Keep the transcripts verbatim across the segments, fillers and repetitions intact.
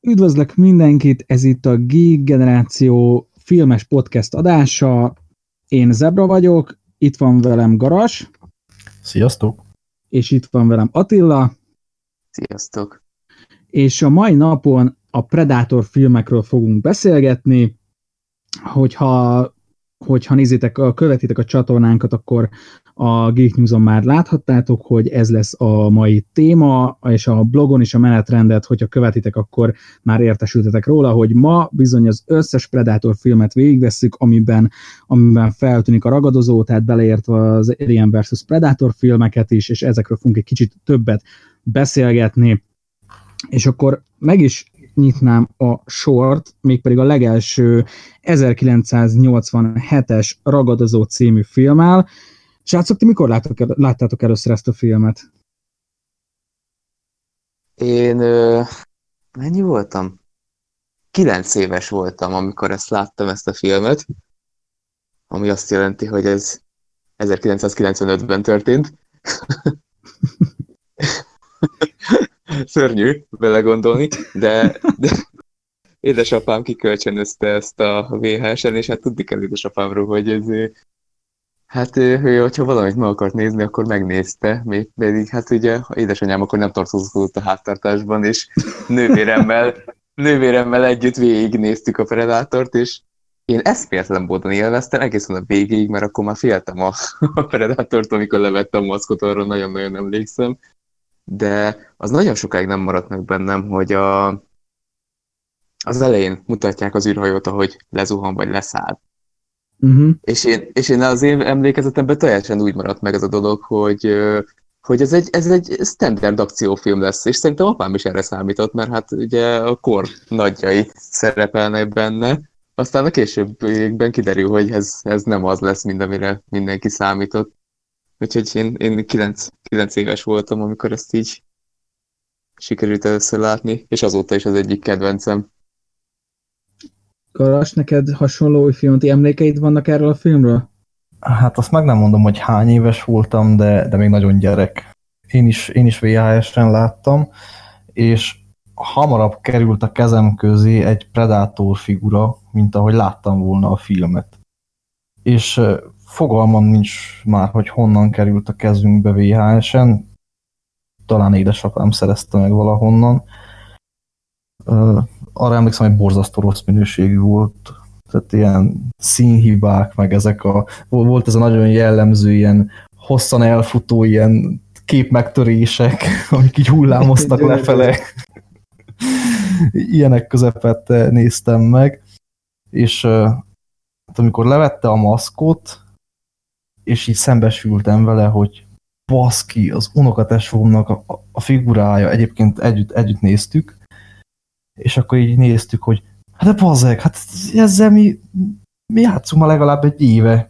Üdvözlök mindenkit, ez itt a Geek Generáció filmes podcast adása. Én Zebra vagyok, itt van velem Garas. Sziasztok! És itt van velem Attila. Sziasztok! És a mai napon a Predator filmekről fogunk beszélgetni. Hogyha, hogyha nézitek, követitek a csatornánkat, akkor a Geek News-on már láthattátok, hogy ez lesz a mai téma, és a blogon is a menetrendet, hogyha követitek, akkor már értesültetek róla, hogy ma bizony az összes Predator filmet végigvesszük, amiben, amiben feltűnik a ragadozó, tehát beleértve az Alien versus. Predator filmeket is, és ezekről fogunk egy kicsit többet beszélgetni. És akkor meg is nyitnám a sort, mégpedig a legelső ezerkilencszáznyolcvanhetes Ragadozó című filmmel. Srácok, ti mikor láttátok, láttátok először ezt a filmet? Én ö, mennyi voltam? Kilenc éves voltam, amikor ezt láttam, ezt a filmet, ami azt jelenti, hogy ez ezerkilencszázkilencvenötben történt. Szörnyű belegondolni, de, de édesapám kikölcsönözte ezt a vé há es-en, és hát tudni kell édesapámról, hogy ez... Hát, ő, hogyha valamit meg akart nézni, akkor megnézte, még pedig hát ugye édesanyám akkor nem tartózkodott a háztartásban, és nővéremmel, nővéremmel együtt végignéztük a Predátort, és én eszméletlen módon élveztem egészen a végéig, mert akkor már féltem a, a Predátortól, amikor levettem a maszkot, arra nagyon-nagyon emlékszem. De az nagyon sokáig nem maradt meg bennem, hogy a, az elején mutatják az űrhajót, ahogy lezuhan vagy leszáll. Uh-huh. És, én, és én az én emlékezetemben teljesen úgy maradt meg ez a dolog, hogy, hogy ez, egy, ez egy standard akciófilm lesz, és szerintem apám is erre számított, mert hát ugye a kor nagyjai szerepelnek benne, aztán a későbbiekben kiderül, hogy ez, ez nem az lesz, mint amire mindenki számított. Úgyhogy én, én kilenc, kilenc éves voltam, amikor ezt így sikerült először látni, és azóta is az egyik kedvencem. Garas, neked hasonló filmti emlékeid vannak erről a filmről? Hát azt meg nem mondom, hogy hány éves voltam, de, de még nagyon gyerek. Én is, én is vé há es-en láttam, és hamarabb került a kezem közé egy Predator figura, mint ahogy láttam volna a filmet. És fogalmam nincs már, hogy honnan került a kezünkbe vé há es-en. Talán édesapám szerezte meg valahonnan. Arra emlékszem, hogy borzasztó rossz minőségű volt. Tehát ilyen színhibák, meg ezek a... Volt ez a nagyon jellemző ilyen hosszan elfutó ilyen képmegtörések, amik így hullámoztak lefele. Ilyenek közepette néztem meg. És hát amikor levette a maszkot, és így szembesültem vele, hogy baszki, az unokatestvéremnek a, a figurája, egyébként együtt, együtt néztük, és akkor így néztük, hogy hát de bazzeg, hát ezzel mi, mi játszunk már legalább egy éve.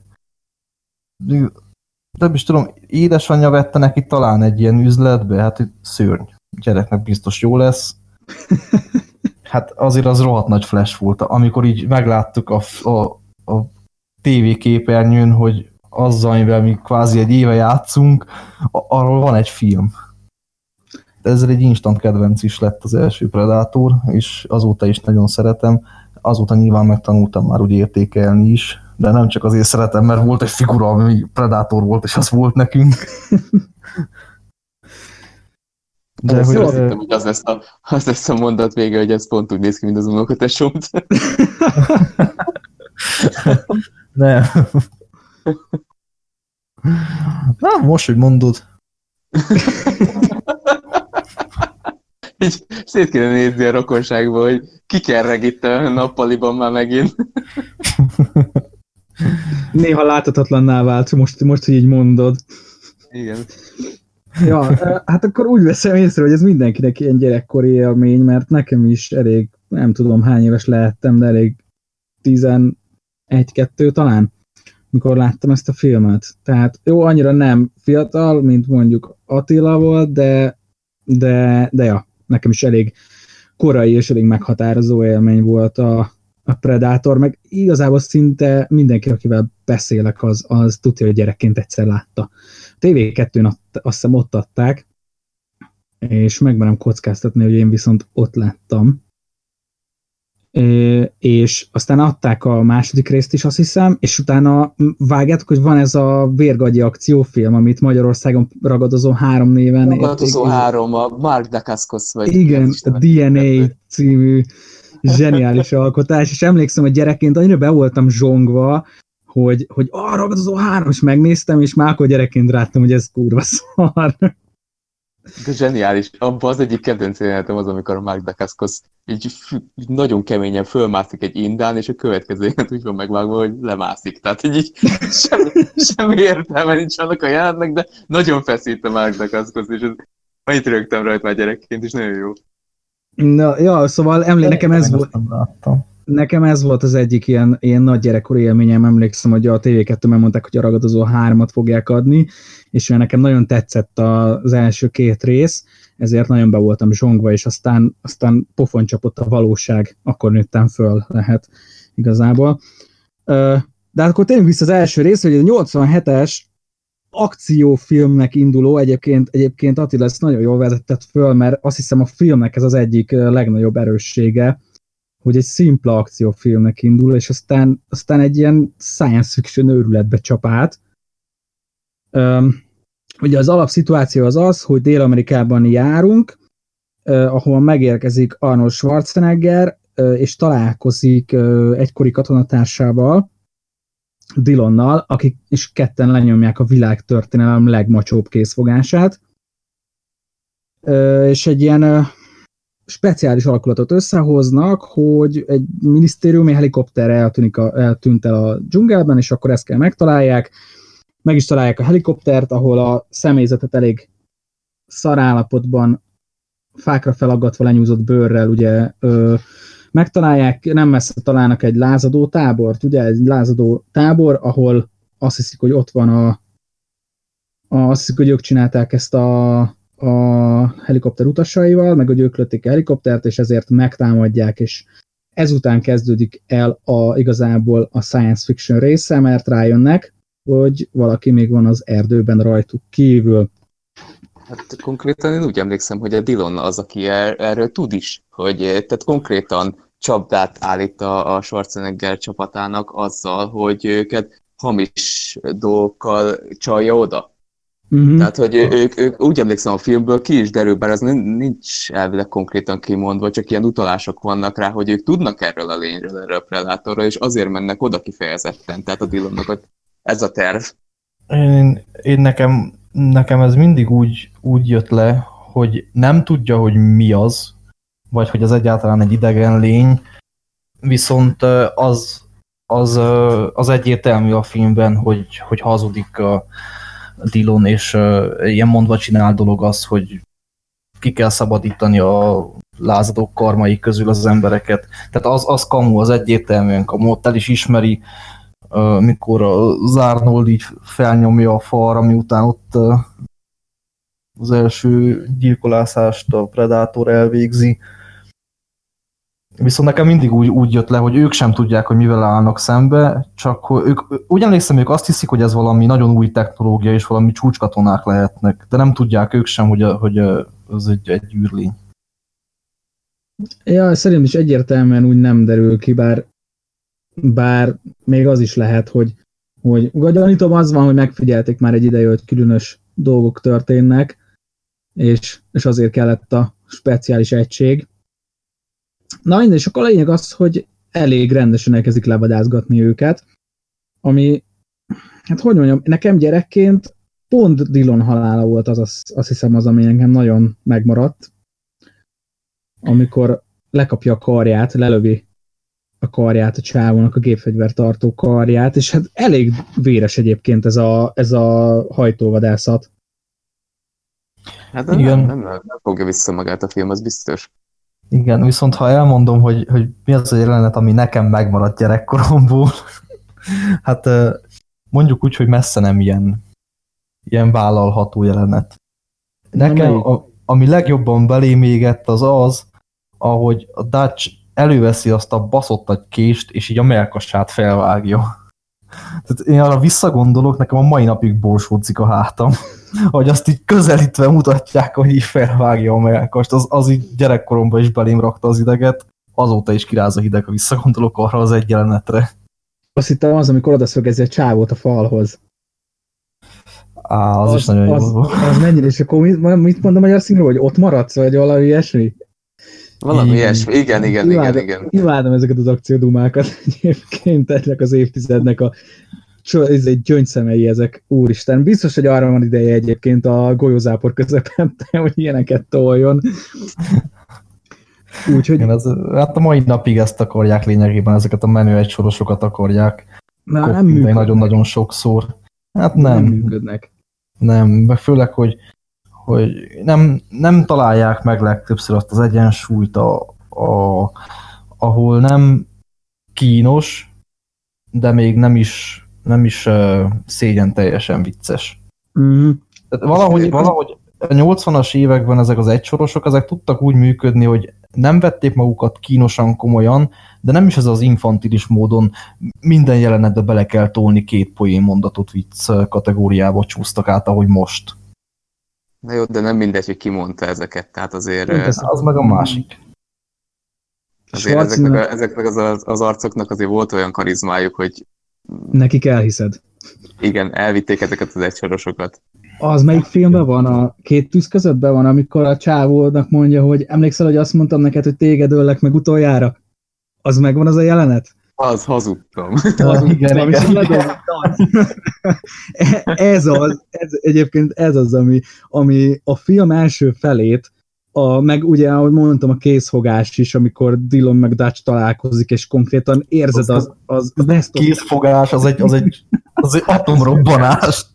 Nem is tudom, édesanyja vette neki talán egy ilyen üzletbe, hát szörny, gyereknek biztos jó lesz. Hát azért az rohadt nagy flash volt, amikor így megláttuk a, a, a tévéképernyőn, hogy azzal, amivel mi kvázi egy éve játszunk, arról van egy film. De ezzel egy instant kedvenc is lett az első Predator, és azóta is nagyon szeretem. Azóta nyilván megtanultam már úgy értékelni is, de nem csak azért szeretem, mert volt egy figura, ami Predator volt, és az volt nekünk. De hogy azt hittem, hogy az lesz, a, az lesz a mondat vége, hogy ez pont úgy néz ki, mint az unokatestvéremt. Nem. Na, most, hogy mondod. Így szét kéne nézni a rokonságba, hogy ki kerreg itt a nappaliban már megint. Néha láthatatlanná vált, most, most, hogy így mondod. Igen. Ja, hát akkor úgy veszem észre, hogy ez mindenkinek ilyen gyerekkori élmény, mert nekem is elég, nem tudom hány éves lehettem, de elég tizenegy-kettő talán, mikor láttam ezt a filmet. Tehát jó, annyira nem fiatal, mint mondjuk Attila volt, de, de, de ja, nekem is elég korai és elég meghatározó élmény volt a, a Predator, meg igazából szinte mindenki, akivel beszélek, az, az tudja, hogy gyerekként egyszer látta. A té vé kettőn azt hiszem ott adták, és megmerem kockáztatni, hogy én viszont ott láttam. és aztán adták a második részt is, azt hiszem, és utána vágjátok, hogy van ez a vérgagyi akciófilm, amit Magyarországon Ragadozó három néven... Ragadozó három, a Mark Dacascos vagy... Igen, a dé en á című zseniális alkotás, és emlékszem, hogy gyerekként annyira be voltam zsongva, hogy, hogy a Ragadozó három, és megnéztem, és már akkor gyerekként ráttam, hogy ez kurva szar. De zseniális. Abban az egyik kedvenc jelenetem az, amikor a Mark Dacascos így, így nagyon keményen fölmászik egy indán, és a következő jelenet úgy van megvágva, hogy lemászik. Tehát így, így semmi, semmi értelme nincs annak a jelenetnek, de nagyon feszít a Mark Dacascos, és annyit rögtem rajta már gyerekként, és nagyon jó. Na, ja, szóval emlé, nekem ez volt... Nekem ez volt az egyik ilyen, ilyen nagy gyerekkori élményem, emlékszem, hogy a té vé kettőben mondták, hogy a Ragadozó hármat fogják adni, és nekem nagyon tetszett az első két rész, ezért nagyon be voltam zsongva, és aztán, aztán pofon csapott a valóság, akkor nőttem föl, lehet igazából. De akkor tényleg vissza az első rész, hogy a nyolcvanhetes akciófilmnek induló, egyébként, egyébként Attila ezt nagyon jól vezetett föl, mert azt hiszem a filmnek ez az egyik legnagyobb erőssége, hogy egy szimpla akciófilmnek indul, és aztán, aztán egy ilyen science fiction őrületbe csap át. Um, ugye az alapszituáció az az, hogy Dél-Amerikában járunk, uh, ahol megérkezik Arnold Schwarzenegger, uh, és találkozik uh, egykori katonatársával, Dillonnal, akik is ketten lenyomják a világtörténelem legmacsóbb készfogását, uh, és egy ilyen uh, speciális alakulatot összehoznak, hogy egy minisztériumi helikopter eltűnik a, eltűnt el a dzsungelben, és akkor ezt kell megtalálják. Meg is találják a helikoptert, ahol a személyzetet elég szarállapotban, fákra felaggatva lenyúzott bőrrel ugye ö, megtalálják, nem messze találnak egy lázadó tábort, ugye egy lázadó tábor, ahol azt hiszik, hogy ott van a, a azt hiszik, hogy ők csinálták ezt a a helikopter utasaival, meg hogy ők lőtték a helikoptert, és ezért megtámadják, és ezután kezdődik el a, igazából a science fiction része, mert rájönnek, hogy valaki még van az erdőben rajtuk kívül. Hát konkrétan én úgy emlékszem, hogy a Dillon az, aki er, erről tud is, hogy tehát konkrétan csapdát állít a, a Schwarzenegger csapatának azzal, hogy őket hamis dolgokkal csalja oda. Uh-huh. Tehát, hogy ők, ők úgy emlékszem a filmből ki is derül, bár az nincs elvileg konkrétan kimondva, csak ilyen utalások vannak rá, hogy ők tudnak erről a lényről, erről a Predatorról, és azért mennek oda kifejezetten, tehát a Dillonnak ez a terv. Én, én nekem, nekem ez mindig úgy, úgy jött le, hogy nem tudja, hogy mi az, vagy hogy az egyáltalán egy idegen lény, viszont az, az, az egyértelmű a filmben, hogy, hogy hazudik a Dillon, és uh, ilyen mondva csinál dolog az, hogy ki kell szabadítani a lázadók karmai közül az embereket. Tehát az, az kamu, az egyértelműen kamu, ott el is ismeri, uh, mikor az Arnold így felnyomja a falra, miután ott uh, az első gyilkolászást a Predator elvégzi. Viszont nekem mindig úgy, úgy jött le, hogy ők sem tudják, hogy mivel állnak szembe, csak ők, úgy emlékszem, ők azt hiszik, hogy ez valami nagyon új technológia, és valami csúcskatonák lehetnek, de nem tudják ők sem, hogy, hogy ez egy, egy űrlény. Ja, szerintem is egyértelműen úgy nem derül ki, bár, bár még az is lehet, hogy, hogy gyanítom az van, hogy megfigyelték már egy ideje, hogy különös dolgok történnek, és, és azért kellett a speciális egység. Na minden, és akkor a lényeg az, hogy elég rendesen elkezdik levadászgatni őket, ami, hát hogy mondjam, nekem gyerekként pont Dillon halála volt az, az, azt hiszem az, ami nekem nagyon megmaradt, amikor lekapja a karját, lelövi a karját a csávónak, a gépfegyvertartó karját, és hát elég véres egyébként ez a, ez a hajtóvadászat. Hát nem, nem, nem, nem fogja vissza magát a film, az biztos. Igen, viszont ha elmondom, hogy, hogy mi az a jelenet, ami nekem megmaradt gyerekkoromból, hát mondjuk úgy, hogy messze nem ilyen, ilyen vállalható jelenet. Nekem, a, ami legjobban belém égett, az az, ahogy a Dutch előveszi azt a baszott nagy kést, és így a melkasát felvágja. Tehát én arra visszagondolok, nekem a mai napig borsódzik a hátam. Hogy azt így közelítve mutatják, hogy így felvágja a melkast, az, az így gyerekkoromban is belém rakta az ideget. azóta is kiráz a hideg, ha visszagondolok arra az egy jelenetre. Azt hittem az, amikor odaszögezi a csávót a falhoz. Á, az, az is nagyon az, jó volt. Az mennyire, és akkor mit, mit mond a magyar szinkron, hogy ott maradsz, vagy valami ilyesmi? Valami ilyesmi, igen, igen, imádom, igen, igen. Imádom ezeket az akciódumákat egyébként, ennek az évtizednek a ez egy gyöngyszemei ezek, úristen. Biztos, hogy arra van ideje egyébként a golyózápor közepette, hogy ilyeneket toljon. Úgyhogy... Igen, ez, hát a mai napig ezt akarják lényegében, ezeket a menő egysorosokat akarják. Na, nem működnek. Nagyon-nagyon sokszor. Hát nem. Nem működnek. Nem, meg főleg, hogy, hogy nem, nem találják meg legtöbbször azt az egyensúlyt, a, a, ahol nem kínos, de még nem is, nem is uh, szégyen teljesen vicces. Mm. Tehát valahogy, valahogy a nyolcvanas években ezek az egysorosok, ezek tudtak úgy működni, hogy nem vették magukat kínosan komolyan, de nem is ez az infantilis módon minden jelenetbe bele kell tolni két poén mondatot vicc kategóriába csúsztak át, ahogy most. Na jó, de nem mindegy, hogy ki mondta ezeket, tehát azért... Ez az meg a másik. Azért ezeknek, a, ezeknek az, az arcoknak azért volt olyan karizmájuk, hogy... Nekik elhiszed. Igen, elvitték ezeket az egysorosokat. Az melyik filmben van? A két tűz közöttben van, amikor a csávónak mondja, hogy emlékszel, hogy azt mondtam neked, hogy téged öllek meg utoljára? Az megvan az a jelenet? Az, hazudtam. Az, igen, igen, igen. Ez az, ez, egyébként ez az, ami, ami a film első felét, a, meg ugye, ahogy mondtam, a kézfogás is, amikor Dillon meg Dutch találkozik, és konkrétan érzed az... az, az, az kézfogás, az egy, az egy, az egy atomrobbanás.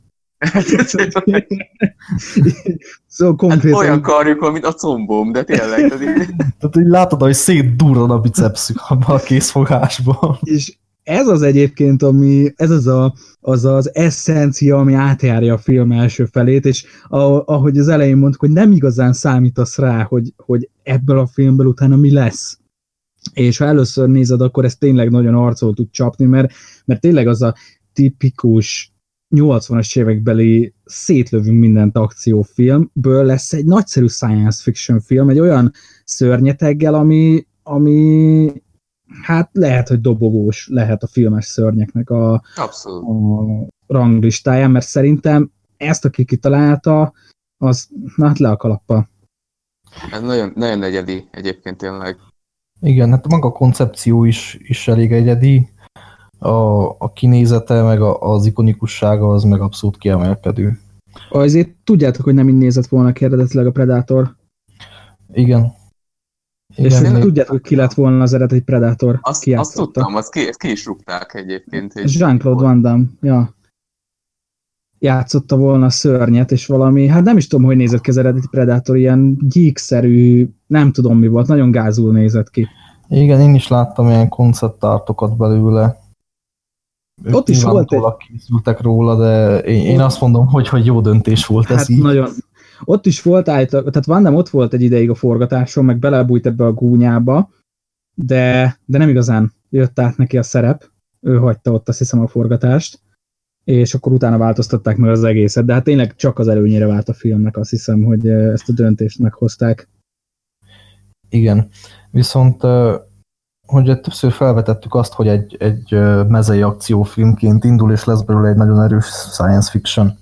Szóval konkrétan... Hát olyan karjuk van, mint a combóm, de tényleg. Tehát így látod, hogy szétdurran a bicepszük abban a készfogásban. És ez az egyébként, ami, ez az, a, az az eszencia, ami átjárja a film első felét, és ahogy az elején mondtuk, hogy nem igazán számítasz rá, hogy, hogy ebből a filmből utána mi lesz. És ha először nézed, akkor ez tényleg nagyon arcol tud csapni, mert, mert tényleg az a tipikus nyolcvanas évekbeli szétlövünk mindent akciófilmből lesz egy nagyszerű science fiction film, egy olyan szörnyeteggel, ami, ami hát lehet, hogy dobogós lehet a filmes szörnyeknek a, a ranglistáján, mert szerintem ezt, aki kitalálta, az na, hát le a kalappal. Ez nagyon, nagyon egyedi egyébként tényleg. Igen, hát maga a koncepció is, is elég egyedi. A, a kinézete, meg a, az ikonikussága az meg abszolút kiemelkedő. Azért tudjátok, hogy nem így nézett volna eredetileg a Predator. Igen. És igen, tudjátok, hogy ki lett volna az eredeti Predator? Azt, azt tudtam, azt ki, ki is rúgták egyébként. Jean-Claude Van Damme, ja. Játszotta volna a szörnyet, és valami, hát nem is tudom, hogy nézett ki az eredeti Predator, ilyen gyíkszerű, nem tudom mi volt, nagyon gázul nézett ki. Igen, én is láttam ilyen konceptártokat belőle. Ők ott is volt egy... készültek róla, de én, én azt mondom, hogy, hogy jó döntés volt hát ez így. Nagyon. Ott is volt állítólag, tehát Van Damme ott volt egy ideig a forgatáson, meg belebújt ebbe a gúnyába, de, de nem igazán jött át neki a szerep. Ő hagyta ott azt hiszem a forgatást, és akkor utána változtatták meg az egészet, de hát tényleg csak az előnyére vált a filmnek, azt hiszem, hogy ezt a döntést meghozták. Igen, viszont hogy többször felvetettük azt, hogy egy, egy mezei akciófilmként indul, és lesz belőle egy nagyon erős science fiction.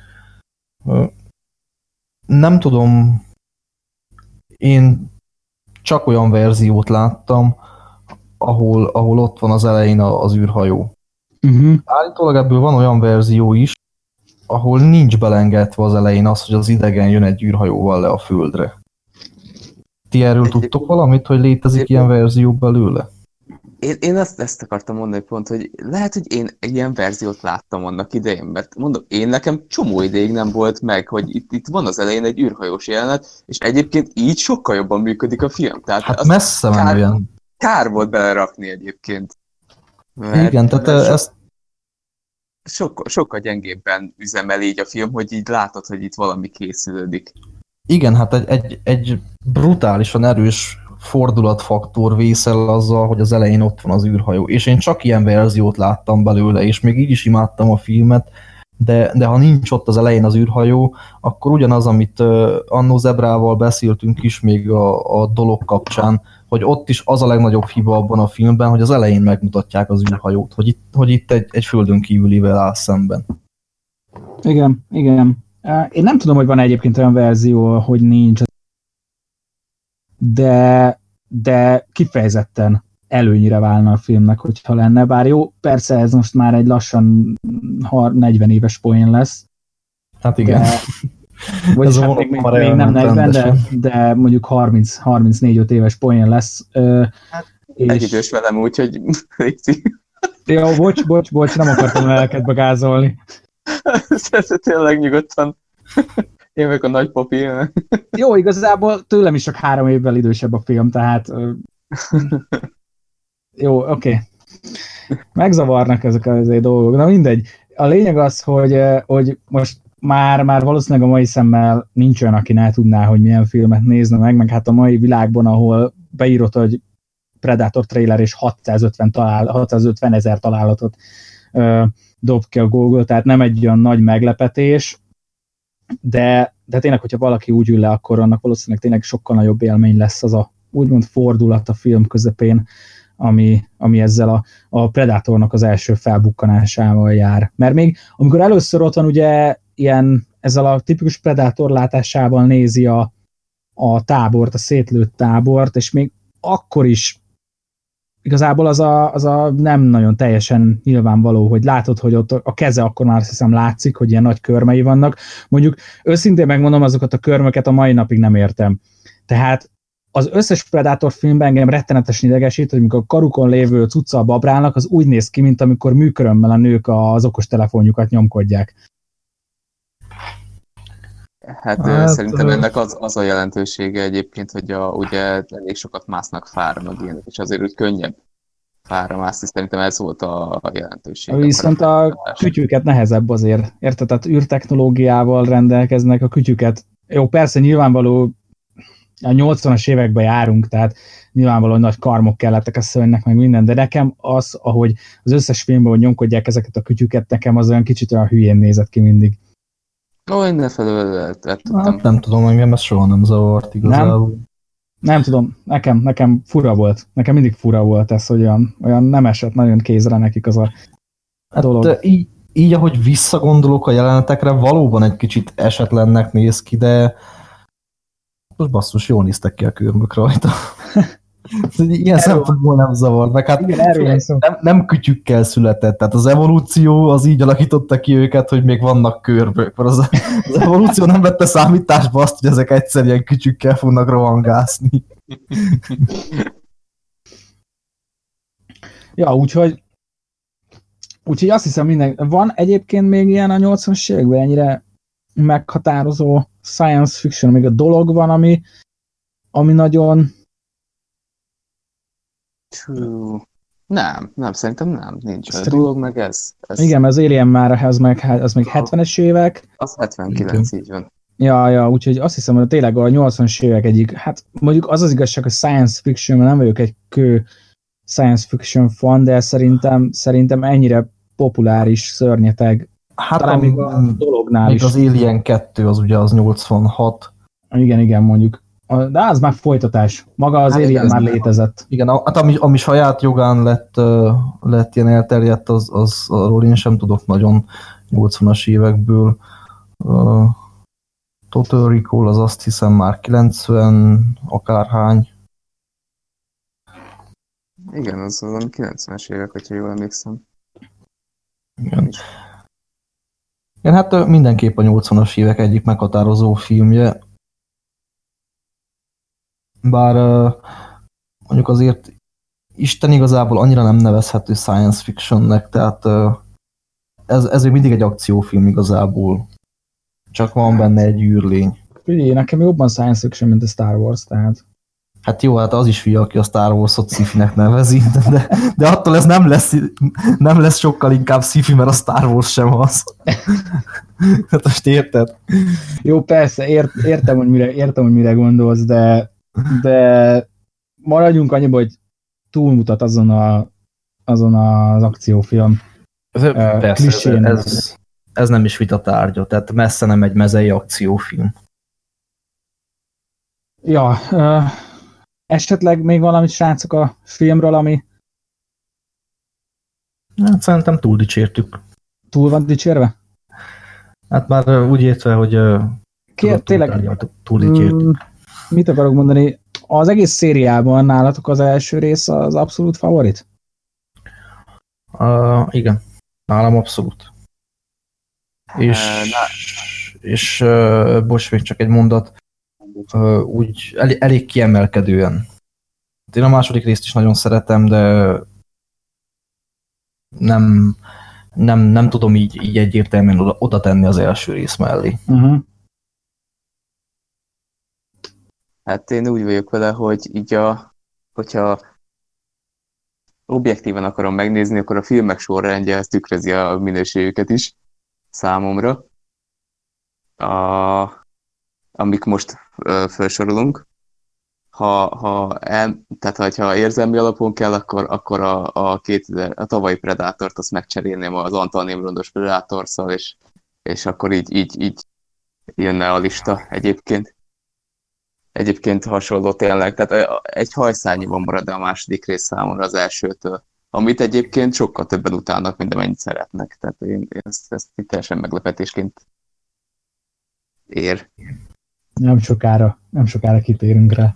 Nem tudom, én csak olyan verziót láttam, ahol, ahol ott van az elején az űrhajó. Uh-huh. Állítólag ebből van olyan verzió is, ahol nincs belengedve az elején az, hogy az idegen jön egy űrhajóval le a földre. Ti erről egy, tudtok valamit, hogy létezik egy, ilyen verzió belőle? Én, én azt, ezt akartam mondani pont, hogy lehet, hogy én egy ilyen verziót láttam annak idején, mert mondom, én nekem csomó ideig nem volt meg, hogy itt, itt van az elején egy űrhajós jelenet, és egyébként így sokkal jobban működik a film. Tehát hát messze menően. Kár volt belerakni egyébként. Igen, tehát so, ezt... Sokkal, sokkal gyengébben üzemel így a film, hogy így látod, hogy itt valami készülődik. Igen, hát egy, egy, egy brutálisan erős fordulatfaktor vészel azzal, hogy az elején ott van az űrhajó. És én csak ilyen verziót láttam belőle, és még így is imádtam a filmet, de, de ha nincs ott az elején az űrhajó, akkor ugyanaz, amit uh, Annó Zebrával beszéltünk is még a, a dolog kapcsán, hogy ott is az a legnagyobb hiba abban a filmben, hogy az elején megmutatják az űrhajót, hogy itt, hogy itt egy, egy földön kívülivel áll szemben. Igen, igen. Én nem tudom, hogy van egyébként olyan verzió, hogy nincs, de, de kifejezetten előnyire válna a filmnek, hogyha lenne. Bár jó, persze ez most már egy lassan negyven éves poén lesz. Hát igen. De, vagy hát még, még, még nem negyven, de, de mondjuk harminc harmincnégy éves poén lesz. Hát, és... Egy idős velem, úgyhogy jó, bocs, bocs, bocs, nem akartam a lelkedbe gázolni. Tényleg nyugodtan. Én vagyok a nagy papi. Jó, igazából tőlem is csak három évvel idősebb a film, tehát jó, oké. Okay. Megzavarnak ezek az dolgok. Na mindegy. A lényeg az, hogy, hogy most már, már valószínűleg a mai szemmel nincs olyan, aki ne tudná, hogy milyen filmet nézne meg, meg hát a mai világban, ahol beírott, hogy Predator trailer és hatszázötven, talál, hatszázötven ezer találatot ö, dob ki a Google, tehát nem egy olyan nagy meglepetés, de, de tényleg, hogyha valaki úgy ül le, akkor annak valószínűleg tényleg sokkal nagyobb élmény lesz az a úgymond fordulat a film közepén, ami, ami ezzel a, a Predatornak az első felbukkanásával jár. Mert még amikor először ott van, ugye ilyen ezzel a tipikus Predator látásával nézi a, a tábort, a szétlőtt tábort, és még akkor is igazából az a, az a nem nagyon teljesen nyilvánvaló, hogy látod, hogy ott a keze akkor már azt hiszem látszik, hogy ilyen nagy körmei vannak. Mondjuk őszintén megmondom, azokat a körmöket a mai napig nem értem. Tehát az összes Predator filmben engem rettenetesen idegesít, hogy amikor a karukon lévő cuccal babrálnak, az úgy néz ki, mint amikor műkörömmel a nők az okos telefonjukat nyomkodják. Hát, hát szerintem ennek az, az a jelentősége egyébként, hogy a, ugye elég sokat másznak fára, meg ilyenek, és azért úgy könnyebb fára mászni, szerintem ez volt a jelentősége. Viszont a, a kütyüket nehezebb azért, érted? Tehát űrtechnológiával rendelkeznek a kütyüket. Jó, persze nyilvánvaló, a nyolcvanas években járunk, tehát nyilvánvalóan nagy karmok kellettek a szörnynek, meg minden, de nekem az, ahogy az összes filmben, hogy nyomkodják ezeket a kütyüket, nekem az olyan kicsit olyan hülyén nézett ki mindig. Ó, innen felől el tudtam. Hát nem tudom, engem ez soha nem zavart igazából. Nem, nem tudom, nekem, nekem fura volt. Nekem mindig fura volt ez, hogy olyan, olyan nem esett nagyon kézre nekik az a hát dolog. Így, így, ahogy visszagondolok a jelenetekre, valóban egy kicsit esetlennek néz ki, de most basszus, jól néztek ki a körmök rajta. Ilyen szempontból nem zavart meg. Hát igen, nem, nem kütyükkel született, tehát az evolúció az így alakította ki őket, hogy még vannak körmök. Az, az evolúció nem vette számításba azt, hogy ezek egyszerűen kütyükkel fognak rohangászni. Ja, úgyhogy úgyhogy azt hiszem minden... Van egyébként még ilyen a nyolcvanas években ennyire meghatározó science fiction, még a dolog van, ami, ami nagyon... Hú, nem, nem, szerintem nem, nincs. A dolog meg ez. ez. Igen, az Alien már, az meg, az még hetvenes évek. Az hetvenkilenc, így van. Ja, ja, úgyhogy azt hiszem, hogy tényleg a nyolcvanas évek egyik, hát mondjuk az az igazság, hogy science fiction, nem vagyok egy kő science fiction fan, de szerintem, szerintem ennyire populáris, szörnyeteg. Hát talán még a dolognál még is. az Alien kettő az ugye az nyolcvanhat. Igen, igen, mondjuk. De az már folytatás. Maga az hát Alien már létezett. Igen, hát ami, ami saját jogán lett, lett ilyen elterjedt, az, az arról én sem tudok nagyon nyolcvanas évekből. Uh, Total Recall az azt hiszem már kilencven akárhány. Igen, az valami kilencvenes évek, hogyha jól emlékszem. Igen. Igen, hát mindenképp a nyolcvanas évek egyik meghatározó filmje. Bár mondjuk azért Isten igazából annyira nem nevezhető science fictionnek, tehát ez, ez még mindig egy akciófilm igazából. Csak van benne egy űrlény. Figyelj, nekem jobban science fiction, mint a Star Wars, tehát... Hát jó, hát az is hülye, aki a Star Wars-ot sci-finek nevezi, de, de attól ez nem lesz, nem lesz sokkal inkább sci-fi, mert a Star Wars sem az. Hát most érted? Jó, persze, ért, értem, hogy mire, értem, hogy mire gondolsz, de, de maradjunk annyiba, hogy túlmutat azon, a, azon az akciófilm Persze, ez, ez nem is vita tárgya, tehát messze nem egy mezei akciófilm. Ja, uh, Esetleg még valamit, srácok, a filmről, ami... Hát szerintem túl dicsértük. Túl van dicsérve? Hát már úgy értve, hogy Kér, tényleg, túl dicsértük. Mit akarok mondani? Az egész szériában nálatok az első rész az abszolút favorit? Uh, igen, nálam abszolút. És, Uh, és uh, bocs, még csak egy mondat, uh, úgy el, elég kiemelkedően. Én a második részt is nagyon szeretem, de nem, nem, nem tudom így, így egyértelműen oda, oda tenni az első rész mellé. Uh-huh. Hát én úgy vagyok vele, hogy így a, hogyha objektíven akarom megnézni, akkor a filmek sorrendje ez tükrözi a minőségüket is számomra, a, amik most ö, felsorolunk. Ha, ha, el, tehát, ha érzelmi alapon kell, akkor, akkor a, a, kétezer, a tavalyi Predátort azt megcserélném az Antal Nimrodos Predatorszal, és, és akkor így, így, így jönne a lista egyébként. Egyébként hasonló tényleg, tehát egy hajszárnyiban marad a második rész számomra az elsőtől, amit egyébként sokkal többen utálnak, mint amennyit szeretnek. Tehát én, én ezt, ezt teljesen meglepetésként ér. Nem sokára, nem sokára kitérünk rá.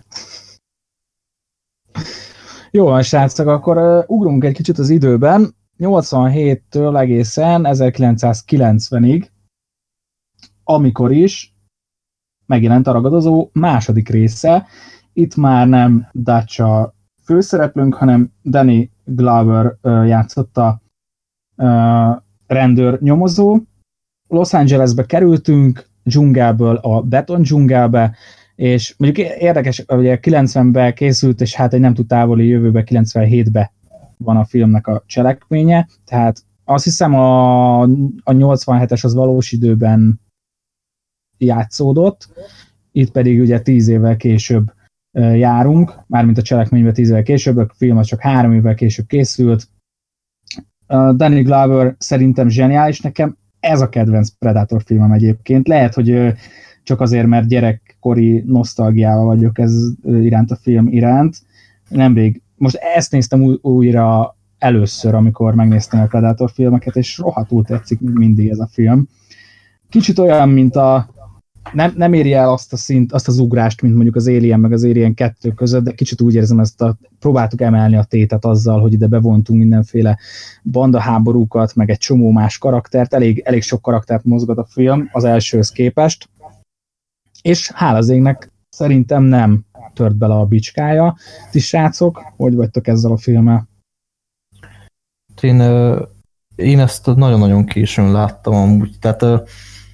Jó van, srácok, akkor uh, ugrunk egy kicsit az időben. nyolcvanhéttől egészen ezerkilencszázkilencvenig, amikor is megjelent a Ragadozó második része. Itt már nem Dacia főszereplőnk, hanem Danny Glover uh, játszotta uh, rendőr nyomozó. Los Angelesbe kerültünk, dzsungelből a beton dzsungelbe, és mondjuk érdekes, ugye kilencvenben készült, és hát egy nem túl távoli jövőben, kilencvenhétben van a filmnek a cselekménye, tehát azt hiszem a, a nyolcvanhetes az valós időben játszódott, itt pedig ugye tíz évvel később járunk, mármint a cselekményben tíz évvel később, a film az csak három évvel később készült. Danny Glover szerintem zseniális, nekem ez a kedvenc Predator filmem egyébként. Lehet, hogy csak azért, mert gyerekkori nosztalgiával vagyok ez iránt a film iránt. Nemrég, most ezt néztem újra először, amikor megnéztem a Predator filmeket, és rohadtul tetszik mindig ez a film. Kicsit olyan, mint a nem, nem éri el azt a szint, azt az ugrást, mint mondjuk az Alien meg az Alien kettő között, de kicsit úgy érzem, ezt a, próbáltuk emelni a tétet azzal, hogy ide bevontunk mindenféle bandaháborúkat, meg egy csomó más karaktert, elég, elég sok karaktert mozgat a film az elsőhöz képest, és hála az égnek szerintem nem tört bele a bicskája. Ti srácok, hogy vagytok ezzel a filmmel? Én, én ezt nagyon-nagyon későn láttam amúgy, tehát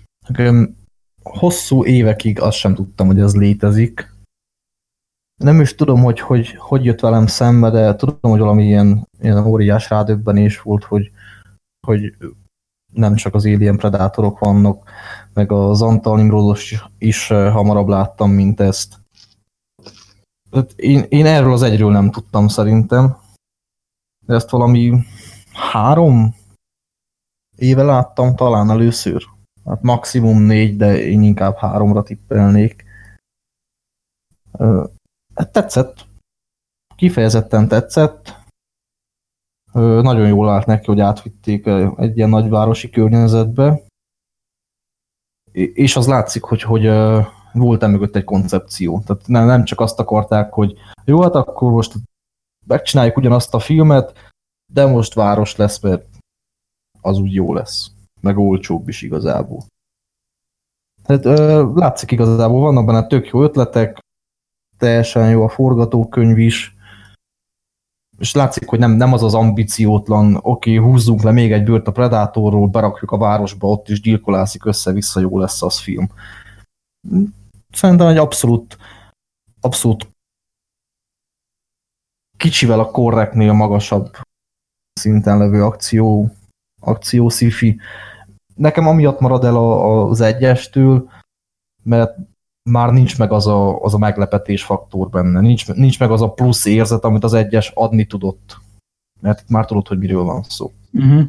hosszú évekig azt sem tudtam, hogy ez létezik. Nem is tudom, hogy hogy, hogy jött velem szembe, de tudom, hogy valami ilyen, ilyen óriás rádöbbenés volt, hogy, hogy nem csak az Alien Predátorok vannak, meg az Antal Nimrodos is, is hamarabb láttam, mint ezt. Én, én erről az egyről nem tudtam szerintem. De ezt valami három éve láttam talán először. Hát maximum négy, de én inkább háromra tippelnék. Hát tetszett. Kifejezetten tetszett. Nagyon jól állt neki, hogy átvitték egy ilyen nagyvárosi környezetbe. És az látszik, hogy, hogy volt emögött egy koncepció. Tehát nem csak azt akarták, hogy jó, hát akkor most megcsináljuk ugyanazt a filmet, de most város lesz, mert az úgy jó lesz. Meg olcsóbb is igazából. Tehát ö, látszik igazából, vannak benne tök jó ötletek, teljesen jó a forgatókönyv is, és látszik, hogy nem, nem az az ambiciótlan, oké, okay, húzzunk le még egy bőrt a Predatorról, berakjuk a városba, ott is gyilkolászik össze-vissza, jó lesz az film. Szerintem egy abszolút, abszolút kicsivel a korrektnél magasabb szinten levő akció, akció sci-fi. Nekem amiatt marad el a, az egyestől, mert már nincs meg az a, az a meglepetés faktor benne. Nincs, nincs meg az a plusz érzet, amit az egyes adni tudott. Mert itt már tudod, hogy miről van szó. Uh-huh.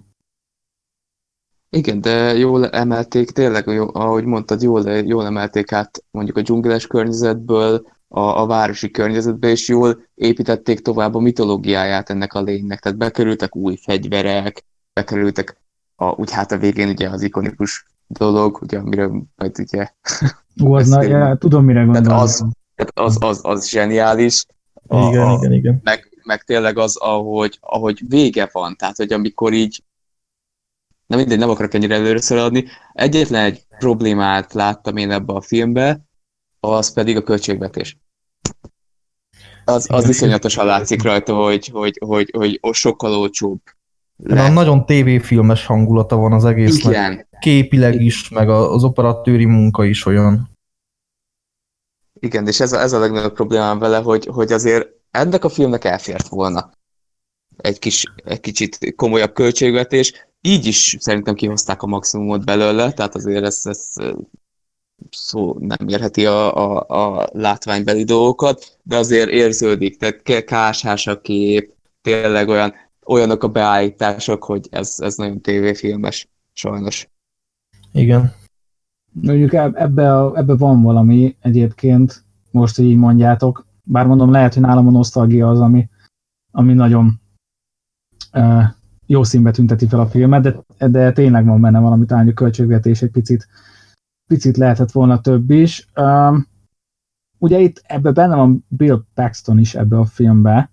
Igen, de jól emelték, tényleg, ahogy mondtad, jól, jól emelték át mondjuk a dzsungeles környezetből a, a városi környezetbe, és jól építették tovább a mitológiáját ennek a lénynek. Tehát bekerültek új fegyverek, bekerültek a, úgy hát a végén ugye az ikonikus dolog, ugye, amiről majd ugye... Ó, az na, ja, tudom, mire gondolom. Tehát az, tehát az, az, az zseniális. A, igen, a, igen, igen. Meg, meg tényleg az, ahogy, ahogy vége van, tehát hogy amikor így, na mindegy, nem akarok ennyire előre szaladni, egyetlen egy problémát láttam én ebbe a filmbe, az pedig a költségvetés. Az, az iszonyatosan látszik rajta, hogy, hogy, hogy, hogy sokkal olcsóbb. Le. Nagyon tévéfilmes hangulata van az egésznek. Igen. Képileg is, meg az operatőri munka is olyan. Igen, és ez a, ez a legnagyobb problémám vele, hogy, hogy azért ennek a filmnek elfért volna egy, kis, egy kicsit komolyabb költségvetés. Így is szerintem kihozták a maximumot belőle, tehát azért ez, ez szó nem érheti a, a, a látványbeli dolgokat, de azért érződik, tehát kásás a kép, tényleg olyan, olyanok a beállítások, hogy ez, ez nagyon tévéfilmes, sajnos. Igen. Mondjuk ebbe, a, ebbe van valami egyébként, most, hogy így mondjátok, bár mondom, lehet, hogy nálam a nosztalgia az, ami, ami nagyon uh, jó színbe tünteti fel a filmet, de, de tényleg van benne valami, talán a költségvetés egy picit, picit lehetett volna több is. Uh, ugye itt ebbe benne van Bill Paxton is ebbe a filmbe,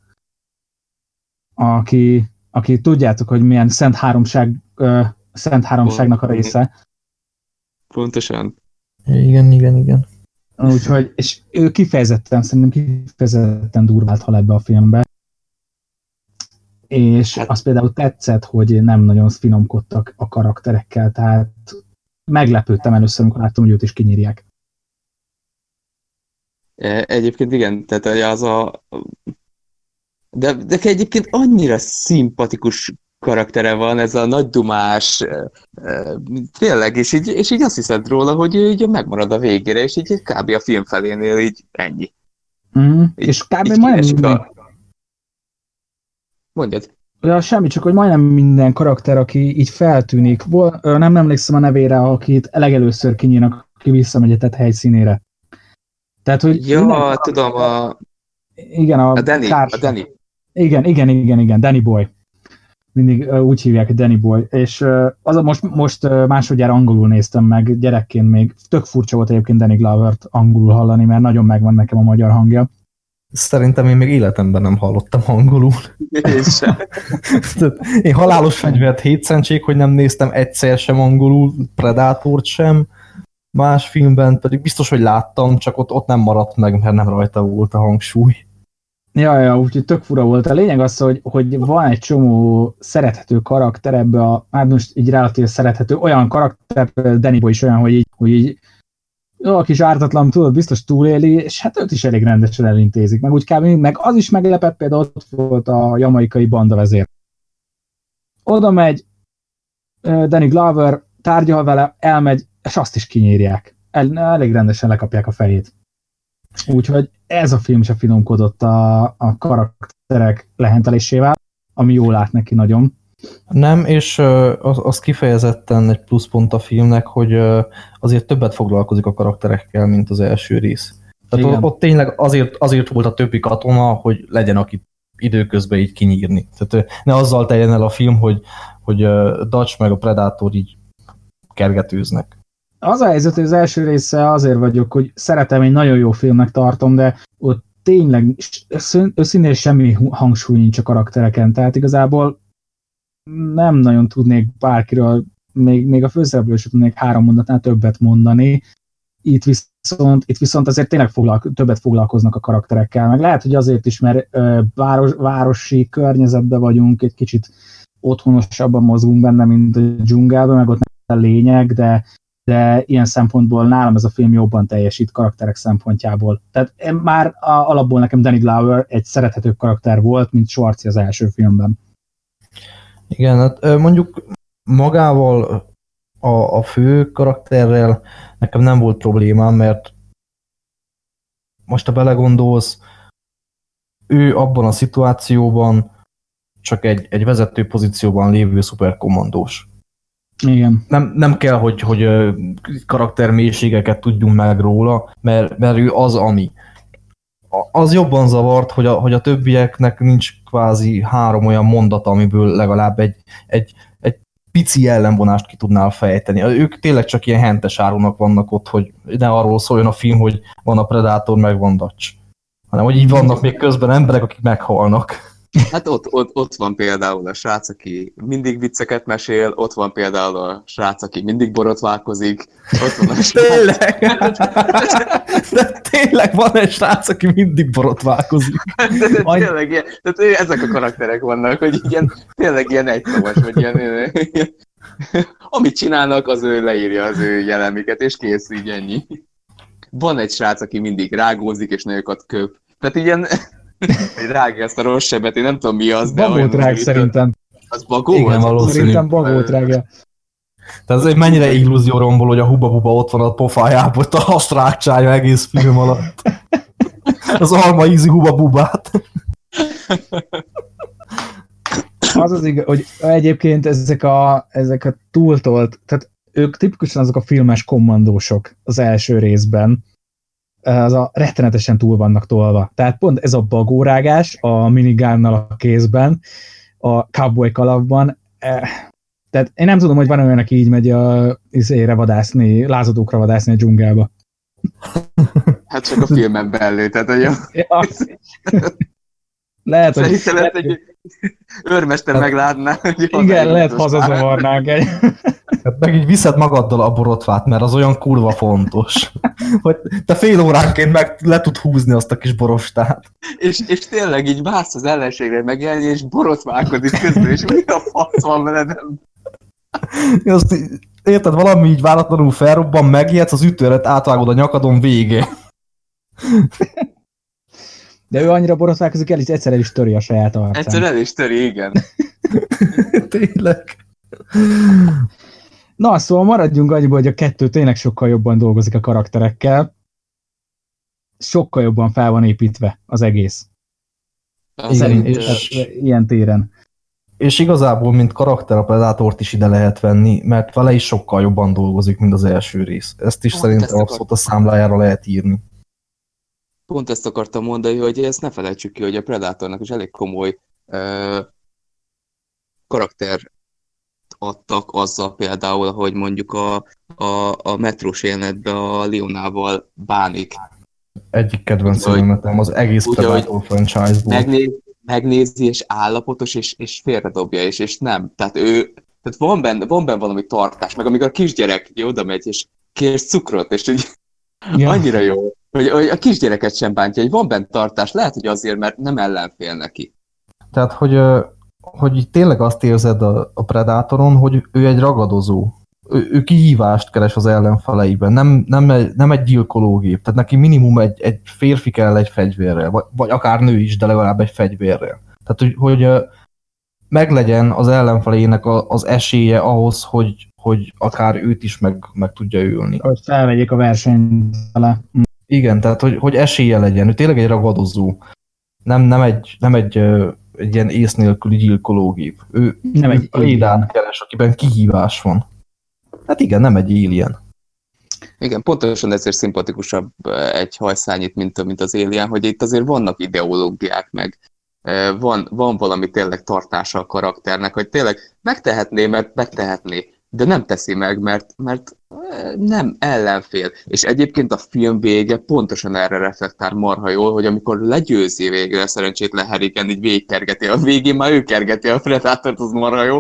aki, aki tudjátok, hogy milyen Szent Háromság, uh, Szent Háromságnak a része. Pontosan. Igen, igen, igen. Úgyhogy, és ő kifejezetten, szerintem kifejezetten durvált hal ebbe a filmbe. És hát, az például tetszett, hogy nem nagyon finomkodtak a karakterekkel, tehát meglepődtem először, amikor láttam, hogy őt is kinyírják. Egyébként igen, tehát az a... De, de egyébként annyira szimpatikus karaktere van, ez a nagy dumás, tényleg, és így, és így azt hiszed róla, hogy ő így megmarad a végére, és így kb. A film felénél így ennyi. Mm, így, és kb. Majdnem a... Mondjad. Ja, semmi, csak hogy majdnem minden karakter, aki így feltűnik. Vol, nem emlékszem a nevére, akit legelőször kinyírnak, aki visszamegy a tett helyszínére. Tehát, hogy ja, minden... tudom, a... Igen, a... A Danny, a Danny. Igen, igen, igen, igen, Danny Boy. Mindig uh, úgy hívják, Danny Boy. És uh, az a most, most uh, másodjára angolul néztem meg, gyerekként még. Tök furcsa volt egyébként Danny Glovert angolul hallani, mert nagyon megvan nekem a magyar hangja. Szerintem én még életemben nem hallottam angolul. Én sem. Én Halálos fegyvert hétszentség, hogy nem néztem egyszer sem angolul, Predátort sem. Más filmben pedig biztos, hogy láttam, csak ott, ott nem maradt meg, mert nem rajta volt a hangsúly. Ja, ja, úgyhogy tök fura volt. A lényeg az, hogy, hogy van egy csomó szerethető karakter ebbe a, hát most így relatív szerethető, olyan karakter, Danny Boy is olyan, hogy így, hogy így jó, a kis ártatlan, tudod, biztos túléli, és hát őt is elég rendesen elintézik. Meg úgy kb. Meg az is meglepett, például ott volt a jamaikai bandavezér. Oda megy, Danny Glover tárgyal vele, elmegy, és azt is kinyírják. El, elég rendesen lekapják a fejét. Úgyhogy ez a film sem finomkodott a, a karakterek lehentelésével, ami jól lát neki nagyon. Nem, és az, az kifejezetten egy pluszpont a filmnek, hogy azért többet foglalkozik a karakterekkel, mint az első rész. Tehát ott, ott tényleg azért, azért volt a többi katona, hogy legyen akit időközben így kinyírni. Tehát ne azzal teljen el a film, hogy, hogy Dutch meg a Predator így kergetőznek. Az a helyzet, hogy az első része azért vagyok, hogy szeretem, egy nagyon jó filmnek tartom, de ott tényleg őszintén semmi hangsúly nincs a karaktereken, tehát igazából nem nagyon tudnék bárkiről, még, még a főszereplőről sem tudnék három mondatnál többet mondani. Itt viszont, itt viszont azért tényleg foglalko- többet foglalkoznak a karakterekkel, meg lehet, hogy azért is, mert ö, város, városi környezetben vagyunk, egy kicsit otthonosabban mozgunk benne, mint a dzsungelben, meg ott nem a lényeg, de de ilyen szempontból nálam ez a film jobban teljesít karakterek szempontjából. Tehát már a, alapból nekem Danny Glover egy szerethető karakter volt, mint Schwarzi az első filmben. Igen, hát mondjuk magával a, a fő karakterrel nekem nem volt problémám, mert most ha belegondolsz, ő abban a szituációban csak egy, egy vezető pozícióban lévő szuperkommandós. Igen. Nem, nem kell, hogy, hogy karaktermélységeket tudjunk meg róla, mert, mert ő az, ami. az jobban zavart, hogy a, hogy a többieknek nincs kvázi három olyan mondata, amiből legalább egy, egy, egy pici ellenvonást ki tudnál fejteni. Ők tényleg csak ilyen hentes árunak vannak ott, hogy ne arról szóljon a film, hogy van a Predator, meg van Dutch. Hanem, hogy így vannak még közben emberek, akik meghalnak. Hát ott, ott, ott van például a srác, aki mindig vicceket mesél, ott van például a srác, aki mindig borotválkozik, ott van a srác... Tényleg! De tényleg van egy srác, aki mindig borotválkozik. De, de tényleg ilyen, tehát ezek a karakterek vannak, hogy ilyen, tényleg ilyen egyszavas, vagy ilyen, ilyen... Amit csinálnak, az ő leírja az ő jelemiket, és kész, így ennyi. Van egy srác, aki mindig rágózik, és nagyokat köp. Tehát ilyen... Egy rágja ezt a rossz sebet, én nem tudom mi az, de olyan... Bagótrág szerintem. Az bagó? Igen, valószínű. Szerintem bagótrágja. Tehát ez egy mennyire illúzió rombol, hogy a huba-buba ott van a pofájából, azt rákcsálja egész film alatt. Az alma ízi huba-bubát. Az az igaz, hogy egyébként ezek a, ezek a túltolt, tehát ők tipikusan azok a filmes kommandósok az első részben, az a rettenetesen túl vannak tolva. Tehát pont ez a bagórágás a minigánnal a kézben, a cowboy kalapban, tehát én nem tudom, hogy van olyan, aki így megy a izére vadászni, lázadókra vadászni a dzsungelbe. Hát csak a filmen belül, tehát hogy... Ja. Lehet, hogy... Szerintem egy őrmester hát, meglátná. Igen, lehet hazazavarnánk egy... Hát meg így viszed magaddal a borotvát, mert az olyan kurva fontos, hogy te fél óránként meg le tud húzni azt a kis borostát. És, és tényleg így vársz az ellenségre megjelni, és borotválkodik közben, és mi a fasz van veled? Azt, érted, valami így váratlanul felrobban, megijedsz, az ütőret átvágod a nyakadon, vége. De ő annyira borotválkozik el, és egyszer el is töri a saját arcán. Egyszer el is töri, igen. Tényleg. Na, szóval maradjunk annyiból, hogy a kettő tényleg sokkal jobban dolgozik a karakterekkel. Sokkal jobban fel van építve az egész. Igen, és ilyen téren. És igazából, mint karakter, a Predátort is ide lehet venni, mert vele is sokkal jobban dolgozik, mint az első rész. Ezt is oh, szerintem abszolút a számlájára lehet írni. Pont ezt akartam mondani, hogy ezt ne felejtsük ki, hogy a Predatornak is elég komoly uh, karakter adtak azzal például, hogy mondjuk a, a, a metrós jelenetben a Leonával bánik. Egyik kedvenc jelenetem az egész Predator franchise-ból. Megnéz, megnézi, és állapotos, és, és félredobja, és, és nem. Tehát ő, tehát van benne, van benne valami tartás, meg amikor a kisgyerek oda megy, és kér cukrot, és úgy ja. Annyira jó, hogy, hogy a kisgyereket sem bántja, hogy van benne tartás, lehet, hogy azért, mert nem ellenfél neki. Tehát, hogy, hogy tényleg azt érzed a, a Predatoron, hogy ő egy ragadozó. Ő, ő kihívást keres az ellenfeleiben, nem, nem, egy, nem egy gyilkológép. Tehát neki minimum egy, egy férfi kell egy fegyverrel, vagy, vagy akár nő is, de legalább egy fegyverrel. Tehát, hogy, hogy meglegyen az ellenfelének az esélye ahhoz, hogy, hogy akár őt is meg, meg tudja ülni. Hogy felvegyék a versenyt vele. Igen, tehát hogy, hogy esélye legyen. Ő tényleg egy ragadozó. Nem, nem, egy, nem egy, egy ilyen ész nélküli gyilkológép. Ő nem egy prédát keres, akiben kihívás van. Hát igen, nem egy alien. Igen, pontosan ezért szimpatikusabb egy hajszányit, mint, mint az alien, hogy itt azért vannak ideológiák, meg van, van valami tényleg tartása a karakternek, hogy tényleg megtehetné, mert megtehetné, de nem teszi meg, mert, mert nem ellenfél. És egyébként a film vége pontosan erre reflektál marha jól, hogy amikor legyőzi végre szerencsétlen Harrigan, így végigkergeti a végén, már ő kergeti a Predatort, az marha jó.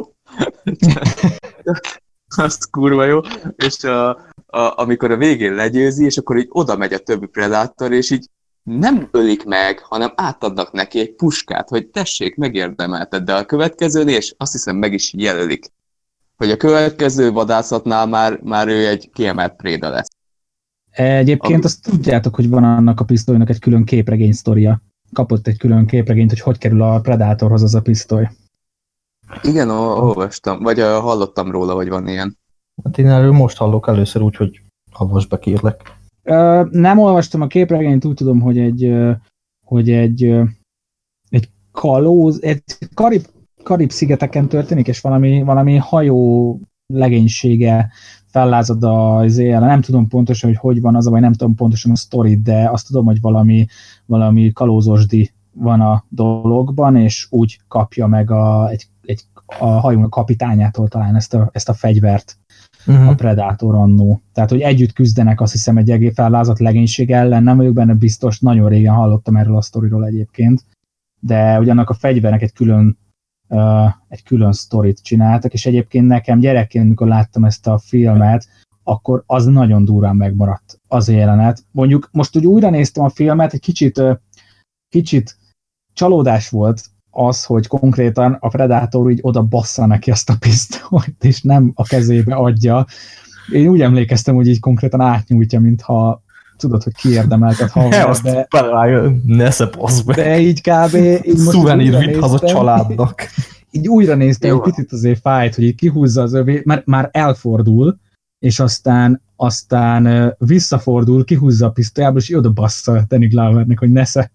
Azt kurva jó. És a, a, amikor a végén legyőzi, és akkor így oda megy a többi Predator, és így nem ölik meg, hanem átadnak neki egy puskát, hogy tessék, megérdemelted, de a következőn, és azt hiszem meg is jelölik, hogy a következő vadászatnál már, már ő egy kiemelt préda lesz. Egyébként Ami... azt tudjátok, hogy van annak a pisztolynak egy külön képregény sztoria. Kapott egy külön képregényt, hogy hogy kerül a Predatorhoz az a pisztoly. Igen, olvastam, vagy hallottam róla, hogy van ilyen. Hát én erről most hallok először, úgyhogy hallgass be, kérlek. Uh, nem olvastam a képregényt, úgy tudom, hogy egy, uh, hogy egy, uh, egy kalóz, egy Karib, Karib-szigeteken történik, és valami, valami hajó legénysége fellázad az éjjel, nem tudom pontosan, hogy hogy van az, vagy nem tudom pontosan a sztorit, de azt tudom, hogy valami, valami kalózosdi van a dologban, és úgy kapja meg a, egy, egy, a hajón kapitányától talán ezt a, ezt a fegyvert uh-huh. a Predator annó. Tehát, hogy együtt küzdenek, azt hiszem, egy egész fellázadt legénység ellen, nem vagyok benne biztos, nagyon régen hallottam erről a sztoriról egyébként, de ugyanak a fegyvernek egy külön Uh, egy külön sztorit csináltak, és egyébként nekem gyerekként, amikor láttam ezt a filmet, akkor az nagyon durván megmaradt az a jelenet. Mondjuk most úgy újra néztem a filmet, egy kicsit, uh, kicsit csalódás volt az, hogy konkrétan a Predator így oda bassza neki azt a pisztolyt, és nem a kezébe adja. Én úgy emlékeztem, hogy így konkrétan átnyújtja, mintha tudod, hogy kiérdemeltet haver, de... Nesze be. De így kb. Így szuvenír vitt haza családnak. Így újra néztem, egy picit azért fájt, hogy így kihúzza az övé, mert már elfordul, és aztán, aztán visszafordul, kihúzza a pisztolyából, és oda bassza Danny Glovernek, hogy nesze.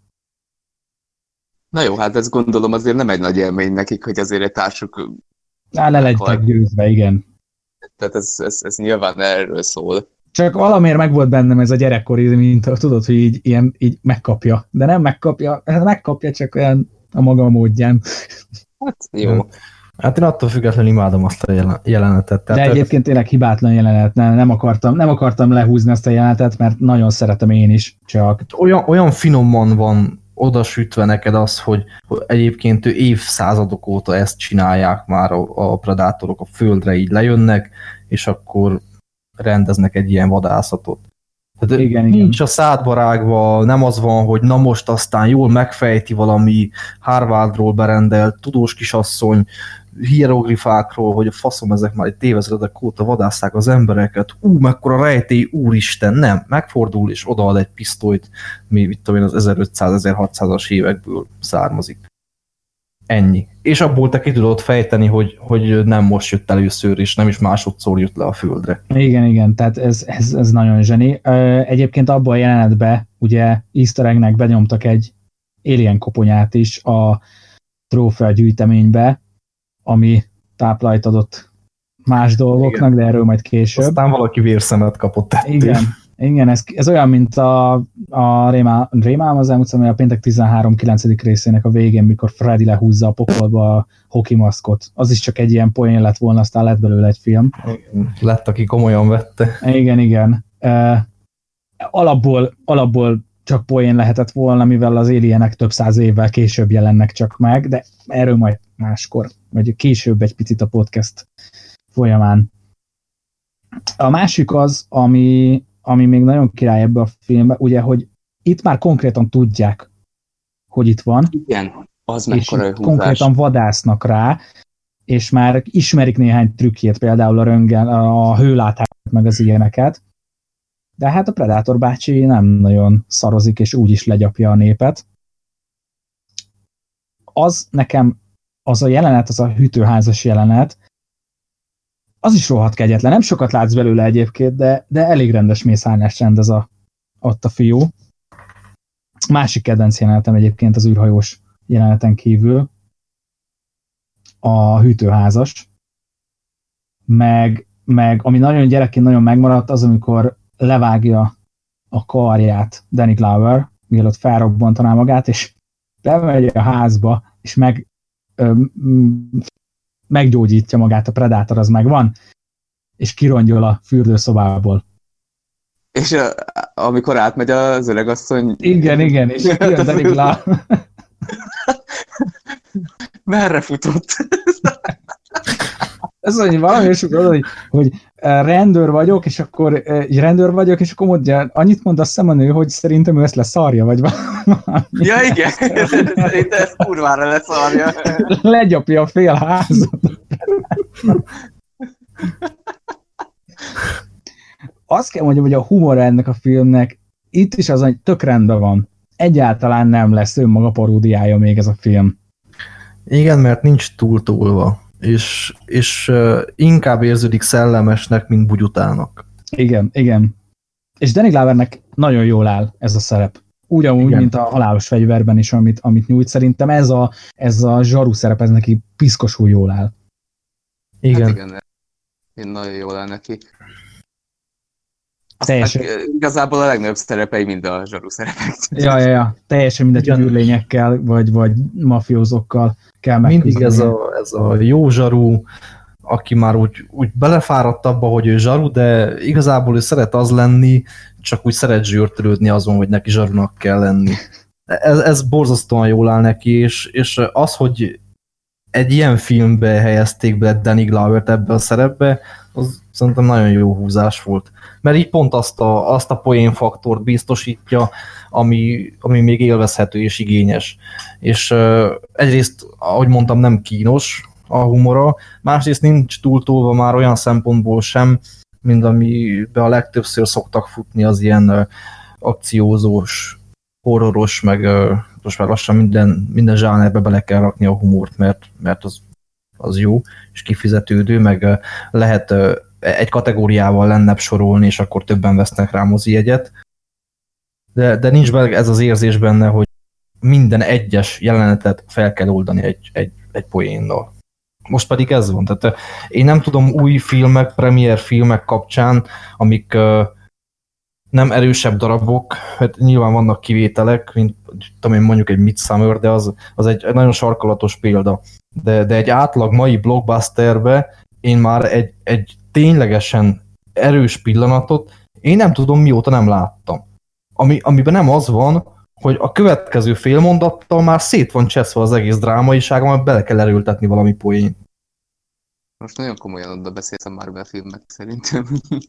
Na jó, hát ezt gondolom azért nem egy nagy élmény nekik, hogy azért egy társuk... Á, le legytek győzve, igen. Tehát ez, ez, ez nyilván erről szól. Csak valamiért meg volt bennem ez a gyerekkori, mint tudod, hogy így, ilyen, így megkapja. De nem megkapja, megkapja csak olyan a maga módján. Hát jó. Hát én attól függetlenül imádom azt a jelenetet. Tehát de egyébként tényleg hibátlan jelenet, nem, nem, akartam, nem akartam lehúzni ezt a jelenetet, mert nagyon szeretem én is. Csak... Olyan, olyan finoman van oda sütve neked az, hogy, hogy egyébként ő évszázadok óta ezt csinálják már a, a predátorok, a földre így lejönnek, és akkor rendeznek egy ilyen vadászatot. Tehát igen, nincs igen. a szádba rágva, nem az van, hogy na most aztán jól megfejti valami Harvardról berendelt tudós kisasszony hieroglifákról, hogy a faszom, ezek már egy tévezredek óta vadásszák az embereket, ú, mekkora rejtély, úristen, nem, megfordul és odaad egy pisztolyt, mi mit tudom én, az ezerötszáz-ezerhatszázas évekből származik. Ennyi. És abból te ki tudod fejteni, hogy, hogy nem most jött először, és nem is másodszor jött le a földre. Igen, igen, tehát ez, ez, ez nagyon zseni. Egyébként abban a jelenetben ugye easter egg-nek benyomtak egy alien koponyát is a trófea gyűjteménybe, ami táplájt adott más dolgoknak, igen. De erről majd később. Aztán valaki vérszemet kapott ettől. Igen, igen ez, ez olyan, mint a, a Rémál, Rémál az elmúlt a péntek tizenhárom kilencedik részének a végén, mikor Freddy lehúzza a pokolba a hoki maszkot. Az is csak egy ilyen poén lett volna, aztán lett belőle egy film. Igen. Lett, aki komolyan vette. Igen, igen. Uh, alapból, alapból csak poén lehetett volna, mivel az alienek több száz évvel később jelennek csak meg, de erről majd máskor, vagy később egy picit a podcast folyamán. A másik az, ami, ami még nagyon király ebbe a filmbe, ugye, hogy itt már konkrétan tudják, hogy itt van. Igen, az mekkora húzás. Konkrétan vadásznak rá, és már ismerik néhány trükkjét, például a röntgen, a hőlátát, meg az ilyeneket. De hát a Predator bácsi nem nagyon szarozik, és úgy is legyapja a népet. Az nekem, az a jelenet, az a hűtőházas jelenet, az is rohadt kegyetlen. Nem sokat látsz belőle egyébként, de, de elég rendes mészárlást rendez a, ott a fiú. Másik kedvenc jelenetem egyébként az űrhajós jeleneten kívül a hűtőházas. Meg, meg ami nagyon gyerekként nagyon megmaradt, az, amikor levágja a karját Danny Glover, mielőtt felrobbantaná magát, és bemegy a házba, és meg ö, meggyógyítja magát, a Predator az megvan, és kirongyol a fürdőszobából. És a, amikor átmegy az öregasszony... Igen, igen, és jön Danny Glover. Merre futott? Ez az, hogy valami is hogy, hogy rendőr vagyok, és akkor egy rendőr vagyok, és akkor mondja, annyit mond, azt hiszem a nő, hogy szerintem ő ezt leszarja, vagy valami. Ja, igen, szerintem ez kurvára leszarja. Legyapja a fél házat. Azt kell mondjam, hogy a humor ennek a filmnek itt is az, hogy tök rendben van. Egyáltalán nem lesz önmaga paródiája még ez a film. Igen, mert nincs túltolva. És, és uh, inkább érződik szellemesnek, mint bugyutának. Igen, igen. És Danny Glovernek nagyon jól áll ez a szerep. Ugyanúgy, igen. Mint a Halálos fegyverben is, amit, amit nyújt. Szerintem ez a, ez a zsaru szerep, ez neki piszkosul jól áll. Igen. Hát igen, én nagyon jól áll neki. Teljesen. Igazából a legnagyobb szerepei mind a zsaru szerepek. Ja, ja, ja. Teljesen mindegy, hogy űrlényekkel, vagy, vagy mafiózókkal kell megküzdeni. Mindig ez a, ez a jó zsaru, aki már úgy, úgy belefáradt abba, hogy ő zsaru, de igazából ő szeret az lenni, csak úgy szeret zsűrtörődni azon, hogy neki zsarunak kell lenni. Ez, ez borzasztóan jól áll neki, és, és az, hogy egy ilyen filmbe helyezték be Danny Glovert ebbe a szerepbe, az szerintem nagyon jó húzás volt. Mert így pont azt a, azt a poénfaktort biztosítja, ami, ami még élvezhető és igényes. És uh, egyrészt, ahogy mondtam, nem kínos a humora, másrészt nincs túltolva már olyan szempontból sem, mint amiben a legtöbbször szoktak futni az ilyen uh, akciózós, horroros, meg uh, most már lassan minden, minden zsánerbe bele kell rakni a humort, mert, mert az, az jó és kifizetődő, meg uh, lehet uh, egy kategóriával lennebb sorolni, és akkor többen vesznek rá mozijegyet. De, de nincs bele ez az érzés benne, hogy minden egyes jelenetet fel kell oldani egy, egy, egy poénnal. Most pedig ez van. Tehát én nem tudom új filmek, premier filmek kapcsán, amik uh, nem erősebb darabok, hát nyilván vannak kivételek, mint tudom én, mondjuk egy Midsommar, de az, az egy nagyon sarkalatos példa. De, de egy átlag mai blockbusterbe én már egy, egy ténylegesen erős pillanatot én nem tudom, mióta nem láttam. Ami, amiben nem az van, hogy a következő félmondattal már szét van cseszve az egész drámaiság, amit bele kell erőltetni valami poén. Most nagyon komolyan oda beszélsz a Marvel filmek szerintem.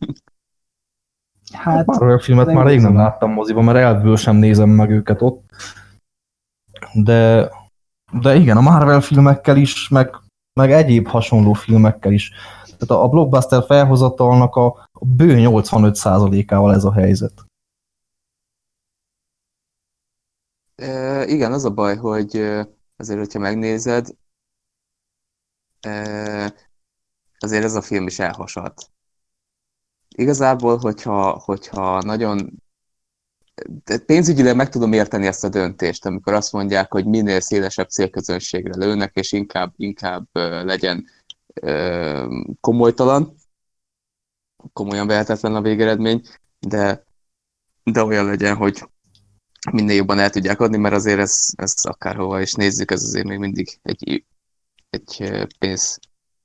Hát, a Marvel filmet már rég nem láttam moziban, mert elvből sem nézem meg őket ott. De, de igen, a Marvel filmekkel is, meg, meg egyéb hasonló filmekkel is. Tehát a blockbuster felhozatalnak a, a bő nyolcvanöt százalékával ez a helyzet. E, igen, az a baj, hogy azért, hogyha megnézed, e, azért ez a film is elhasad. Igazából, hogyha, hogyha nagyon pénzügyileg meg tudom érteni ezt a döntést, amikor azt mondják, hogy minél szélesebb célközönségre lőnek, és inkább, inkább legyen komolytalan, komolyan vehetetlen a végeredmény, de, de olyan legyen, hogy minél jobban el tudják adni, mert azért ez, ez akárhova is nézzük, ez azért még mindig egy, egy pénz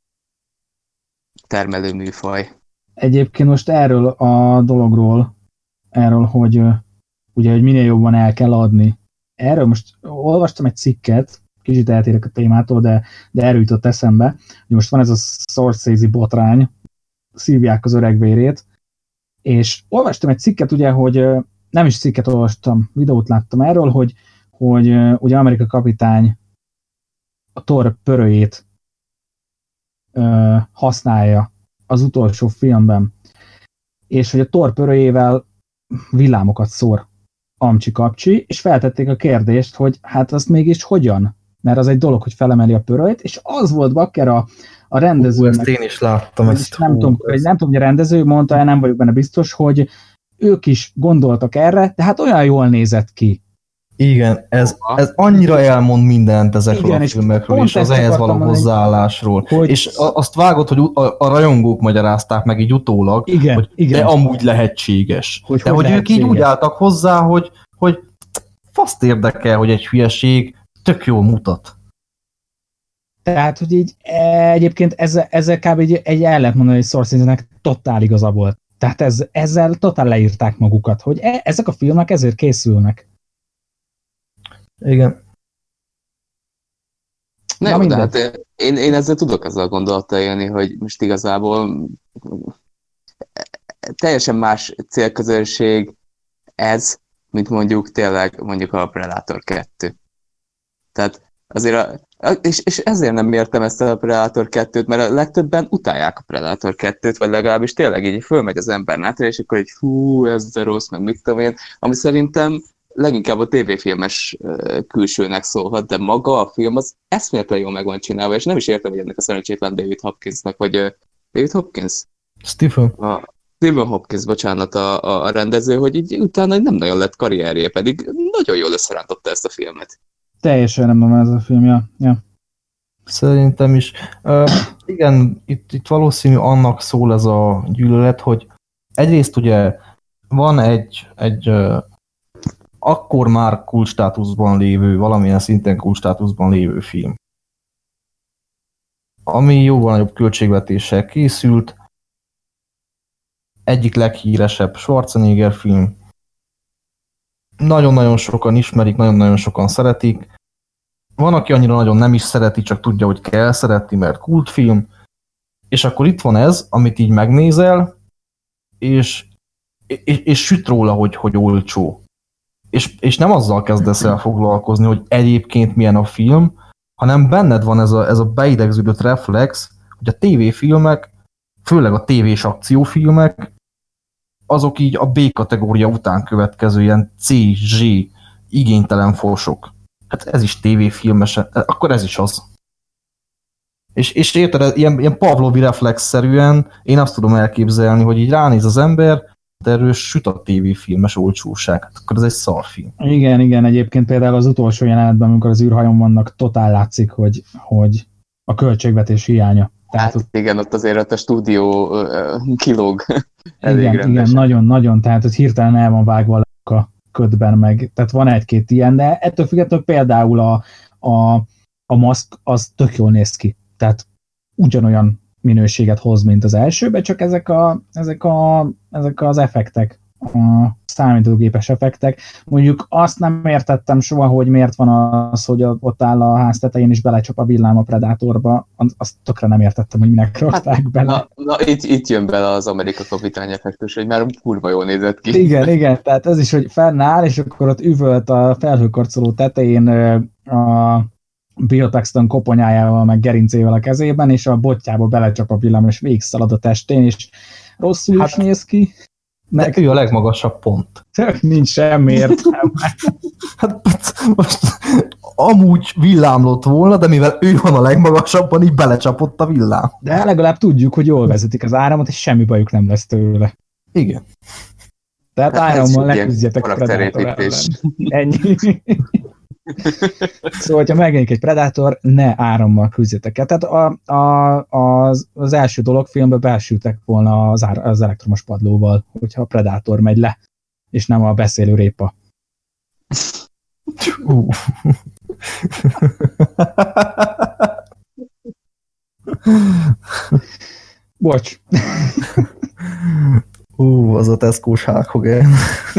termelő műfaj. Egyébként most erről a dologról, erről, hogy ugye, hogy minél jobban el kell adni. Erről most olvastam egy cikket, kicsit eltérek a témától, de, de erről jutott eszembe, hogy most van ez a Scorsese botrány, szívják az öreg vérét, és olvastam egy cikket, ugye, hogy nem is cikket olvastam, videót láttam erről, hogy, hogy ugye Amerika kapitány a Thor pörőjét ö, használja az utolsó filmben, és hogy a Thor pörőjével villámokat szór Amcsi Kapcsi, és feltették a kérdést, hogy hát azt mégis hogyan? Mert az egy dolog, hogy felemeli a pörőjét, és az volt bakker a, a rendezőnek. Hú, ezt én is láttam. Ezt, nem, hú, tudom, ezt... nem tudom, hogy a rendező mondta, nem vagyok benne biztos, hogy ők is gondoltak erre, de hát olyan jól nézett ki. Igen, ez, ez annyira elmond mindent ezekről igen, a filmekről, és az ehhez való hozzáállásról. Hogy... És azt vágod, hogy a, a rajongók magyarázták meg így utólag, igen, hogy igen. de amúgy lehetséges. Hogy de hogy hogy lehetséges. Ők így úgy álltak hozzá, hogy, hogy faszt érdekel, hogy egy hülyeség tök jól mutat. Tehát, hogy így egyébként ezzel, ezzel kb. egy, egy el lehet mondani, hogy Scorsese-nek totál igaza volt. Tehát ez, ezzel totál leírták magukat, hogy e, ezek a filmek ezért készülnek. Igen. Na jó, de hát én, én ezzel tudok ezzel a gondolattal élni, hogy most igazából teljesen más célközönség ez, mint mondjuk tényleg mondjuk a Predator kettő. Tehát azért a, és, és ezért nem értem ezt a Predator kettőt, mert a legtöbben utálják a Predator kettőt, vagy legalábbis tényleg így fölmegy az ember nátra, és akkor egy hú, ez de rossz, meg mit tudom én, ami szerintem leginkább a tévéfilmes uh, külsőnek szólhat, de maga a film az eszméletlen jól meg van csinálva, és nem is értem, hogy ennek a szerencsétlen David Hopkinsnak, vagy uh, David Hopkins? Stephen. A Stephen Hopkins, bocsánat, a, a, a rendező, hogy így utána nem nagyon lett karrierje, pedig nagyon jól összerántotta ezt a filmet. Teljesen nem ez a film, ja. ja. Szerintem is. Uh, igen, itt, itt valószínű annak szól ez a gyűlölet, hogy egyrészt ugye van egy, egy uh, akkor már kulcsstátuszban lévő, valamilyen szinten kulcsstátuszban lévő film, ami jóval nagyobb költségvetéssel készült, egyik leghíresebb Schwarzenegger film. Nagyon-nagyon sokan ismerik, nagyon-nagyon sokan szeretik. Van, aki annyira nagyon nem is szereti, csak tudja, hogy kell szeretni, mert kultfilm. És akkor itt van ez, amit így megnézel, és, és, és süt róla, hogy, hogy olcsó. És, és nem azzal kezdesz el foglalkozni, hogy egyébként milyen a film, hanem benned van ez a, ez a beidegződött reflex, hogy a tévéfilmek, főleg a tévés akciófilmek, azok így a B kategória után következő ilyen C, Z, igénytelen forsok. Hát ez is tévéfilmes, akkor ez is az. És, és érted, ilyen, ilyen Pavlovi reflex-szerűen én azt tudom elképzelni, hogy így ránéz az ember, de erről süt a tévéfilmes olcsóság. Hát akkor ez egy szarfilm. Igen, igen, egyébként például az utolsó jelenetben, amikor az űrhajón vannak, totál látszik, hogy, hogy a költségvetés hiánya. Tehát hát ott... igen, ott azért ott a stúdió uh, kilóg. Igen, igen, nagyon-nagyon, tehát hogy hirtelen el van vágva a ködben meg, tehát van egy-két ilyen, de ettől függetlenül például a, a, a maszk az tök jól néz ki, tehát ugyanolyan minőséget hoz, mint az elsőben, csak ezek, a, ezek, a, ezek az effektek, a számítógépes effektek. Mondjuk azt nem értettem soha, hogy miért van az, hogy ott áll a ház tetején és belecsap a villám a Predatorba. Azt tökre nem értettem, hogy minek rakták hát, bele. Na, na itt, itt jön bele az Amerika kapitány effektus, hogy már kurva jól nézett ki. Igen, igen, tehát ez is, hogy fennáll, és akkor ott üvölt a felhőkarcoló tetején a Bill Paxton koponyájával, meg gerincével a kezében, és a botjába belecsap a villám, és végigszalad a testén, és rosszul hát, is néz ki. Meg... De ő a legmagasabb pont. Nincs semmi értelme. Hát most amúgy villámlott volna, de mivel ő van a legmagasabban, így belecsapott a villám. De legalább tudjuk, hogy jól vezetik az áramot, és semmi bajuk nem lesz tőle. Igen. Tehát hát árammal leküzdjetek a Predator ellen. Ennyi. Szóval, ha megjelenik egy Predator, ne árammal küzdjetek el. Tehát a, a, az, az első dolog filmben belsültek volna az, ára, az elektromos padlóval, hogyha a Predator megy le, és nem a beszélő répa. Uh. Bocs. Ú, uh, az a Tesco-s Hulk-Hogan.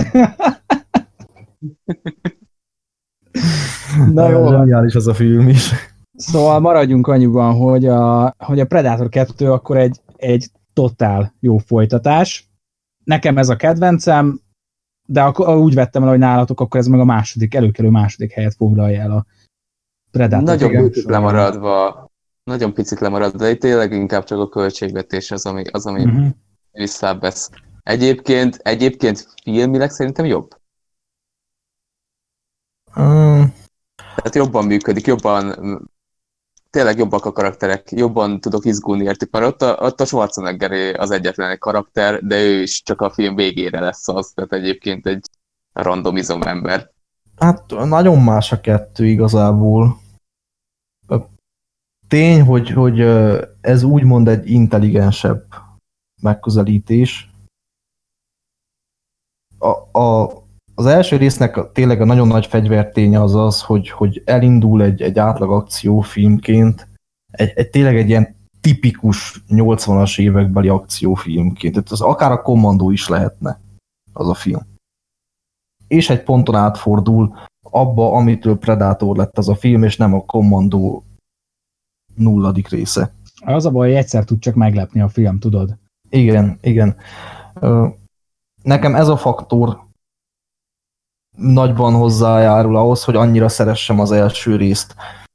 Na jó. Zseniális az a film is. Szóval maradjunk annyiban, hogy a, hogy a Predator kettő akkor egy, egy totál jó folytatás. Nekem ez a kedvencem, de akkor úgy vettem el, hogy nálatok, akkor ez meg a második, előkelő második helyet foglalja el a Predator. Nagyon picit lemaradva, nagyon picit lemaradva, de tényleg inkább csak a költségvetés az, ami, az, ami uh-huh. visszavesz. Egyébként, egyébként filmileg szerintem jobb. Um. Tehát jobban működik, jobban, tényleg jobbak a karakterek, jobban tudok izgulni értük, mert ott a, ott a Schwarzenegger az egyetlen egy karakter, de ő is csak a film végére lesz az, tehát egyébként egy randomizom ember. Hát nagyon más a kettő igazából. Tény, hogy, hogy ez úgymond egy intelligensebb megközelítés. A, a Az első résznek tényleg a nagyon nagy fegyverténye az az, hogy, hogy elindul egy, egy átlag akciófilmként, egy, egy, tényleg egy ilyen tipikus nyolcvanas évekbeli akciófilmként. Tehát az akár a Kommandó is lehetne az a film. És egy ponton átfordul abba, amitől Predator lett az a film, és nem a Kommandó nulladik része. Az a baj, hogy egyszer tud csak meglepni a film, tudod? Igen, igen. Nekem ez a faktor nagyban hozzájárul ahhoz, hogy annyira szeressem az első részt.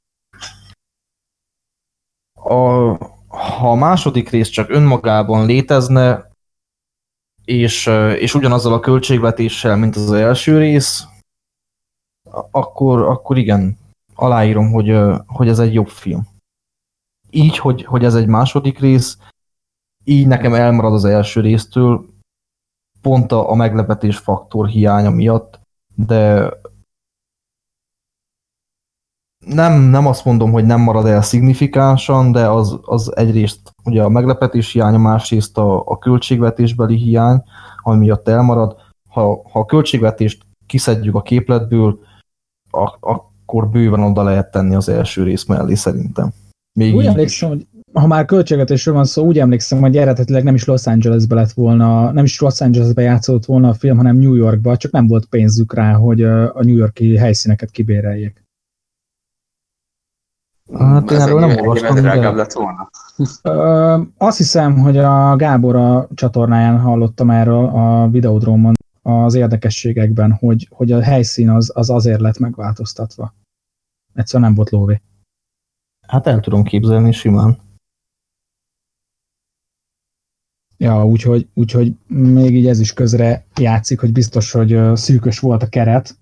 A, ha a második rész csak önmagában létezne, és, és ugyanazzal a költségvetéssel, mint az első rész, akkor, akkor igen, aláírom, hogy, hogy ez egy jobb film. Így, hogy, hogy ez egy második rész, így nekem elmarad az első résztől, pont a, a meglepetés faktor hiánya miatt, de nem, nem azt mondom, hogy nem marad el szignifikánsan, de az, az egyrészt ugye a meglepetés hiánya, másrészt a, a költségvetésbeli hiány, ami miatt elmarad, ha, ha a költségvetést kiszedjük a képletből, a, akkor bőven oda lehet tenni az első rész mellé szerintem. Még úgy emlékszem, hogy ha már költségvetésről van szó, úgy emlékszem, hogy eredetileg nem is Los Angelesbe lett volna, nem is Los Angelesbe játszott volna a film, hanem New Yorkba, csak nem volt pénzük rá, hogy a New Yorki helyszíneket kibéreljék. Hát én erről nem olvastam. Drágább lett volna. Ö, azt hiszem, hogy a Gábor a csatornáján hallottam erről a Videodrómon az érdekességekben, hogy, hogy a helyszín az, az azért lett megváltoztatva. Egyszerűen nem volt lóvé. Hát el tudom képzelni simán. Ja, úgyhogy, úgyhogy még így ez is közre játszik, hogy biztos, hogy szűkös volt a keret.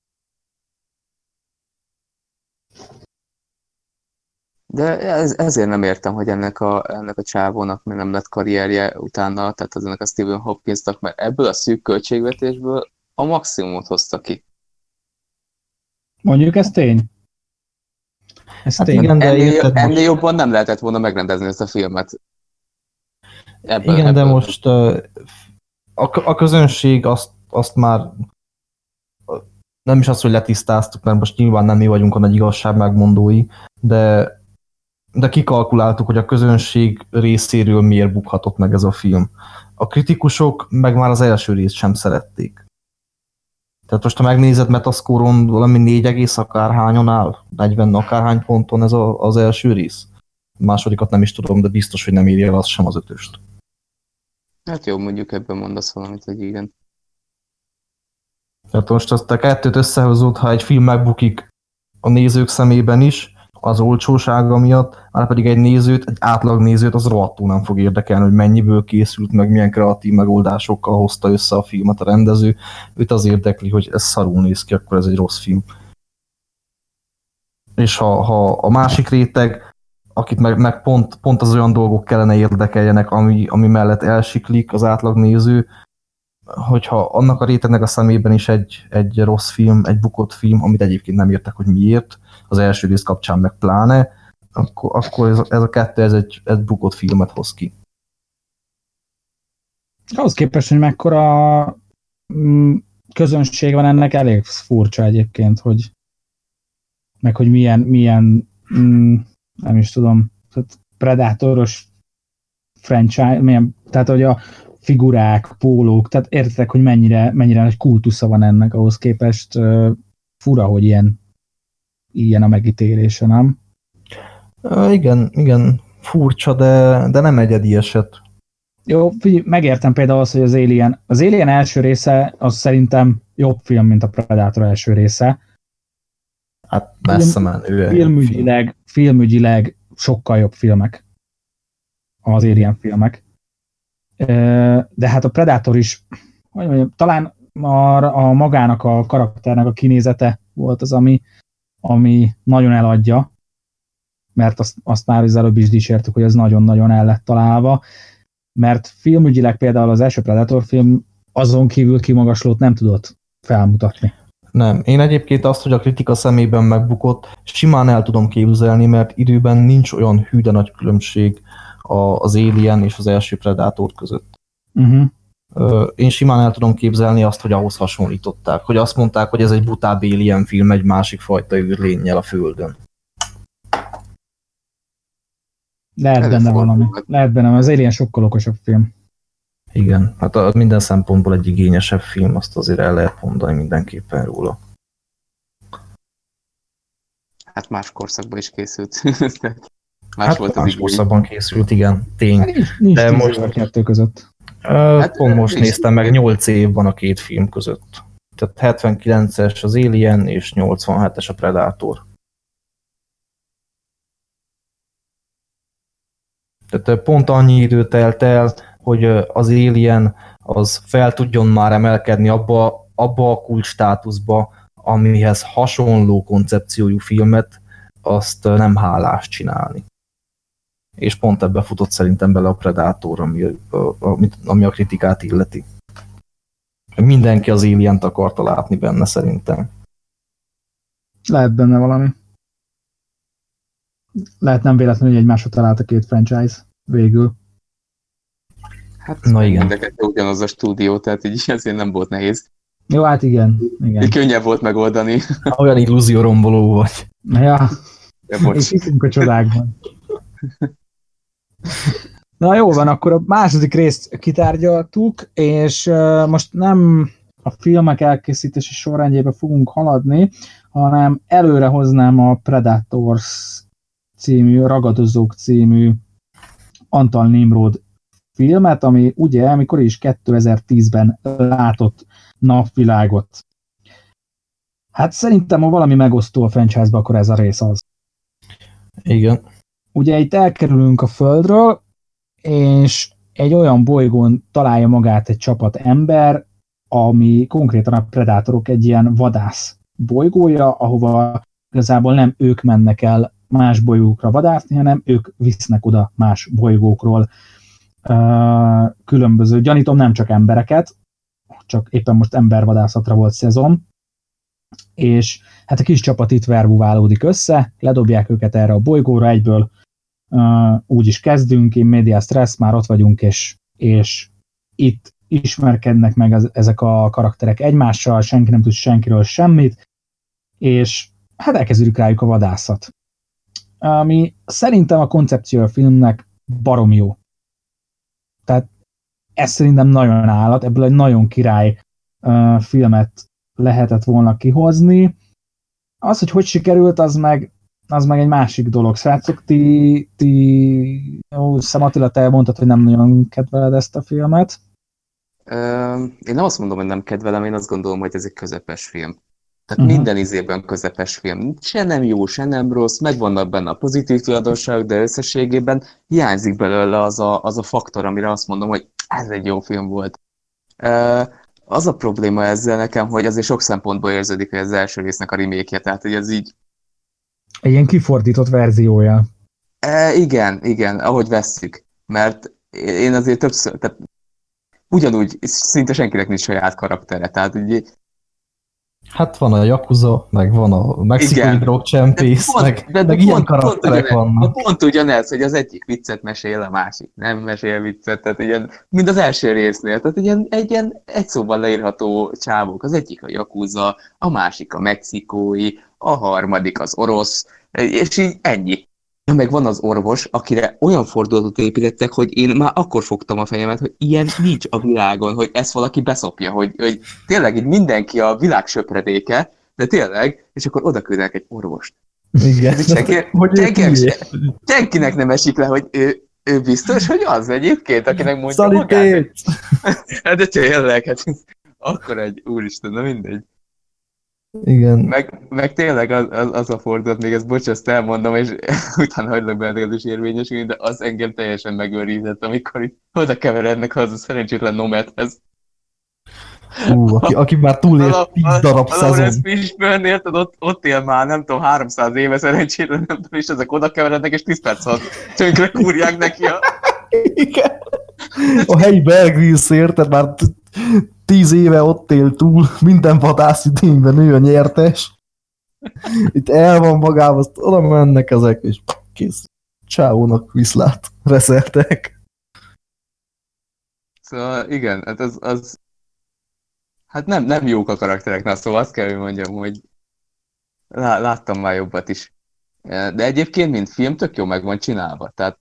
De ez, ezért nem értem, hogy ennek a, ennek a csávónak nem lett karrierje utána, tehát az ennek a Stephen Hopkinsnak, mert ebből a szűk költségvetésből a maximumot hozta ki. Mondjuk ez tény. Ez Hát tény. igen, de ennél, érted ennél most... jobban nem lehetett volna megrendezni ezt a filmet. Ebből, Igen, ebből. de most uh, a, a közönség azt, azt már nem is az, hogy letisztáztuk, mert most nyilván nem mi vagyunk a nagy igazság megmondói, de, de kikalkuláltuk, hogy a közönség részéről miért bukhatott meg ez a film. A kritikusok meg már az első részt sem szerették. Tehát most, ha megnézed, Metascoron valami négy egész akárhányon áll, negyven akárhány ponton ez a, az első rész. A másodikat nem is tudom, de biztos, hogy nem írja el az sem az ötöst. Hát jó, mondjuk ebben mondasz valamit, hogy igen. Tehát most azt a kettőt összehozod, ha egy film megbukik a nézők szemében is, az olcsósága miatt, már pedig egy nézőt, egy átlag nézőt az rohadtul nem fog érdekelni, hogy mennyiből készült, meg milyen kreatív megoldásokkal hozta össze a filmet a rendező. Őt az érdekli, hogy ez szarul néz ki, akkor ez egy rossz film. És ha, ha a másik réteg, akit meg, meg pont, pont az olyan dolgok kellene érdekeljenek, ami, ami mellett elsiklik az átlag néző, hogyha annak a rétegnek a szemében is egy, egy rossz film, egy bukott film, amit egyébként nem értek, hogy miért, az első rész kapcsán meg pláne, akkor, akkor ez, ez a kettő ez egy, egy bukott filmet hoz ki. Ahhoz képest, hogy mekkora mm, közönség van ennek, elég furcsa egyébként, hogy meg hogy milyen, milyen mm, nem is tudom, predátoros franchise, milyen, tehát hogy a figurák, pólók, tehát értek, hogy mennyire, mennyire nagy kultusza van ennek, ahhoz képest uh, fura, hogy ilyen, ilyen a megítélése, nem? Uh, igen, igen, furcsa, de, de nem egyedi eset. Jó, figyelj, megértem például azt, hogy az Alien, az Alien első része, az szerintem jobb film, mint a Predator első része. Hát messze menő. Filmügyileg, film. filmügyileg sokkal jobb filmek az Alien filmek. De hát a Predator is, hogy mondjam, talán a, a magának a karakternek a kinézete volt az, ami, ami nagyon eladja, mert azt, azt már az előbb is dicsértük, hogy ez nagyon-nagyon el lett találva, mert filmügyileg például az első Predator film azon kívül kimagaslót nem tudott felmutatni. Nem. Én egyébként azt, hogy a kritika szemében megbukott, simán el tudom képzelni, mert időben nincs olyan hű de nagy különbség az Alien és az első Predator között. Uh-huh. Én simán el tudom képzelni azt, hogy ahhoz hasonlították, hogy azt mondták, hogy ez egy butább Alien film egy másik fajta űrlénnyel a Földön. Lehet benne valami. Lehet benne, az Alien sokkal okosabb film. Igen, hát a, minden szempontból egy igényesebb film, azt azért el lehet mondani mindenképpen róla. Hát más korszakban is készült. Más hát volt az más korszakban készült, igen, tény. Hát nincs, nincs de most a kettő között. Uh, hát pont most néztem meg, nyolc év van a két film között. Tehát hetvenkilences az Alien és nyolcvanhetes a Predator. Tehát pont annyi idő telt el, hogy az Alien az fel tudjon már emelkedni abba, abba a kulcs státuszba, amihez hasonló koncepciójú filmet azt nem hálás csinálni. És pont ebbe futott szerintem bele a Predator, ami a, ami a kritikát illeti. Mindenki az Alient akarta látni benne szerintem. Lehet benne valami. Lehet nem véletlenül, hogy egymásra talált a két franchise végül. Hát Na igen. mindeket ugyanaz a stúdió, tehát így ezért nem volt nehéz. Jó, hát igen. igen. Könnyebb volt megoldani. Olyan illúzió romboló vagy. Ja, Ja, és hiszünk a csodákban. Na jó van, akkor a második részt kitárgyaltuk, és uh, most nem a filmek elkészítési sorrendjébe fogunk haladni, hanem előre hoznám a Predators című, Ragadozók című Antal Nimrod filmet, ami ugye, amikor is kétezer-tízben látott napvilágot. Hát szerintem, ha valami megosztó a franchise-ba, akkor ez a rész az. Igen. Ugye itt elkerülünk a Földről, és egy olyan bolygón találja magát egy csapat ember, ami konkrétan a Predatorok egy ilyen vadász bolygója, ahova igazából nem ők mennek el más bolygókra vadászni, hanem ők visznek oda más bolygókról uh, különböző, gyanítom nem csak embereket, csak éppen most embervadászatra volt szezon, és hát a kis csapat itt verbuválódik össze, ledobják őket erre a bolygóra, egyből uh, úgy is kezdünk, in media stress, már ott vagyunk, és, és itt ismerkednek meg az, ezek a karakterek egymással, senki nem tud senkiről semmit, és hát elkezdődik rájuk a vadászat. Ami szerintem a koncepció a filmnek barom jó. Tehát ez szerintem nagyon állat, ebből egy nagyon király uh, filmet lehetett volna kihozni. Az, hogy hogy sikerült, az meg, az meg egy másik dolog. Srácok, ti, ti ó, Szem Attila, te mondtad, hogy nem nagyon kedveled ezt a filmet. Uh, én nem azt mondom, hogy nem kedvelem, én azt gondolom, hogy ez egy közepes film. Tehát Uh-huh. minden izében közepes film. Se nem jó, se nem rossz, megvannak benne a pozitív tulajdonságok, de összességében hiányzik belőle az a, az a faktor, amire azt mondom, hogy ez egy jó film volt. Uh, az a probléma ezzel nekem, hogy azért sok szempontból érződik, hogy az első résznek a remake-je, tehát hogy ez így... Egy ilyen kifordított verziója. Uh, igen, igen, ahogy vesszük. Mert én azért többször, tehát ugyanúgy szinte senkinek nincs saját karaktere, tehát ugye Hát van a Yakuza, meg van a mexikai drogcsempész, meg, de, de meg pont, ilyen karakterek pont vannak. Pont ugyanez, hogy az egyik viccet mesél, a másik nem mesél viccet, tehát ilyen, mind az első résznél, tehát ilyen, egy ilyen egy szóban leírható csávók, az egyik a Yakuza, a másik a mexikói, a harmadik az orosz, és így ennyi. Meg van az orvos, akire olyan fordulatot építettek, hogy én már akkor fogtam a fejemet, hogy ilyen nincs a világon, hogy ezt valaki beszopja, hogy, hogy tényleg így mindenki a világ söpredéke, de tényleg, és akkor oda küldenek egy orvost. Igen. Senki, senki, senkinek nem esik le, hogy ő, ő biztos, hogy az egyébként, akinek mondja magát. De tényleg, hát akkor egy úristen, na mindegy. Igen. Meg, meg tényleg az, az, az a fordulat, még ezt bocs, azt elmondom, és utána hagylak benned is érvényesülni, de az engem teljesen megőrizett, amikor itt oda keverednek az a szerencsétlen Nomadhez. Ú, aki, aki már túlélt tíz darab szezon. Lawrence Fishburne, érted, ott, ott él már, nem tudom, háromszáz éve szerencsétlen, nem tudom, és ezek oda keverednek, és tíz perc alatt tönkre kúrják neki a... Igen. A helyi Bear Grylls, érted, már tíz éve ott él túl, minden vadászi tényben ő a nyertes. Itt el van magában, azt oda mennek ezek, és kész. Csávónak viszlát reszeltek. Szóval igen, hát az, az hát nem, nem jók a karakterek, na szóval azt kell, hogy mondjam, hogy lá, láttam már jobbat is. De egyébként, mint film, tök jó meg van csinálva, tehát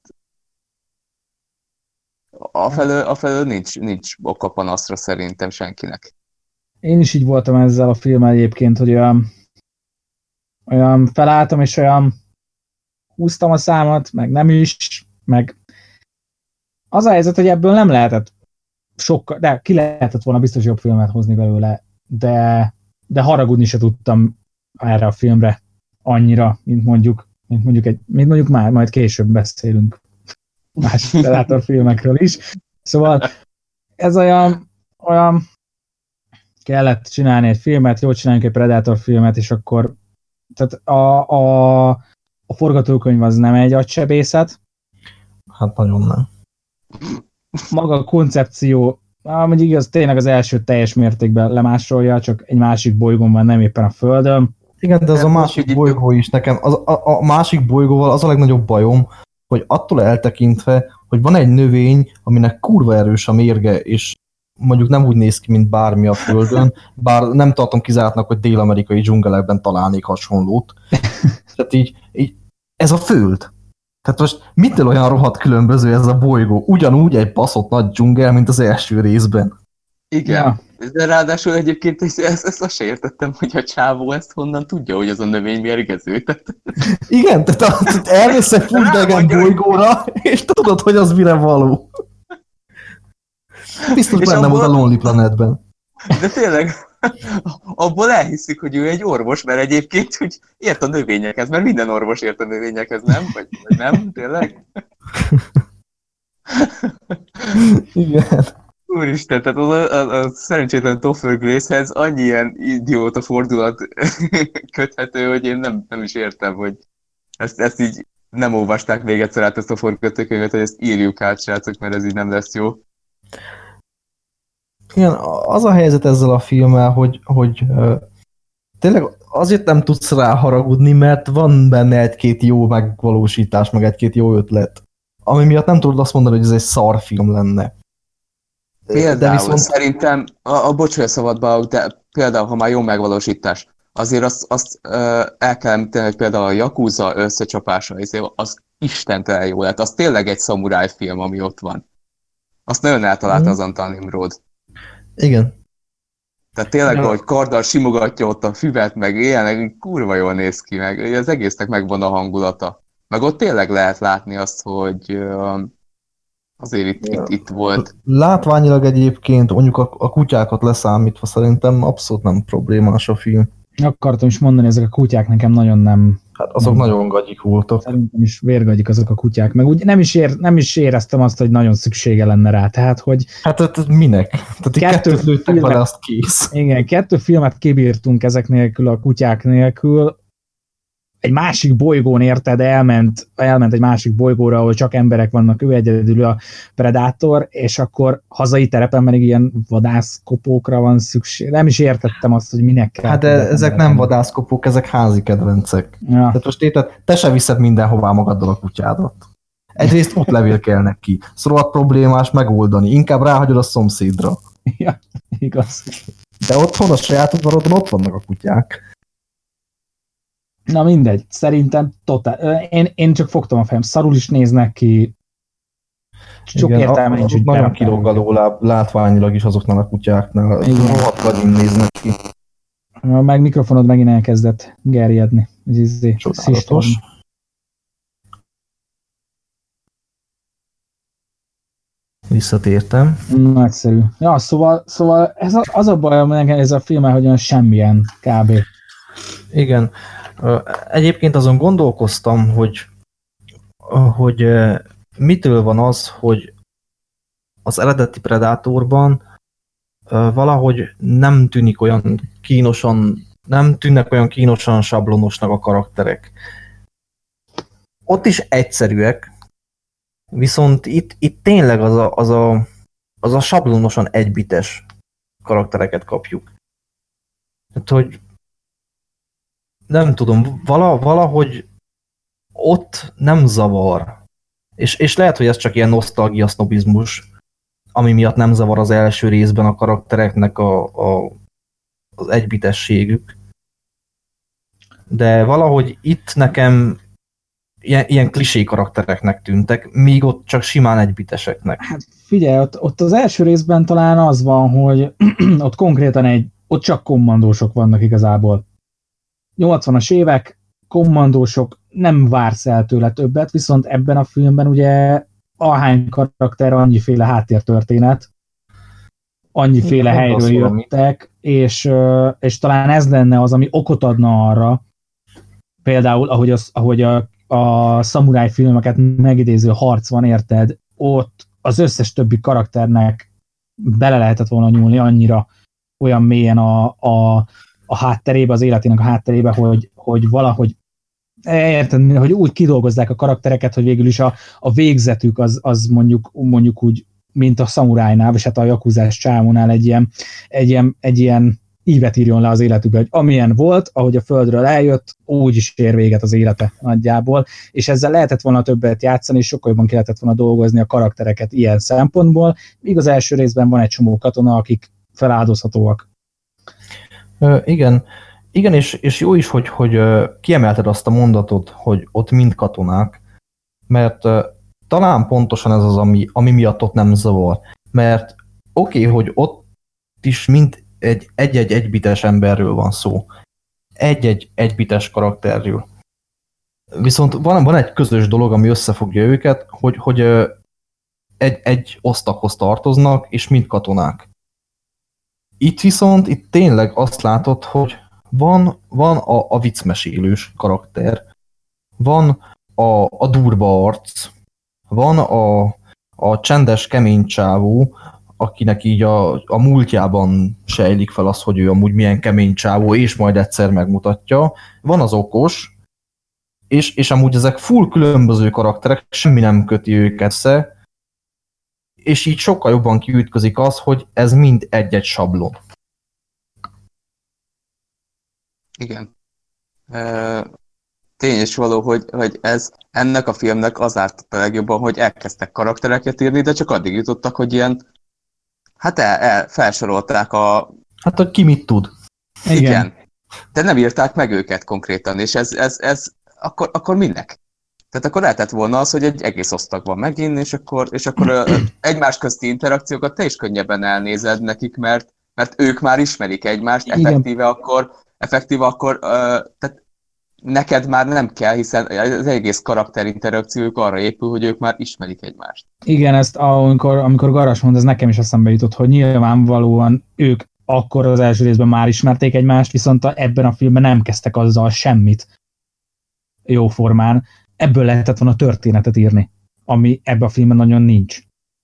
afelől, afelől nincs, nincs oka panaszra szerintem senkinek. Én is így voltam ezzel a filmmel egyébként, hogy olyan, olyan felálltam, és olyan húztam a számat, meg nem is, meg az a helyzet, hogy ebből nem lehetett sokkal, de ki lehetett volna biztos jobb filmet hozni belőle, de, de haragudni se tudtam erre a filmre annyira, mint mondjuk, mint mondjuk, egy, mint mondjuk már majd később beszélünk más Predator filmekről is. Szóval ez olyan, olyan kellett csinálni egy filmet, jól csináljunk egy Predator filmet, és akkor tehát a, a, a forgatókönyv az nem egy agysebészet. Hát nagyon nem. Maga a koncepció, amíg igaz, tényleg az első teljes mértékben lemásolja, csak egy másik bolygón van, nem éppen a Földön. Igen, de az a másik bolygó is nekem, az, a, a másik bolygóval az a legnagyobb bajom, hogy attól eltekintve, hogy hogy van egy növény, aminek kurva erős a mérge, és mondjuk nem úgy néz ki, mint bármi a Földön, bár nem tartom kizártnak, hogy dél-amerikai dzsungelekben találnék hasonlót. Tehát így, így ez a Föld. Tehát most mitől olyan rohadt különböző ez a bolygó? Ugyanúgy egy baszott nagy dzsungel, mint az első részben. Igen. Ja. De ráadásul egyébként ezt, ezt azt sem értettem, hogy a csávó ezt honnan tudja, hogy az a növény mérgező. Igen, tehát elmész egy fuldegen bolygóra, és tudod, hogy az mire való. Biztos és benne abból... volt a Lonely Planetben. De tényleg, abból elhiszik, hogy ő egy orvos, mert egyébként hogy ért a növényekhez, mert minden orvos ért a növényekhez, nem? Vagy, vagy nem? Tényleg? Igen. Úristen, tehát az a, a, a szerencsétlen Topher Grace-hez annyi ilyen idióta fordulat köthető, hogy én nem, nem is értem, hogy ezt, ezt így nem olvasták még egyszer át ezt a forgatókönyvet, hogy ezt írjuk át, srácok, mert ez így nem lesz jó. Igen, az a helyzet ezzel a filmmel, hogy, hogy uh, tényleg azért nem tudsz rá haragudni, mert van benne egy-két jó megvalósítás, meg egy-két jó ötlet, ami miatt nem tudod azt mondani, hogy ez egy szar film lenne. Például de viszont... szerintem, a, a bocsánat szabadba, de például, ha már jó megvalósítás, azért azt, azt uh, el kell említeni, hogy például a Yakuza összecsapása, az istentelen jó lett. Az tényleg egy szamuráj film, ami ott van. Azt nagyon eltalálta mm. az Antal Nimrod. Igen. Tehát tényleg, ja. hogy karddal simogatja ott a füvet, meg ilyenek, kurva jól néz ki, meg az egésznek megvan a hangulata. Meg ott tényleg lehet látni azt, hogy uh, azért itt, ja. itt, itt volt. Látványilag egyébként, mondjuk a, a kutyákat leszámítva szerintem abszolút nem problémás a film. Akartam is mondani, ezek a kutyák nekem nagyon nem... Hát azok nem, nagyon gagyik voltak. Szerintem is vérgagyik azok a kutyák, meg úgy nem is, ér, nem is éreztem azt, hogy nagyon szüksége lenne rá, tehát hogy... Hát tehát minek? Tehát kettő kettőt lőttek vele, azt kész. Igen, kettő filmet kibírtunk ezek nélkül, a kutyák nélkül. Egy másik bolygón, érted, elment, elment egy másik bolygóra, ahol csak emberek vannak, ő egyedül a Predator, és akkor hazai terepen pedig ilyen vadászkopókra van szükség. Nem is értettem azt, hogy minek kell. Hát de ezek nem vadászkopók, ezek házi kedvencek. Ja. Tehát most érted, te se viszed mindenhová magaddal a kutyádat. Egyrészt útlevél kell neki. Szóval problémás megoldani. Inkább ráhagyod a szomszédra. Ja, igaz. De otthon a saját udvarodon ott vannak a kutyák. Na mindegy, szerintem totál. Én, én csak fogtam a fejem, szarul is néznek ki. Sok igen, értelme nincs, hogy nagyon kilóg alól látványilag is azoknál a kutyáknál. Rohadt gagyin néznek ki. Meg mikrofonod megint elkezdett gerjedni. Csodálatos. Visszatértem. Nagyszerű. Ja, szóval, szóval ez a, az a baj, nekem ez a filmmel, hogy olyan semmilyen kb. Igen. Egyébként azon gondolkoztam, hogy, hogy mitől van az, hogy az eredeti Predatorban valahogy nem tűnik olyan kínosan, nem tűnnek olyan kínosan sablonosnak a karakterek. Ott is egyszerűek, viszont itt, itt tényleg az a, az, a, az a sablonosan egybites karaktereket kapjuk. Tehát, hogy nem tudom, vala, valahogy ott nem zavar. És, és lehet, hogy ez csak ilyen nosztalgia sznobizmus, ami miatt nem zavar az első részben a karaktereknek a, a, az egybitességük. De valahogy itt nekem ilyen, ilyen klisé karaktereknek tűntek, míg ott csak simán egybiteseknek. Hát figyelj, ott, ott az első részben talán az van, hogy ott konkrétan egy, ott csak kommandósok vannak igazából. nyolcvanas évek, kommandósok, nem vársz el tőle többet, viszont ebben a filmben ugye ahány karakter, annyiféle háttértörténet, annyiféle ja, helyről jöttek, és, és talán ez lenne az, ami okot adna arra, például, ahogy, az, ahogy a, a szamuráj filmeket megidéző harc van, érted, ott az összes többi karakternek bele lehetett volna nyúlni annyira olyan mélyen a, a a hátterébe, az életének a hátterébe, hogy, hogy valahogy érted, hogy úgy kidolgozzák a karaktereket, hogy végül is a, a végzetük az, az mondjuk, mondjuk úgy, mint a szamurájnál, vagy hát a jakuzás csávónál egy ilyen, egy ilyen, egy ilyen ívet írjon le az életükbe, hogy amilyen volt, ahogy a Földről eljött, úgy is ér véget az élete nagyjából, és ezzel lehetett volna többet játszani, és sokkal jobban ki lehetett volna dolgozni a karaktereket ilyen szempontból, míg az első részben van egy csomó katona, akik feláldozhatóak. Ö, igen, igen, és, és jó is, hogy, hogy kiemelted azt a mondatot, hogy ott mind katonák, mert talán pontosan ez az, ami, ami miatt ott nem zavar. Mert oké, okay, hogy ott is mind egy, egy-egy egybites emberről van szó. Egy-egy egybites karakterről. Viszont van, van egy közös dolog, ami összefogja őket, hogy, hogy egy, egy osztaghoz tartoznak, és mind katonák. Itt viszont, itt tényleg azt látod, hogy van, van a, a viccmesélős karakter, van a, a durva arc, van a, a csendes, kemény csávó, akinek így a, a múltjában sejlik fel az, hogy ő amúgy milyen kemény csávó, és majd egyszer megmutatja. Van az okos, és, és amúgy ezek full különböző karakterek, semmi nem köti őket össze, és így sokkal jobban kiütközik az, hogy ez mind egy-egy sablon. Igen. Tény és való, hogy, hogy ez ennek a filmnek az ártott a legjobban, hogy elkezdtek karaktereket írni, de csak addig jutottak, hogy ilyen, hát el, el felsorolták a... Hát, hogy ki mit tud. Igen. Igen. De nem írták meg őket konkrétan, és ez, ez, ez akkor, akkor minek? Tehát akkor lehetett volna az, hogy egy egész osztag van megint, és akkor, és akkor egymás közti interakciókat te is könnyebben elnézed nekik, mert, mert ők már ismerik egymást, effektíve akkor, effektíve akkor uh, tehát neked már nem kell, hiszen az egész karakterinterakciójuk arra épül, hogy ők már ismerik egymást. Igen, ezt amikor, amikor Garas mond, ez nekem is eszembe jutott, hogy nyilvánvalóan ők akkor az első részben már ismerték egymást, viszont ebben a filmben nem kezdtek azzal semmit jóformán. Ebből lehetett volna történetet írni, ami ebben a filmben nagyon nincs.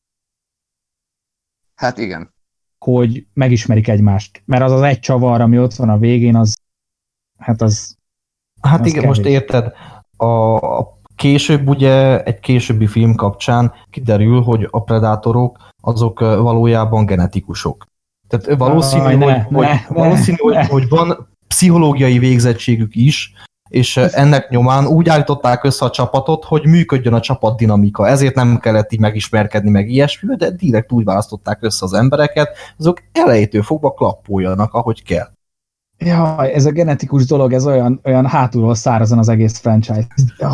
Hát igen. Hogy megismerik egymást. Mert az az egy csavar, ami ott van a végén, az hát az Hát az igen, kevés. Most érted, a később ugye egy későbbi film kapcsán kiderül, hogy a predátorok azok valójában genetikusok. Tehát valószínű, Aj, hogy, ne, hogy, ne, valószínű ne, hogy, ne. hogy van pszichológiai végzettségük is, és ennek nyomán úgy állították össze a csapatot, hogy működjön a csapatdinamika. Ezért nem kellett így megismerkedni, meg ilyesmi, de direkt úgy választották össze az embereket, azok elejétől fogva klappoljanak, ahogy kell. Jaj, ez a genetikus dolog, ez olyan, olyan hátulról szárazon az egész franchise.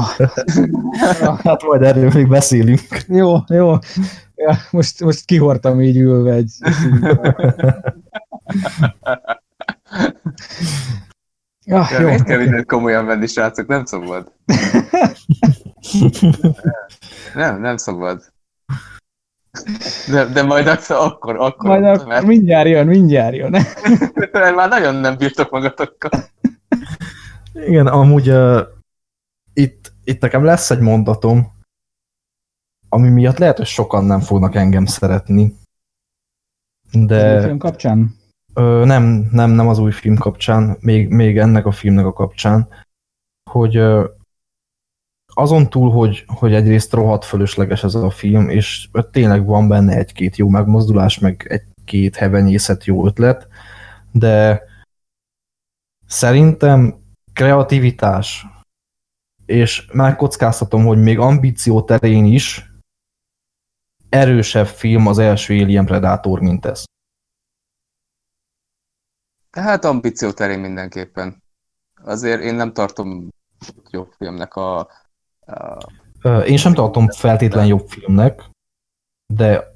Hát majd erről még beszélünk. Jó, jó. Ja, most, most kihortam így ülve egy... Ja, ja, jó. Miért kell mindent komolyan venni, srácok? Nem szabad. nem, nem szabad. De, de majd akkor, akkor. Majd akkor mert... mindjárt jön, mindjárt jön. Mert már nagyon nem bírtok magatokkal. Igen, amúgy uh, itt, itt nekem lesz egy mondatom, ami miatt lehet, hogy sokan nem fognak engem szeretni. De... A film kapcsán? Ö, nem, nem, nem az új film kapcsán, még, még ennek a filmnek a kapcsán, hogy ö, azon túl, hogy, hogy egyrészt rohadt fölösleges ez a film, és tényleg van benne egy-két jó megmozdulás, meg egy-két hevenyészet jó ötlet, de szerintem kreativitás, és megkockáztatom, hogy még ambíció terén is erősebb film az első Alien Predator, mint ez. Hát ambíció terén mindenképpen. Azért én nem tartom jobb filmnek a... a... Én sem tartom feltétlen jobb filmnek, de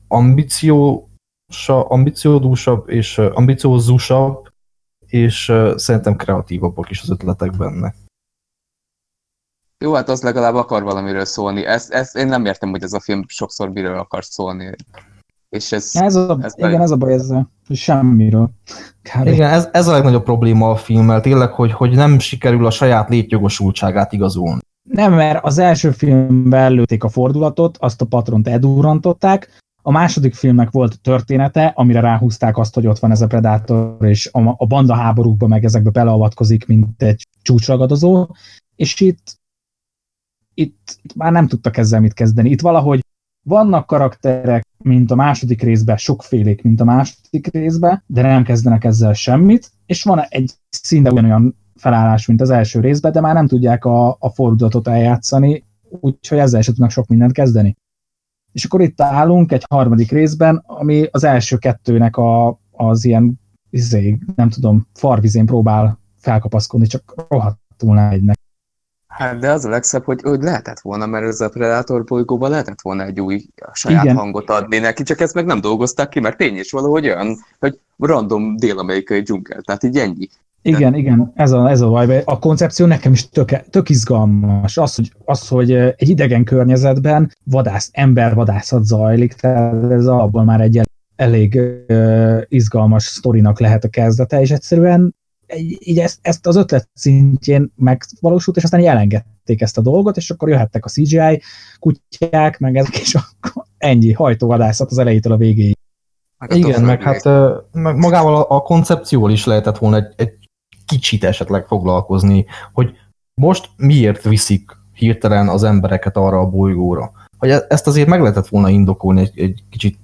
ambiciódúsabb és ambiciózusabb, és szerintem kreatívabbak is az ötletek benne. Jó, hát az legalább akar valamiről szólni. Ezt, ezt én nem értem, hogy ez a film sokszor miről akar szólni. És ez, ez a, ez igen, meg... ez a baj ezzel, hogy semmiről. Kb. Igen, ez, ez a legnagyobb probléma a filmmel, tényleg, hogy, hogy nem sikerül a saját létjogosultságát igazolni. Nem, mert az első filmben lőtték a fordulatot, azt a patront edurrantották, a második filmnek volt története, amire ráhúzták azt, hogy ott van ez a Predator, és a, a banda háborúkba meg ezekbe beleavatkozik, mint egy csúcsragadozó, és itt, itt, itt már nem tudtak ezzel mit kezdeni. Itt valahogy vannak karakterek, mint a második részben, sokfélék, mint a második részben, de nem kezdenek ezzel semmit, és van egy szinte ugyanolyan felállás, mint az első részben, de már nem tudják a, a fordulatot eljátszani, úgyhogy ezzel sem tudnak sok mindent kezdeni. És akkor itt állunk egy harmadik részben, ami az első kettőnek a, az ilyen, izé, nem tudom, farvizén próbál felkapaszkodni, csak rohadtul ne egynek. Hát de az a legszebb, hogy, hogy lehetett volna, mert ez a Predator bolygóban lehetett volna egy új saját Igen. hangot adni neki, csak ezt meg nem dolgozták ki, mert tény is valahogy olyan, hogy random dél-amerikai dzsungel, tehát így ennyi. Igen, de... igen, ez a, ez a baj. A koncepció nekem is tök, tök izgalmas. Az hogy, az, hogy egy idegen környezetben vadász, embervadászat zajlik, tehát ez abban már egy elég uh, izgalmas sztorinak lehet a kezdete, és egyszerűen így ezt, ezt az ötlet szintjén megvalósult, és aztán elengedték ezt a dolgot, és akkor jöhettek a cé gé i kutyák, meg ezek, és akkor ennyi hajtóvadászat az elejétől a végéig. Meg Igen, meg hát meg magával a, a koncepcióval is lehetett volna egy, egy kicsit esetleg foglalkozni, hogy most miért viszik hirtelen az embereket arra a bolygóra. Hogy ezt azért meg lehetett volna indokolni egy, egy kicsit,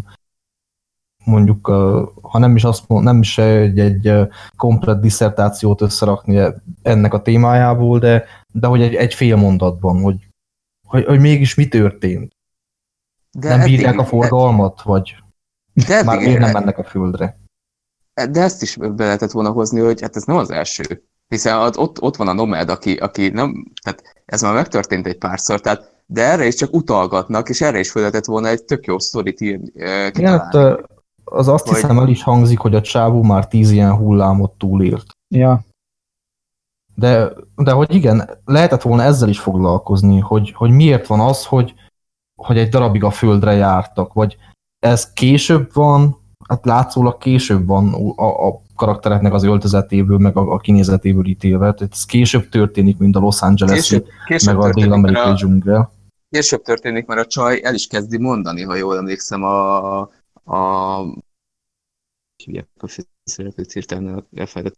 mondjuk, ha nem is, azt mond, nem is egy, egy komplett disszertációt összerakni ennek a témájából, de, de hogy egy, egy fél mondatban, hogy, hogy, hogy mégis mi történt. De nem bírják a forgalmat, vagy de már miért nem mennek a földre? De ezt is be lehetett volna hozni, hogy hát ez nem az első. Hiszen ott, ott van a Nomad, aki, aki nem, tehát ez már megtörtént egy párszor, tehát, de erre is csak utalgatnak, és erre is fel lehetett volna egy tök jó sztorit kitalálni. Az azt hogy... hiszem el is hangzik, hogy a csávó már tíz ilyen hullámot túlélt. Ja. De, de hogy igen, lehetett volna ezzel is foglalkozni, hogy, hogy miért van az, hogy, hogy egy darabig a földre jártak, vagy ez később van, hát látszólag később van a, a karaktereknek az öltözetéből, meg a, a kinézetéből ítélve. Tehát ez később történik, mint a Los Angeles-i, meg a dél-amerikai dzsungel. Később történik, mert a csaj el is kezdi mondani, ha jól emlékszem, a... a... hívják a főszereplőt hirtelen elfejtett.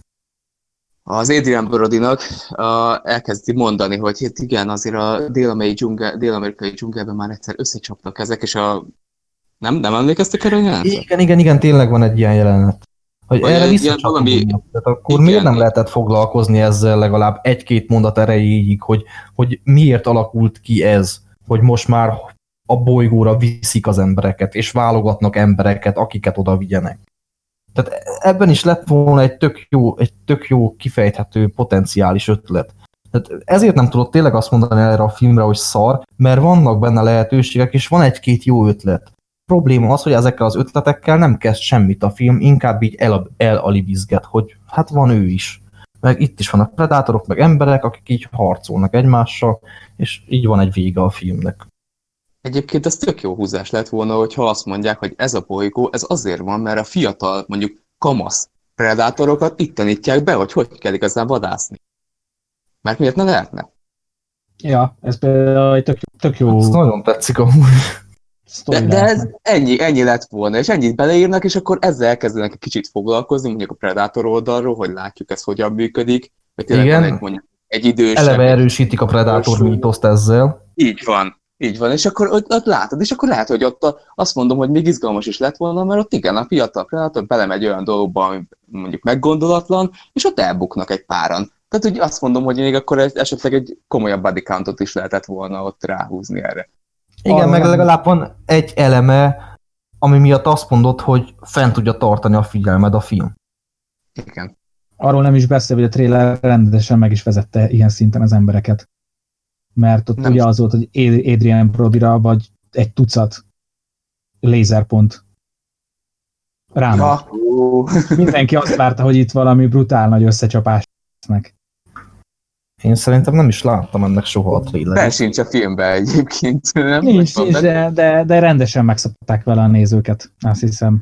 Az Adrian Brodynak uh, elkezdi mondani, hogy hát igen, azért a dél-amerikai dzsungel, dél-amerikai dzsungelben már egyszer összecsaptak ezek, és a... Nem, nem emlékeztek erre a jelenetre? Igen, igen, igen, tényleg van egy ilyen jelenet. Hogy vagy erre visszacsapunk. Valami... Tehát akkor igen. Miért nem lehetett foglalkozni ezzel legalább egy-két mondat erejéig, hogy, hogy miért alakult ki ez, hogy most már a bolygóra viszik az embereket, és válogatnak embereket, akiket oda vigyenek. Tehát ebben is lett volna egy tök jó, egy tök jó kifejthető potenciális ötlet. Tehát ezért nem tudod tényleg azt mondani erre a filmre, hogy szar, mert vannak benne lehetőségek, és van egy-két jó ötlet. A probléma az, hogy ezekkel az ötletekkel nem kezd semmit a film, inkább így el, elalibizget, hogy hát van ő is. Meg itt is vannak predátorok, meg emberek, akik így harcolnak egymással, és így van egy vége a filmnek. Egyébként ez tök jó húzás lett volna, hogyha azt mondják, hogy ez a bolygó, ez azért van, mert a fiatal, mondjuk kamasz predátorokat itt tanítják be, hogy hogy kell igazán vadászni. Mert miért ne lehetne? Ja, ez például egy tök, tök jó... Ez nagyon tetszik amúgy. De, de ez ennyi, ennyi lett volna, és ennyit beleírnak, és akkor ezzel elkezdenek egy kicsit foglalkozni, mondjuk a Predator oldalról, hogy látjuk ez hogyan működik, vagy tényleg van egy, mondjuk egy idősebb... Eleve erősítik a Predator mítoszt ezzel. Így van, így van, és akkor ott, ott látod, és akkor lehet, hogy ott a, azt mondom, hogy még izgalmas is lett volna, mert ott igen, a fiatal Predator belemegy olyan dolgokba, ami mondjuk meggondolatlan, és ott elbuknak egy páran. Tehát úgy azt mondom, hogy még akkor esetleg egy komolyabb body countot is lehetett volna ott ráhúzni erre. Igen, arra meg nem... legalább van egy eleme, ami miatt azt mondod, hogy fent tudja tartani a figyelmed a film. Igen. Arról nem is beszél, hogy a trailer rendesen meg is vezette ilyen szinten az embereket. Mert ott nem ugye is. Az volt, hogy Adrian Brodyra vagy egy tucat lézerpont rám. Ja. Mindenki azt várta, hogy itt valami brutál nagy összecsapás lesznek. Én szerintem nem is láttam ennek soha a trailerét. Ben sincs a filmben egyébként. Nem? Nincs, nincs de, de, de rendesen megszokták vele a nézőket, azt hiszem.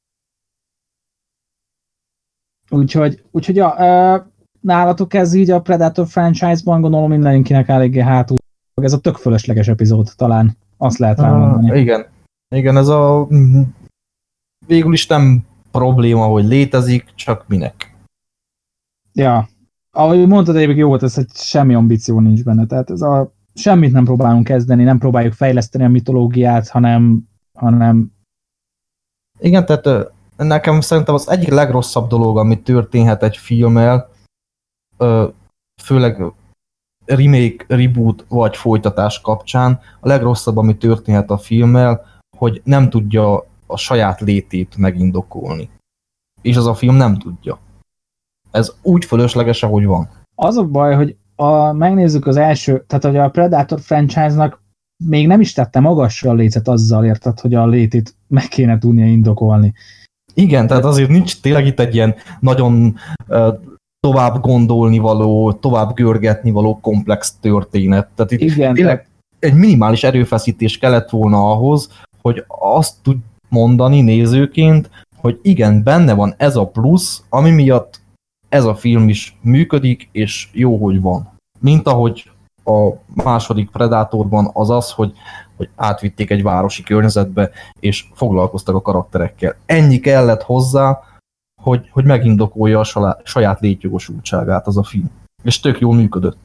Úgyhogy, úgyhogy ja, nálatok ez így a Predator franchise-ban, gondolom mindenkinek eléggé hátul. Ez a tök fölösleges epizód, talán azt lehet elmondani. Uh, igen. Igen, ez a végül is nem probléma, hogy létezik, csak minek. Ja. Ahogy mondtad, egyébként jó volt ez, hogy semmi ambíció nincs benne. Tehát ez a, semmit nem próbálunk kezdeni, nem próbáljuk fejleszteni a mitológiát, hanem... hanem... Igen, tehát nekem szerintem az egyik legrosszabb dolog, ami történhet egy filmmel, főleg remake, reboot vagy folytatás kapcsán, a legrosszabb, ami történhet a filmmel, hogy nem tudja a saját létét megindokolni. És az a film nem tudja. Ez úgy fölösleges, ahogy van. Az a baj, hogy a, megnézzük az első, tehát hogy a Predator franchise-nak még nem is tette magasra a lécet azzal, érted, hogy a létét meg kéne tudnia indokolni. Igen, tehát azért nincs tényleg itt egy ilyen nagyon uh, tovább gondolni való, tovább görgetni való komplex történet. Tehát itt igen, tényleg egy minimális erőfeszítés kellett volna ahhoz, hogy azt tud mondani nézőként, hogy igen, benne van ez a plusz, ami miatt ez a film is működik, és jó, hogy van. Mint ahogy a második Predatorban az az, hogy, hogy átvitték egy városi környezetbe, és foglalkoztak a karakterekkel. Ennyi kellett hozzá, hogy, hogy megindokolja a saját létjogosultságát az a film. És tök jól működött.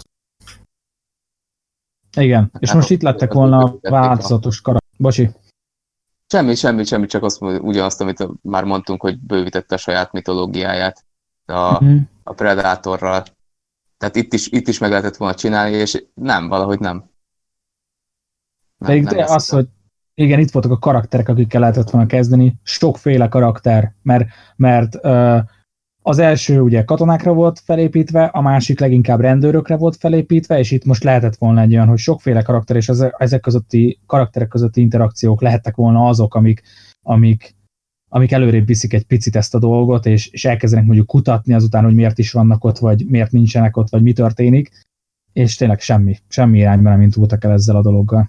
Igen, és hát most itt lettek volna a változatos karakter. Bocsi. Semmi, semmi, semmi, csak azt, ugyanazt, amit már mondtunk, hogy bővítette a saját mitológiáját a, mm. a Predatorral. Tehát itt is, itt is meg lehetett volna csinálni, és nem, valahogy nem. nem Pedig nem az, hogy igen, itt voltak a karakterek, akikkel lehetett volna kezdeni, sokféle karakter, mert, mert uh, az első ugye katonákra volt felépítve, a másik leginkább rendőrökre volt felépítve, és itt most lehetett volna egy olyan, hogy sokféle karakter, és az, ezek közötti karakterek közötti interakciók lehettek volna azok, amik, amik, amik előrébb viszik egy picit ezt a dolgot, és, és elkezdenek mondjuk kutatni azután, hogy miért is vannak ott, vagy miért nincsenek ott, vagy mi történik, és tényleg semmi, semmi irányban nem indultak el ezzel a dologgal.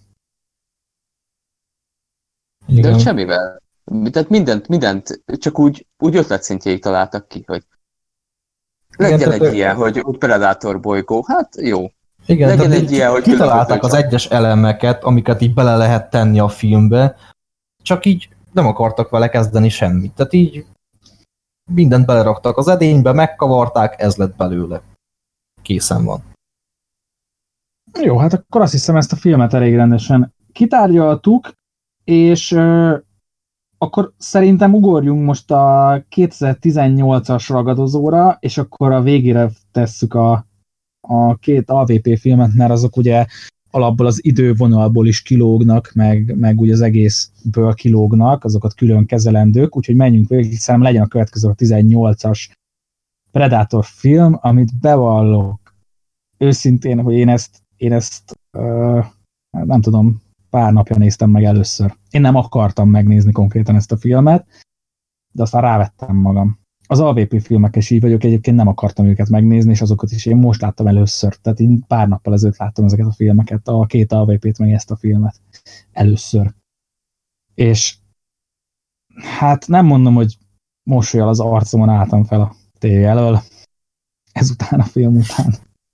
De hogy semmivel. Tehát mindent, mindent csak úgy, úgy ötletszintjéig találtak ki, hogy legyen igen, egy tehát ilyen, hogy Predator bolygó, hát jó. Igen, legyen egy ilyen, hogy kitalálták az egyes elemeket, amiket így bele lehet tenni a filmbe, csak így nem akartak vele kezdeni semmit. Tehát így mindent beleraktak az edénybe, megkavarták, ez lett belőle. Készen van. Jó, hát akkor azt hiszem, ezt a filmet elég rendesen kitárgyaltuk, és euh, akkor szerintem ugorjunk most a kétezer-tizennyolcas ragadozóra, és akkor a végére tesszük a, a két á vé pé filmet, mert azok ugye alapból az idővonalból is kilógnak, meg, meg ugye az egészből kilógnak, azokat külön kezelendők, úgyhogy menjünk végig, hiszen legyen a következő a tizennyolcas Predator film, amit bevallok őszintén, hogy én ezt, én ezt uh, nem tudom, pár napja néztem meg először. Én nem akartam megnézni konkrétan ezt a filmet, de aztán rávettem magam. Az á vé pé filmekkel is így vagyok, egyébként nem akartam őket megnézni, és azokat is én most láttam először. Tehát én pár nappal ezelőtt láttam ezeket a filmeket, a két á vé pét meg ezt a filmet először. És hát nem mondom, hogy mosolyal az arcomon álltam fel a tévé elől, ezután a film után.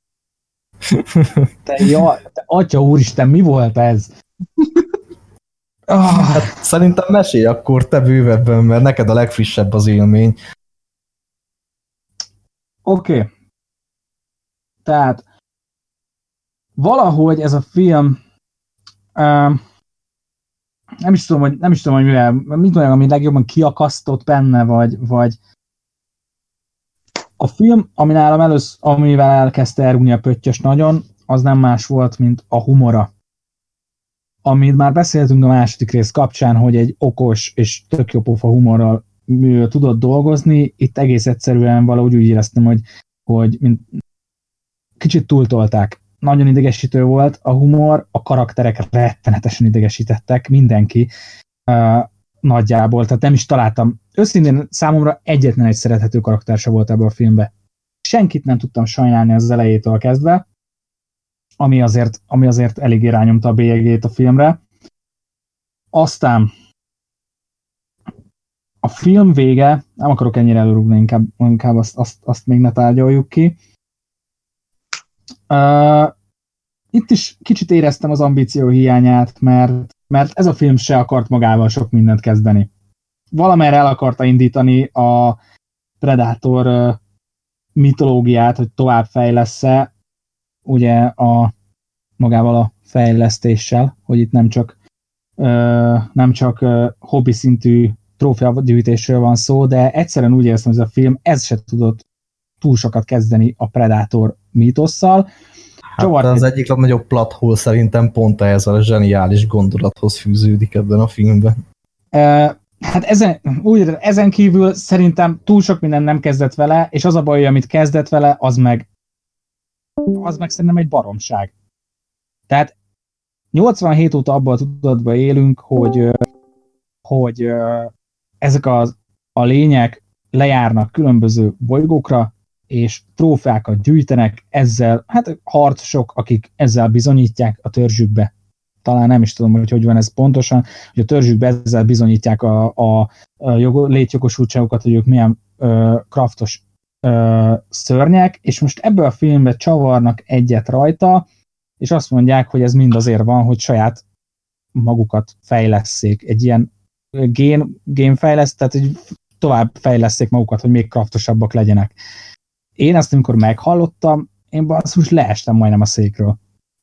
Te, ja, te atya úristen, mi volt ez? Oh. Hát, szerintem mesélj akkor te bővebben, mert neked a legfrissebb az élmény. Oké. Okay. Tehát valahogy ez a film uh, nem is tudom, hogy, nem is tudom, hogy mivel, mit olyan, ami legjobban kiakasztott benne, vagy, vagy a film, ami nálam először, amivel elkezdte elrúgni a pöttyös nagyon, az nem más volt, mint a humora. Amit már beszéltünk a második rész kapcsán, hogy egy okos és tök jó pofa humorral tudott dolgozni, itt egész egyszerűen valahogy úgy éreztem, hogy, hogy mint kicsit túltolták. Nagyon idegesítő volt a humor, a karakterek rettenetesen idegesítettek, mindenki uh, nagyjából, tehát nem is találtam. Őszintén számomra egyetlen egy szerethető karakter se volt ebben a filmben. Senkit nem tudtam sajnálni az elejétől kezdve, ami azért, ami azért elég irányomta a bélyegét a filmre. Aztán a film vége, nem akarok ennyire előrúgni, inkább, inkább azt, azt, azt még ne tárgyaljuk ki. Uh, itt is kicsit éreztem az ambíció hiányát, mert, mert ez a film se akart magával sok mindent kezdeni. Valamerre el akarta indítani a Predator uh, mitológiát, hogy tovább fejlessze, ugye a magával a fejlesztéssel, hogy itt nem csak, uh, nem csak uh, hobbi szintű trófeagyűjtésről van szó, de egyszerűen úgy érzem, hogy ez a film ez se tudott túl sokat kezdeni a Predator mítosszal. Hát az egy... egyik legnagyobb plot hole szerintem pont ehhez a zseniális gondolathoz fűződik ebben a filmben. Uh, hát ezen, úgy, ezen kívül szerintem túl sok minden nem kezdett vele, és az a baj, amit kezdett vele, az meg az meg szerintem egy baromság. Tehát nyolcvanhét óta abban a tudatban élünk, hogy, hogy ezek az, a lények lejárnak különböző bolygókra, és trófeákat gyűjtenek, ezzel, hát harcosok, akik ezzel bizonyítják a törzsükbe. Talán nem is tudom, hogy hogy van ez pontosan, hogy a törzsükbe ezzel bizonyítják a, a, a jog, létjogosultságokat, hogy ők milyen ö, kraftos ö, szörnyek, és most ebből a filmbe csavarnak egyet rajta, és azt mondják, hogy ez mind azért van, hogy saját magukat fejlesszék. Egy ilyen gén, génfejleszt, tehát hogy tovább fejlesszék magukat, hogy még kraftosabbak legyenek. Én ezt, amikor meghallottam, én basszus leestem majdnem a székről.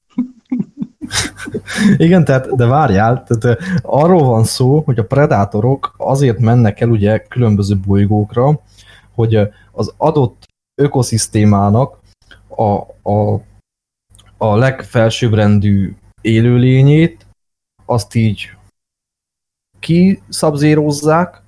Igen, tehát, de várjál, tehát arról van szó, hogy a predátorok azért mennek el ugye különböző bolygókra, hogy az adott ökoszisztémának a, a, a legfelsőbbrendű élőlényét azt így kiszabzérozzák,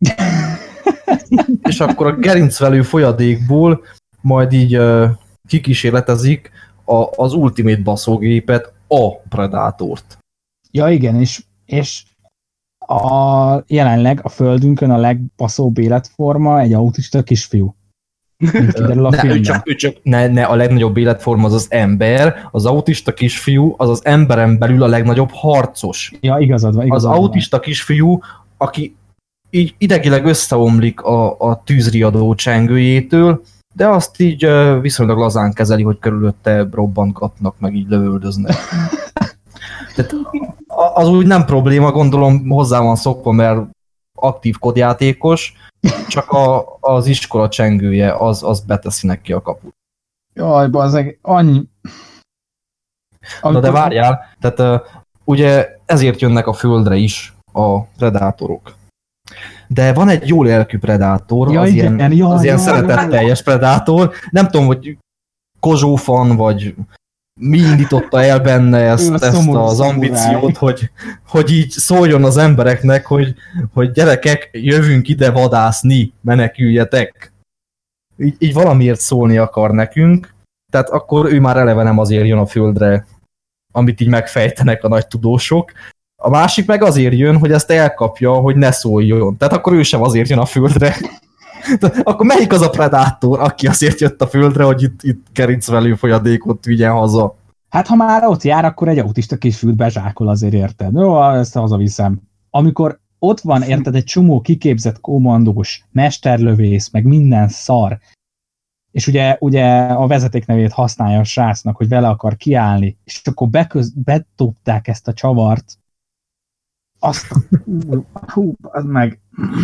és akkor a gerincvelő folyadékból majd így uh, kikísérletezik a, az ultimate baszógépet, a Predátort. Ja igen, és, és a, jelenleg a Földünkön a legbaszóbb életforma egy autista kisfiú. Kiderül a ne, ő csak, ő csak, ne, ne, a legnagyobb életforma az az ember, az autista kisfiú az az emberen belül a legnagyobb harcos. Ja, igazad van. Igazad az van. Autista kisfiú, aki így idegileg összeomlik a, a tűzriadó csengőjétől, de azt így uh, viszonylag lazán kezeli, hogy körülötte robbantgatnak, meg így lövöldöznek. Tehát az úgy nem probléma, gondolom hozzá van szokva, mert aktív kodjátékos, csak a, az iskola csengője, az, az beteszi neki a kaput. Jaj, bazzeg, annyi... Amikor... Na de várjál, tehát uh, ugye ezért jönnek a Földre is a predátorok. De van egy jó lelkű predátor, ja, az igen, ilyen, ja, az ja, ilyen ja, szeretetteljes ja. predátor. Nem tudom, hogy kozsófan, vagy mi indította el benne ezt, ezt szomorú, az ambíciót, hogy, hogy így szóljon az embereknek, hogy, hogy gyerekek, jövünk ide vadászni, meneküljetek. Így, így valamiért szólni akar nekünk, tehát akkor ő már eleve nem azért jön a Földre, amit így megfejtenek a nagy tudósok. A másik meg azért jön, hogy ezt elkapja, hogy ne szóljon. Tehát akkor ő sem azért jön a Földre. Akkor melyik az a predátor, aki azért jött a Földre, hogy itt, itt gerincvelő folyadékot vigyen haza? Hát ha már ott jár, akkor egy autista kisfiút bezsákol azért, érted? Jó, ezt hazaviszem. Amikor ott van, érted, egy csomó kiképzett kommandós, mesterlövész, meg minden szar, és ugye, ugye a vezetéknevét használja a srácnak, hogy vele akar kiállni, és akkor beköz, betopták ezt a csavart, azt a... Hú, az meg...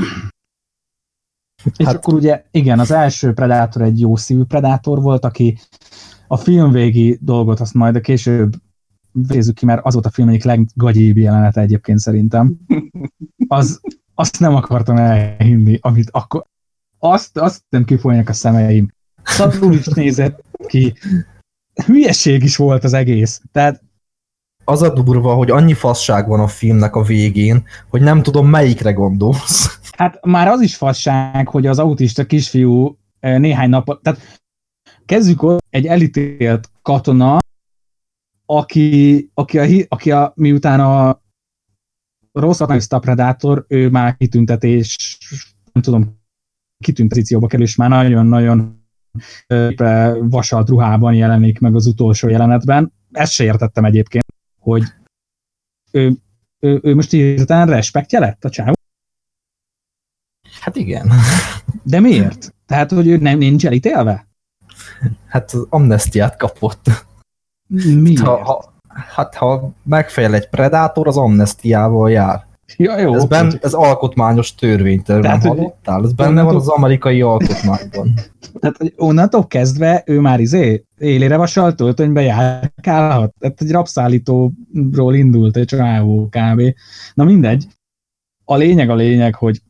És hát... akkor ugye, igen, az első Predátor egy jó szívű Predátor volt, aki a filmvégi dolgot azt majd a később vézzük ki, mert az volt a film egyik leggagyibb jelenete egyébként szerintem. Az, azt nem akartam elhinni, amit akkor... Azt, azt nem kifolynak a szemeim. Szadul is nézett ki. Hülyeség is volt az egész. Tehát az a durva, hogy annyi fasság van a filmnek a végén, hogy nem tudom, melyikre gondolsz. Hát már az is fasság, hogy az autista kisfiú néhány nap... Tehát kezdjük ott egy elítélt katona, aki, aki, a, aki a, miután a rosszat megszta a Predátor, ő már kitüntetés, nem tudom, kitüntetícióba kerül, és már nagyon-nagyon vasalt ruhában jelenik meg az utolsó jelenetben. Ezt se értettem egyébként, hogy ő, ő, ő most hirtelen respektje lett a csávó? Hát igen. De miért? Tehát, hogy ő nem nincs elítélve? Hát az amnestiát kapott. Miért? Ha, ha, hát ha megfejel egy predátor, az amnestiával jár. Ja, jó, ez, ben, ez alkotmányos törvény, te nem hallottál? Ez benne van az amerikai alkotmányban. Tehát, hogy onnantól kezdve ő már izé élére vasalt öltönybe járkálhat. Tehát egy rabszállítóról indult egy csávó kb. Na mindegy. a lényeg a lényeg, hogy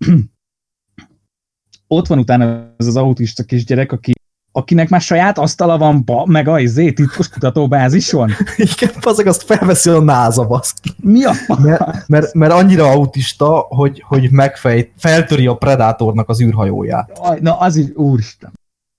ott van utána ez az autista kisgyerek, aki, akinek már saját asztala van, ba, meg a izé, titkos kutatóbázison. Igen, azok azt felveszi a náza, baszki. Mi a mert, mert, mert annyira autista, hogy, hogy megfej, feltöri a Predatornak az űrhajóját. Na az is, úristen.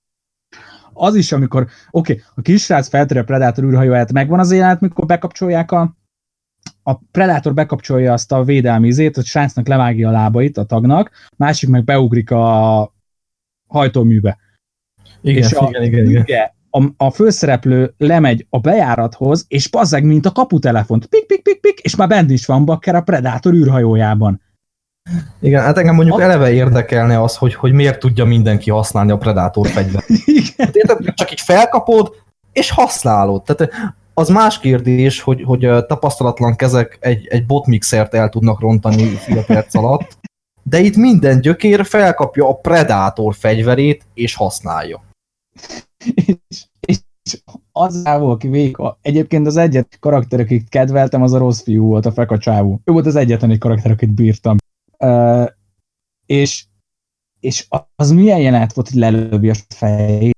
Az is, amikor, oké, okay, a kisrác feltöri a Predator űrhajóját, megvan az élet, mikor bekapcsolják a a Predator bekapcsolja azt a védelmi izét, a srácnak levágja a lábait a tagnak, másik meg beugrik a hajtóműbe. Igen, és a, igen, igen, igen. A, a főszereplő lemegy a bejárathoz, és pazzeg, mint a kaputelefont, pik, pik, pik, pik, és már bent is van bakker a Predator űrhajójában. Igen, hát engem mondjuk a... eleve érdekelne az, hogy, hogy miért tudja mindenki használni a Predator fegyvert. Hát érted, csak így felkapod, és használod. Tehát az más kérdés, hogy, hogy tapasztalatlan kezek egy, egy botmixert el tudnak rontani fél perc alatt, de itt minden gyökér felkapja a Predator fegyverét, és használja. És, és az ávó, aki végig, egyébként az egyet karakter, akit kedveltem, az a rossz fiú volt, a feka csávó. Ő volt az egyetlen egy karakter, akit bírtam. Uh, és, és az milyen jelenet volt, hogy lelövi a fejét.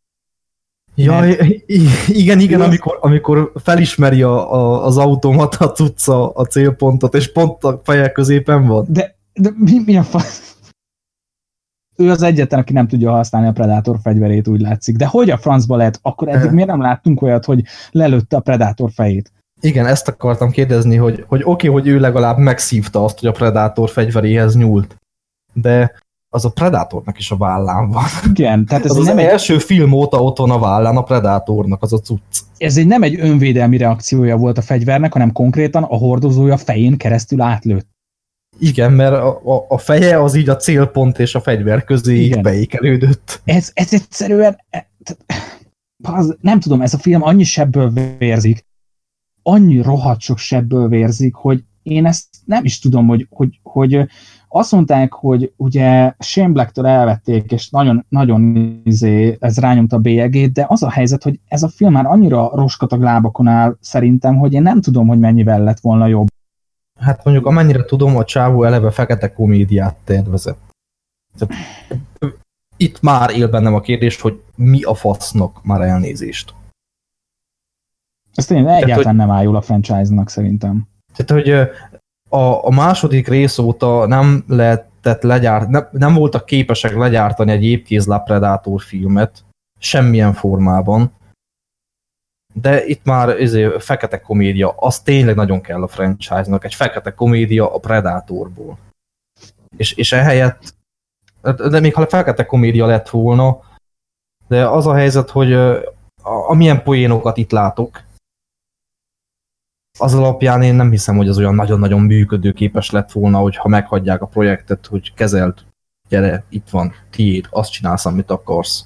Ja, igen, igen, amikor, amikor felismeri a, a, az automata cucca a célpontot, és pont a feje középen van. De, de mi, mi a fasz? Ő az egyetlen, aki nem tudja használni a Predator fegyverét, úgy látszik. De hogy a francba lehet? Akkor eddig miért nem láttunk olyat, hogy lelőtte a Predator fejét? Igen, ezt akartam kérdezni, hogy, hogy oké, okay, hogy ő legalább megszívta azt, hogy a Predator fegyveréhez nyúlt. De az a Predatornak is a vállán van. Igen, tehát ez az, az nem első egy... film óta ott van a vállán a Predatornak, az a cucc. Ez egy nem egy önvédelmi reakciója volt a fegyvernek, hanem konkrétan a hordozója fején keresztül átlőtt. Igen, mert a, a, a feje az így a célpont és a fegyver közé így beékelődött. Ez, ez egyszerűen... Az, nem tudom, ez a film annyi sebből vérzik, annyi rohadt sok sebből vérzik, hogy én ezt nem is tudom, hogy, hogy, hogy azt mondták, hogy ugye Shane Blacktől elvették, és nagyon, nagyon izé, ez rányomta a bélyegét, de az a helyzet, hogy ez a film már annyira roskatag lábakon áll szerintem, hogy én nem tudom, hogy mennyivel lett volna jobb. Hát mondjuk amennyire tudom, a csávó eleve fekete komédiát tervezett. Itt már él bennem a kérdés, hogy mi a fasznak már elnézést. Ez tényleg egyáltalán tehát, nem ájul a franchise-nak szerintem. Tehát, hogy a, a második rész óta nem lehetett legyárt, ne, nem voltak képesek legyártani egy épkézláb Predator filmet, semmilyen formában. De itt már ezért fekete komédia, az tényleg nagyon kell a franchise-nak, egy fekete komédia a Predatorból. És, és ehelyett, de még ha fekete komédia lett volna, de az a helyzet, hogy amilyen poénokat itt látok, az alapján én nem hiszem, hogy az olyan nagyon-nagyon működőképes lett volna, hogyha meghagyják a projektet, hogy kezeld, gyere, itt van, tiéd, azt csinálsz, amit akarsz.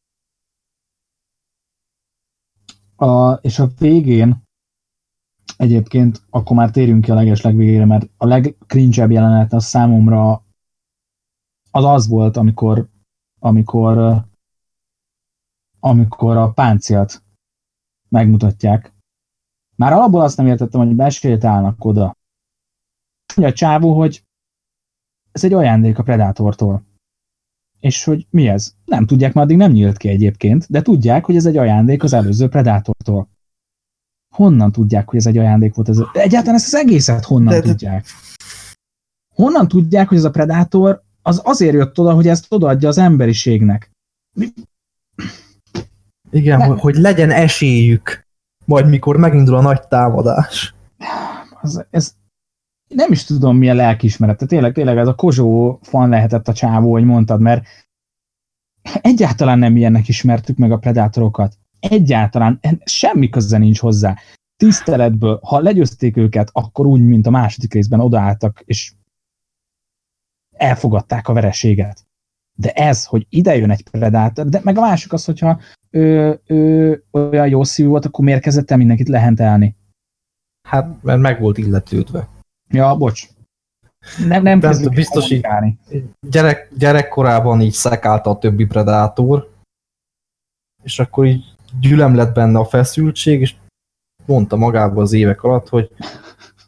A, és a végén egyébként, akkor már térjünk ki a legesleg végére, mert a legcringe-ebb jelenet az számomra az az volt, amikor amikor amikor a páncélt megmutatják. Már alapból azt nem értettem, hogy besétálnak oda. Mondja a csávó, hogy ez egy ajándék a Predatortól. És hogy mi ez? Nem tudják, mert addig nem nyílt ki egyébként, de tudják, hogy ez egy ajándék az előző Predatortól. Honnan tudják, hogy ez egy ajándék volt? Ez a... Egyáltalán ezt az egészet honnan de, de... tudják? Honnan tudják, hogy ez a Predator az azért jött oda, hogy ezt odaadja az emberiségnek? Mi? Igen, ne... hogy legyen esélyük, majd mikor megindul a nagy támadás. Az, ez... Nem is tudom, milyen lelkiismeret. Tényleg, tényleg ez a Kozsó fan lehetett a csávó, hogy mondtad, mert egyáltalán nem ilyennek ismertük meg a Predátorokat. Egyáltalán semmi köze nincs hozzá. Tiszteletből, ha legyőzték őket, akkor úgy, mint a második részben odaálltak, és elfogadták a vereséget. De ez, hogy ide jön egy Predátor, de meg a másik az, hogyha ő, ő olyan jó szívű volt, akkor miért kezdett el mindenkit lehentelni? Hát, mert meg volt illetődve. Ja, bocs. Nem, nem kezdjük biztos így gyerek, gyerekkorában így szekálta a többi Predátor, és akkor így gyülem lett benne a feszültség, és mondta magába az évek alatt, hogy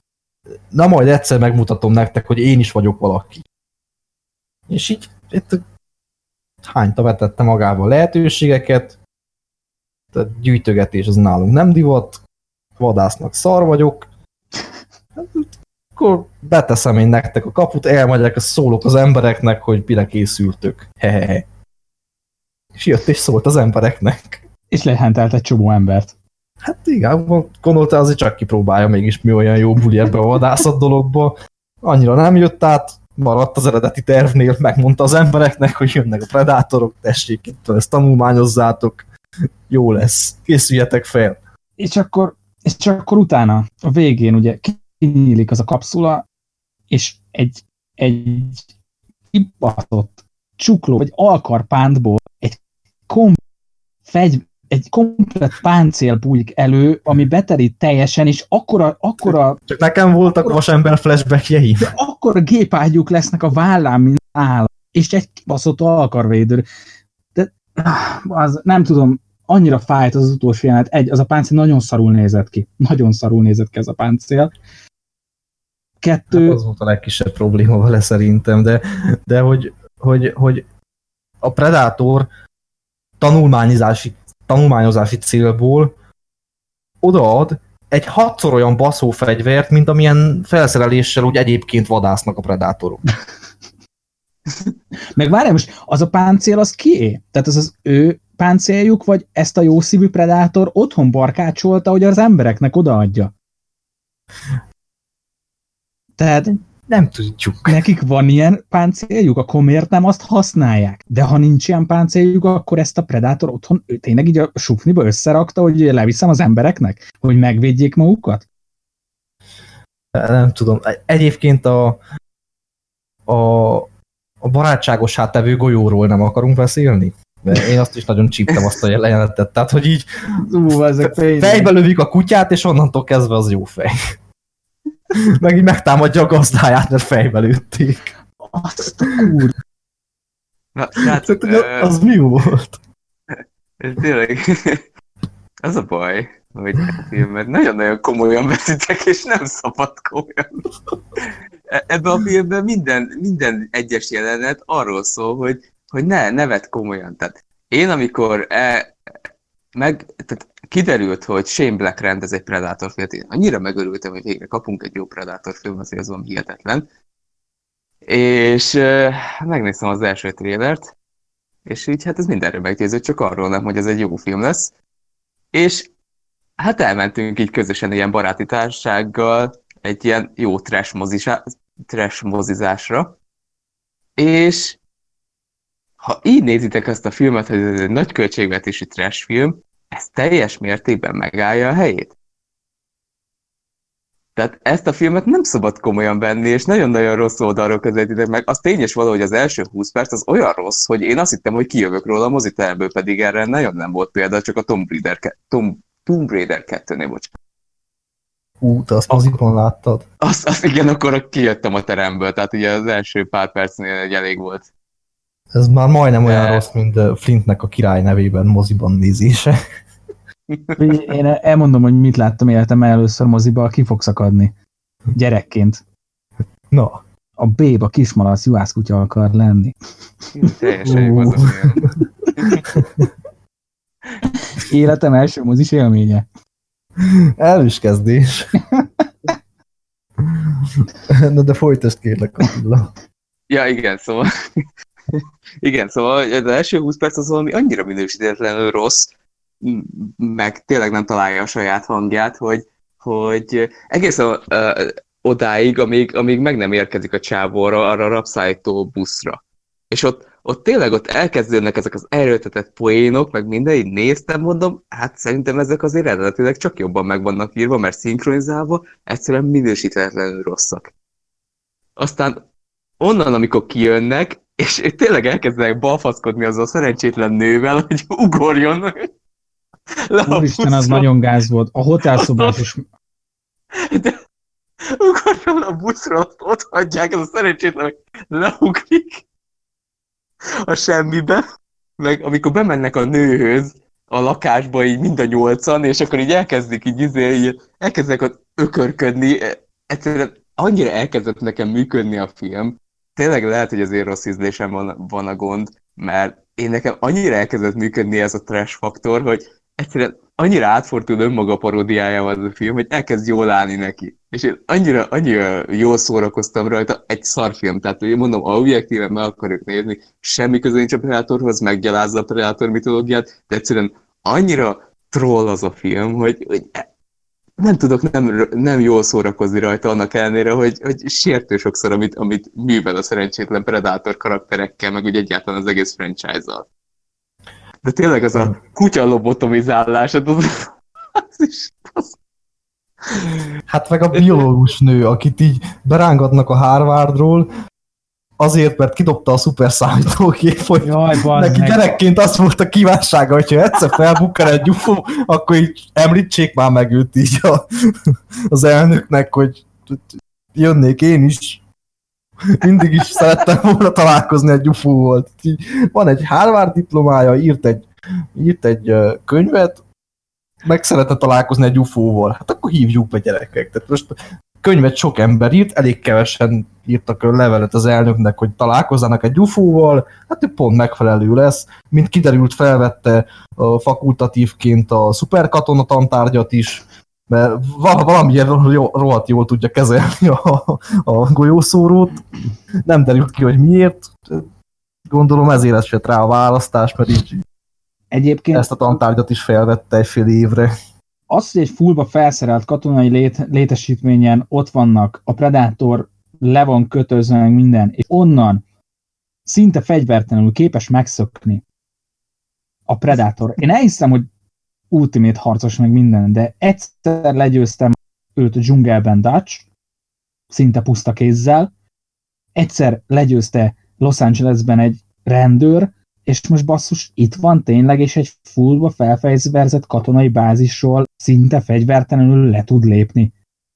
na majd egyszer megmutatom nektek, hogy én is vagyok valaki. És így itt hányta vetette magába a lehetőségeket, tehát gyűjtögetés az nálunk nem divat, vadásznak szar vagyok, akkor beteszem én nektek a kaput, elmegyek, szólok az embereknek, hogy mire készültök. Hehehe. És jött és szólt az embereknek. És lehentelt egy csomó embert. Hát igen, gondolta azért csak kipróbálja mégis mi olyan jó buli ebbe a vadászat dologba. Annyira nem jött át, maradt az eredeti tervnél, megmondta az embereknek, hogy jönnek a predátorok, tessék, itt ezt tanulmányozzátok, jó lesz, készüljetek fel. És akkor, és akkor utána, a végén ugye kinyílik az a kapszula, és egy, egy kibaszott csukló, vagy alkarpántból egy kom fegy, egy komplet páncél bújik elő, ami beterít teljesen, és akkora, akkora... Csak nekem voltak akkora, vasember flashbackjeim. De akkora gépágyúk lesznek a vállám, mint állat, és egy kibaszott alkarvédő. De az, nem tudom, annyira fájt az, az utolsó jelenet. Egy, az a páncél nagyon szarul nézett ki. Nagyon szarul nézett ki ez a páncél. Kettő... Hát az volt a legkisebb probléma vele szerintem, de, de hogy, hogy, hogy a Predator tanulmányozási, tanulmányozási célból odaad egy hatszor olyan baszófegyvert, mint amilyen felszereléssel úgy egyébként vadásznak a predátorok. Meg várjál most, az a páncél az kié? Tehát az az ő páncéljuk, vagy ezt a jó szívű predátor otthon barkácsolta, hogy az embereknek odaadja? Tehát nem tudjuk. Nekik van ilyen páncéljuk, akkor miért nem azt használják? De ha nincs ilyen páncéljuk, akkor ezt a predátor otthon ő tényleg így a sukniba összerakta, hogy leviszem az embereknek, hogy megvédjék magukat? Nem tudom. Egyébként a, a, a barátságos tevő golyóról nem akarunk beszélni? Mert én azt is nagyon csíptem azt a jelenetet. Tehát, hogy így Ú, ezek fejbe lövik a kutyát, és onnantól kezdve az jó fej. Meg így megtámadja a gazdáját, mert fejbe lőtték. Azt a úr. Na, hát, az, az mi volt? Tényleg, az a baj, hogy a filmet nagyon-nagyon komolyan veszitek, és nem szabad komolyan. Ebben a filmben minden, minden egyes jelenet arról szól, hogy, hogy ne, ne vedd komolyan. Tehát én, amikor e, meg, tehát kiderült, hogy Shane Black rendez egy Predator filmet, én annyira megörültem, hogy végre kapunk egy jó Predator film, azért az van hihetetlen. És uh, megnéztem az első trélert, és így hát ez mindenre meggyőzött, csak arról nem, hogy ez egy jó film lesz. És hát elmentünk így közösen ilyen baráti társasággal egy ilyen jó trash, mozisá, trash mozizásra. És ha így nézitek ezt a filmet, hogy ez egy nagy költségvetésű trash film, ez teljes mértékben megállja a helyét. Tehát ezt a filmet nem szabad komolyan venni, és nagyon-nagyon rossz oldalról közelítitek meg. Az tényes valahogy az első húsz perc az olyan rossz, hogy én azt hittem, hogy kijövök róla a moziterből, pedig erre nagyon nem volt példa, csak a Tomb Raider, Tom, Tomb Raider kettőnél, bocsánat. Ú, te azt mozikon láttad? Azt, azt igen, akkor kijöttem a teremből, tehát ugye az első pár percnél egy elég volt. Ez már majdnem olyan rossz, mint Flintnek a Király nevében moziban nézése. Én elmondom, hogy mit láttam életemben először moziba, ki fog szakadni. Gyerekként. Na. A béb, a kismalac juhászkutya akar lenni. Teljesen igaz. Életem első mozis élménye. Előskezdés. Na de folytasd kérlek, Attila. Ja, igen, szóval... igen, szóval az első húsz perc az valami annyira minősítetlenül rossz, meg tényleg nem találja a saját hangját, hogy, hogy egészen uh, odáig, amíg, amíg meg nem érkezik a csávóra, arra a rabszállító buszra. És ott, ott tényleg ott elkezdődnek ezek az erőltetett poénok, meg minden, így néztem, mondom, hát szerintem ezek azért eredetileg csak jobban meg vannak írva, mert szinkronizálva egyszerűen minősítetlenül rosszak. Aztán onnan, amikor kijönnek, és tényleg elkezdenek balfaszkodni azzal a szerencsétlen nővel, hogy ugorjon le a Úristen, az nagyon gáz volt. A hotelszobásos... De ugorjon a buszról, azt ott hagyják, ez a szerencsétlen leugrik a semmibe, meg amikor bemennek a nőhöz, a lakásba így mind a nyolcan, és akkor így elkezdik így, így elkezdenek ott ökörködni, egyszerűen annyira elkezdett nekem működni a film, tényleg lehet, hogy az én rossz ízlésem van, van a gond, mert én nekem annyira elkezdett működni ez a trash faktor, hogy egyszerűen annyira átfordul önmaga paródiájával az a film, hogy elkezd jól állni neki. És én annyira, annyira jól szórakoztam rajta, egy szarfilm, tehát én mondom, objektíven meg akarjuk nézni, semmi köze nincs a Predatorhoz, meggyalázza a Predator mitológiát, de egyszerűen annyira troll az a film, hogy, hogy nem tudok nem, nem jól szórakozni rajta, annak ellenére, hogy, hogy sértő sokszor, amit, amit művel a szerencsétlen Predator karakterekkel, meg úgy egyáltalán az egész franchise-al. De tényleg az a kutya lobotomizálás, az, az is... Az... Hát meg a biológus nő, akit így berángatnak a Harvardról, azért, mert kidobta a szuper számítógép, hogy Jaj, neki meg. Gyerekként az volt a kívánsága, hogyha egyszer felbukkan egy ufó, akkor így említsék már meg őt így a, az elnöknek, hogy jönnék én is. Mindig is szerettem volna találkozni egy ufóval. Van egy Harvard diplomája, írt egy, írt egy könyvet, meg szeretne találkozni egy ufóval. Hát akkor hívjuk be gyerekek. Tehát most könyvet sok ember írt, elég kevesen írtak a levelet az elnöknek, hogy találkozzanak egy ufóval, hát ő pont megfelelő lesz. Mint kiderült, felvette a fakultatívként a szuperkatona tantárgyat is, mert valamilyen rohadt jól tudja kezelni a, a golyószórót. Nem derült ki, hogy miért. Gondolom ezért esett rá a választás, mert így Egyébként ezt a tantárgyat is felvette egy fél évre. Az, hogy egy fullba felszerelt katonai lét, létesítményen ott vannak, a Predator le van kötözve meg minden, és onnan szinte fegyvertelenül képes megszökni a Predator. Én elhiszem, hogy ultimate harcos meg minden, de egyszer legyőztem őt a dzsungelben Dutch, szinte puszta kézzel, egyszer legyőzte Los Angelesben egy rendőr, és most basszus, itt van tényleg, és egy fullba felfegyverzett katonai bázisról szinte fegyvertelenül le tud lépni.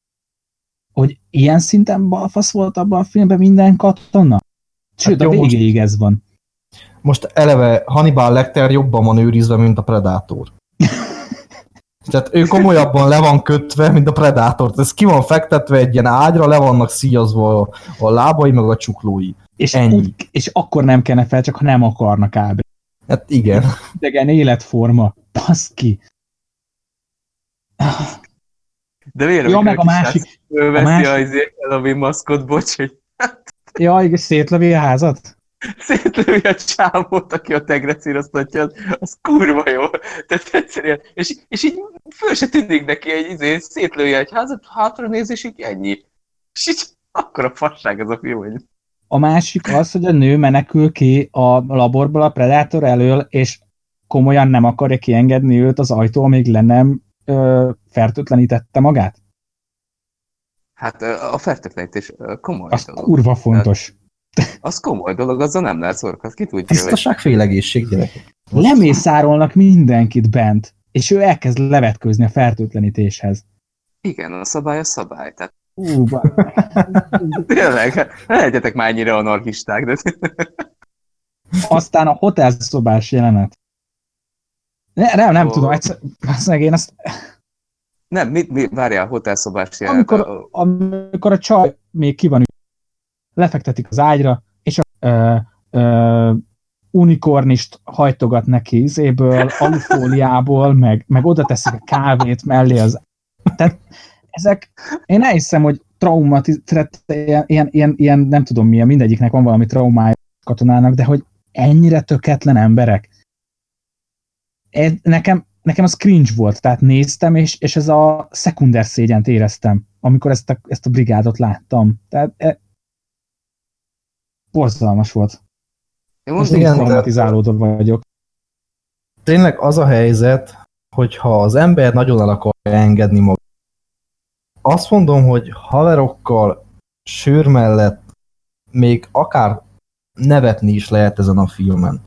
Hogy ilyen szinten balfasz volt abban a filmben minden katona? Sőt, hát a végéig ez van. Most eleve Hannibal Lecter jobban van őrizve, mint a Predator. Tehát ő komolyabban le van kötve, mint a Predator. Ez ki van fektetve egy ilyen ágyra, le vannak szíjazva a, a lábai, meg a csuklói. És, úgy, és akkor nem kellene fel, csak ha nem akarnak kb. Hát igen. Idegen életforma. Baszki. De miért, ja, meg a másik... Ő veszi a másik... a Halloween maszkot, bocs, hogy... Ja, és szétlövi a házat? Szétlövi a csávót, aki a tegrecíroztatja, az, az kurva jó. Tehát egyszerűen, és, és így föl se tűnik neki, egy izé, szétlövi egy házat, hátra néz, és így ennyi. És így akkor a fasság ez a film, hogy... A másik az, hogy a nő menekül ki a laborból a Predator elől, és komolyan nem akarja kiengedni őt az ajtó, amíg le nem ö, fertőtlenítette magát? Hát a fertőtlenítés komoly az dolog. Az kurva fontos. Az komoly dolog, azzal nem lehet szorkat. Ki tudja, tisztaság, félegészség, gyerekek. Lemészárolnak mindenkit bent, és ő elkezd levetkőzni a fertőtlenítéshez. Igen, a szabály a szabály. Tehát... Ú, tényleg, ne legyetek már ennyire anarchisták, de... Aztán a hotelszobás jelenet. Ne, nem, nem oh. tudom, egyszer, aztán én azt... Nem, mit, mit várjál, hotelszobás jelenet? Amikor, amikor a csaj még ki van, lefektetik az ágyra, és a ö, ö, unikornist hajtogat neki izéből, alufóliából, meg, meg oda teszik a kávét mellé az... Tehát ezek, én elhiszem, hogy traumatiz... Ilyen, ilyen, ilyen, nem tudom milyen, mindegyiknek van valami traumája katonának, de hogy ennyire töketlen emberek. Ez, nekem, nekem az cringe volt, tehát néztem, és, és ez a szekunder szégyent éreztem, amikor ezt a, ezt a brigádot láttam. Tehát e, borzalmas volt. Én most igen, traumatizálódva vagyok. Tényleg az a helyzet, hogyha az ember nagyon el akarja engedni magát. Azt mondom, hogy haverokkal, sör mellett még akár nevetni is lehet ezen a filmen.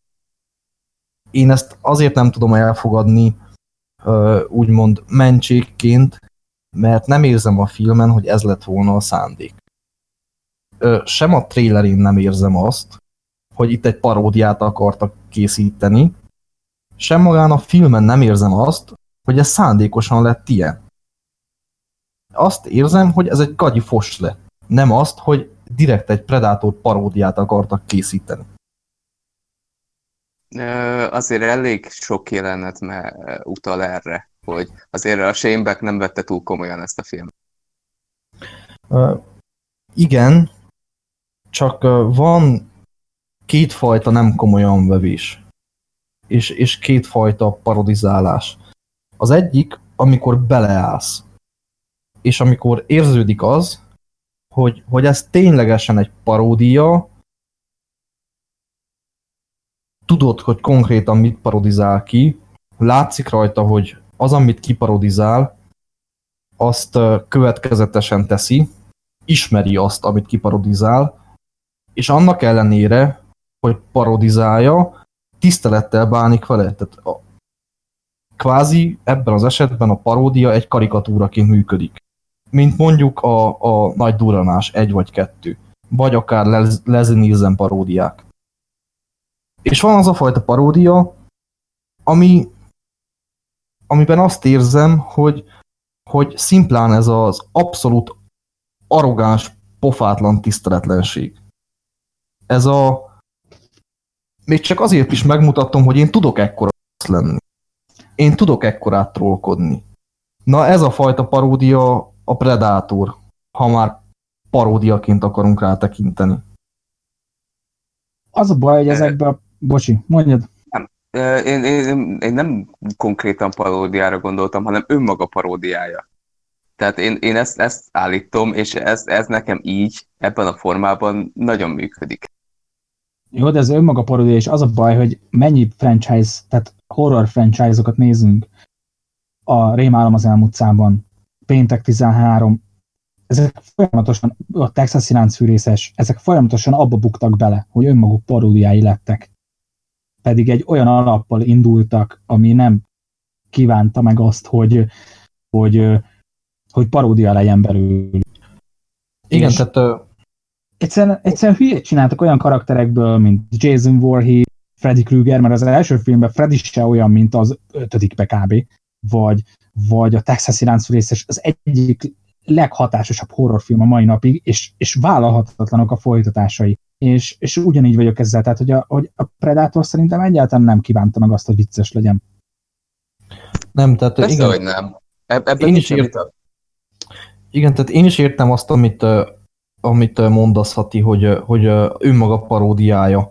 Én ezt azért nem tudom elfogadni, úgymond mentségként, mert nem érzem a filmen, hogy ez lett volna a szándék. Sem a trailerén nem érzem azt, hogy itt egy paródiát akartak készíteni, sem magán a filmen nem érzem azt, hogy ez szándékosan lett ilyen. Azt érzem, hogy ez egy gagyi fos lett. Nem azt, hogy direkt egy Predator paródiát akartak készíteni. Azért elég sok jelenet utal erre, hogy azért a Shane Black nem vette túl komolyan ezt a filmet. Uh, igen, csak uh, van kétfajta nem komolyan vevés, és, és kétfajta parodizálás. Az egyik, amikor beleállsz, és amikor érződik az, hogy, hogy ez ténylegesen egy paródia, tudod, hogy konkrétan mit parodizál ki, látszik rajta, hogy az, amit kiparodizál, azt következetesen teszi, ismeri azt, amit kiparodizál, és annak ellenére, hogy parodizálja, tisztelettel bánik vele. Tehát a, kvázi ebben az esetben a paródia egy karikatúraként működik. Mint mondjuk a, a Nagy Durranás egy vagy kettő, vagy akár Leslie Nielsen paródiák. És van az a fajta paródia, ami, amiben azt érzem, hogy, hogy szimplán ez az abszolút arrogáns, pofátlan tiszteletlenség. Ez a... Még csak azért is megmutatom, hogy én tudok ekkora lenni. Én tudok ekkorát trollkodni. Na ez a fajta paródia a Predator, ha már paródiaként akarunk rá tekinteni. Az a baj, hogy ezekben a... Bocsi, mondjad. Nem. Én, én, én nem konkrétan paródiára gondoltam, hanem önmaga paródiája. Tehát én, én ezt, ezt állítom, és ez, ez nekem így, ebben a formában nagyon működik. Jó, de ez önmaga paródia, és az a baj, hogy mennyi franchise, tehát horror franchise-okat nézünk a Rémálom az elmúltszában, Péntek tizenhárom, ezek folyamatosan, a Texasi láncfűrészes, ezek folyamatosan abba buktak bele, hogy önmaguk paródiái lettek. Pedig egy olyan alappal indultak, ami nem kívánta meg azt, hogy, hogy, hogy paródia legyen belőle. Igen, és tehát... Uh... Egyszerűen, egyszerűen hülyét csináltak olyan karakterekből, mint Jason Voorhees, Freddy Krueger, mert az első filmben Freddy se olyan, mint az ötödikbe kb. Vagy, vagy a Texasi láncfűrészes, az egyik leghatásosabb horrorfilm a mai napig, és, és vállalhatatlanok a folytatásai. És, és ugyanígy vagyok ezzel, tehát hogy a, hogy a Predator szerintem egyáltalán nem kívánta meg azt, hogy vicces legyen. Nem, tehát Persze, igen. hogy nem. Eb- ebben én is értem. Igen, tehát én is értem azt, amit, amit mondasz, Hati, hogy, hogy önmaga paródiája.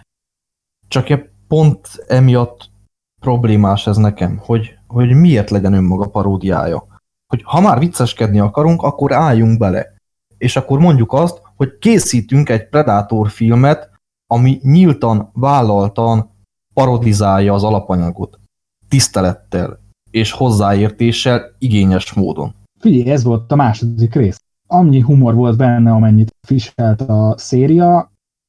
Csak pont emiatt problémás ez nekem, hogy, hogy miért legyen önmaga paródiája. Hogy ha már vicceskedni akarunk, akkor álljunk bele. És akkor mondjuk azt, hogy készítünk egy Predator filmet, ami nyíltan, vállaltan parodizálja az alapanyagot. Tisztelettel és hozzáértéssel, igényes módon. Figyelj, ez volt a második rész. Annyi humor volt benne, amennyit viselt a széria,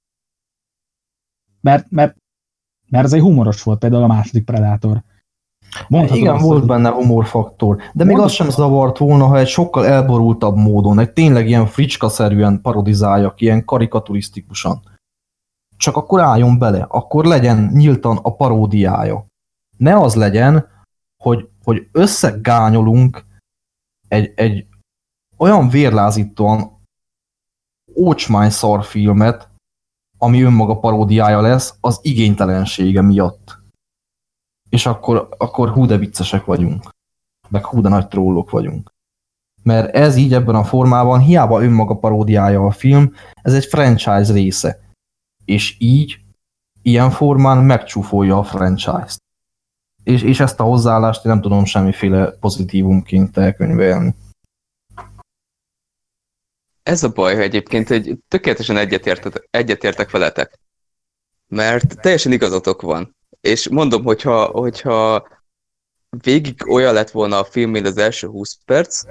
mert, mert, mert ez egy humoros volt például a második Predator. Mondhatod igen, azt, volt hogy... benne humorfaktor, de még Mondhatod... az sem zavart volna, ha egy sokkal elborultabb módon, egy tényleg ilyen fricskaszerűen parodizálják, ilyen karikaturisztikusan. Csak akkor álljon bele, akkor legyen nyíltan a paródiája. Ne az legyen, hogy, hogy összegányolunk egy, egy olyan vérlázítóan ócsmány szarfilmet, ami önmaga paródiája lesz, az igénytelensége miatt. És akkor, akkor hú de viccesek vagyunk. Meg hú de nagy trollok vagyunk. Mert ez így ebben a formában hiába önmaga paródiája a film, ez egy franchise része. És így, ilyen formán megcsúfolja a franchise-t. És, és ezt a hozzáállást én nem tudom semmiféle pozitívumként elkönyvelni. Ez a baj, hogy egyébként egy tökéletesen egyetértek, egyetértek veletek. Mert teljesen igazatok van. És mondom, hogyha, hogyha végig olyan lett volna a film, mint az első húsz perc,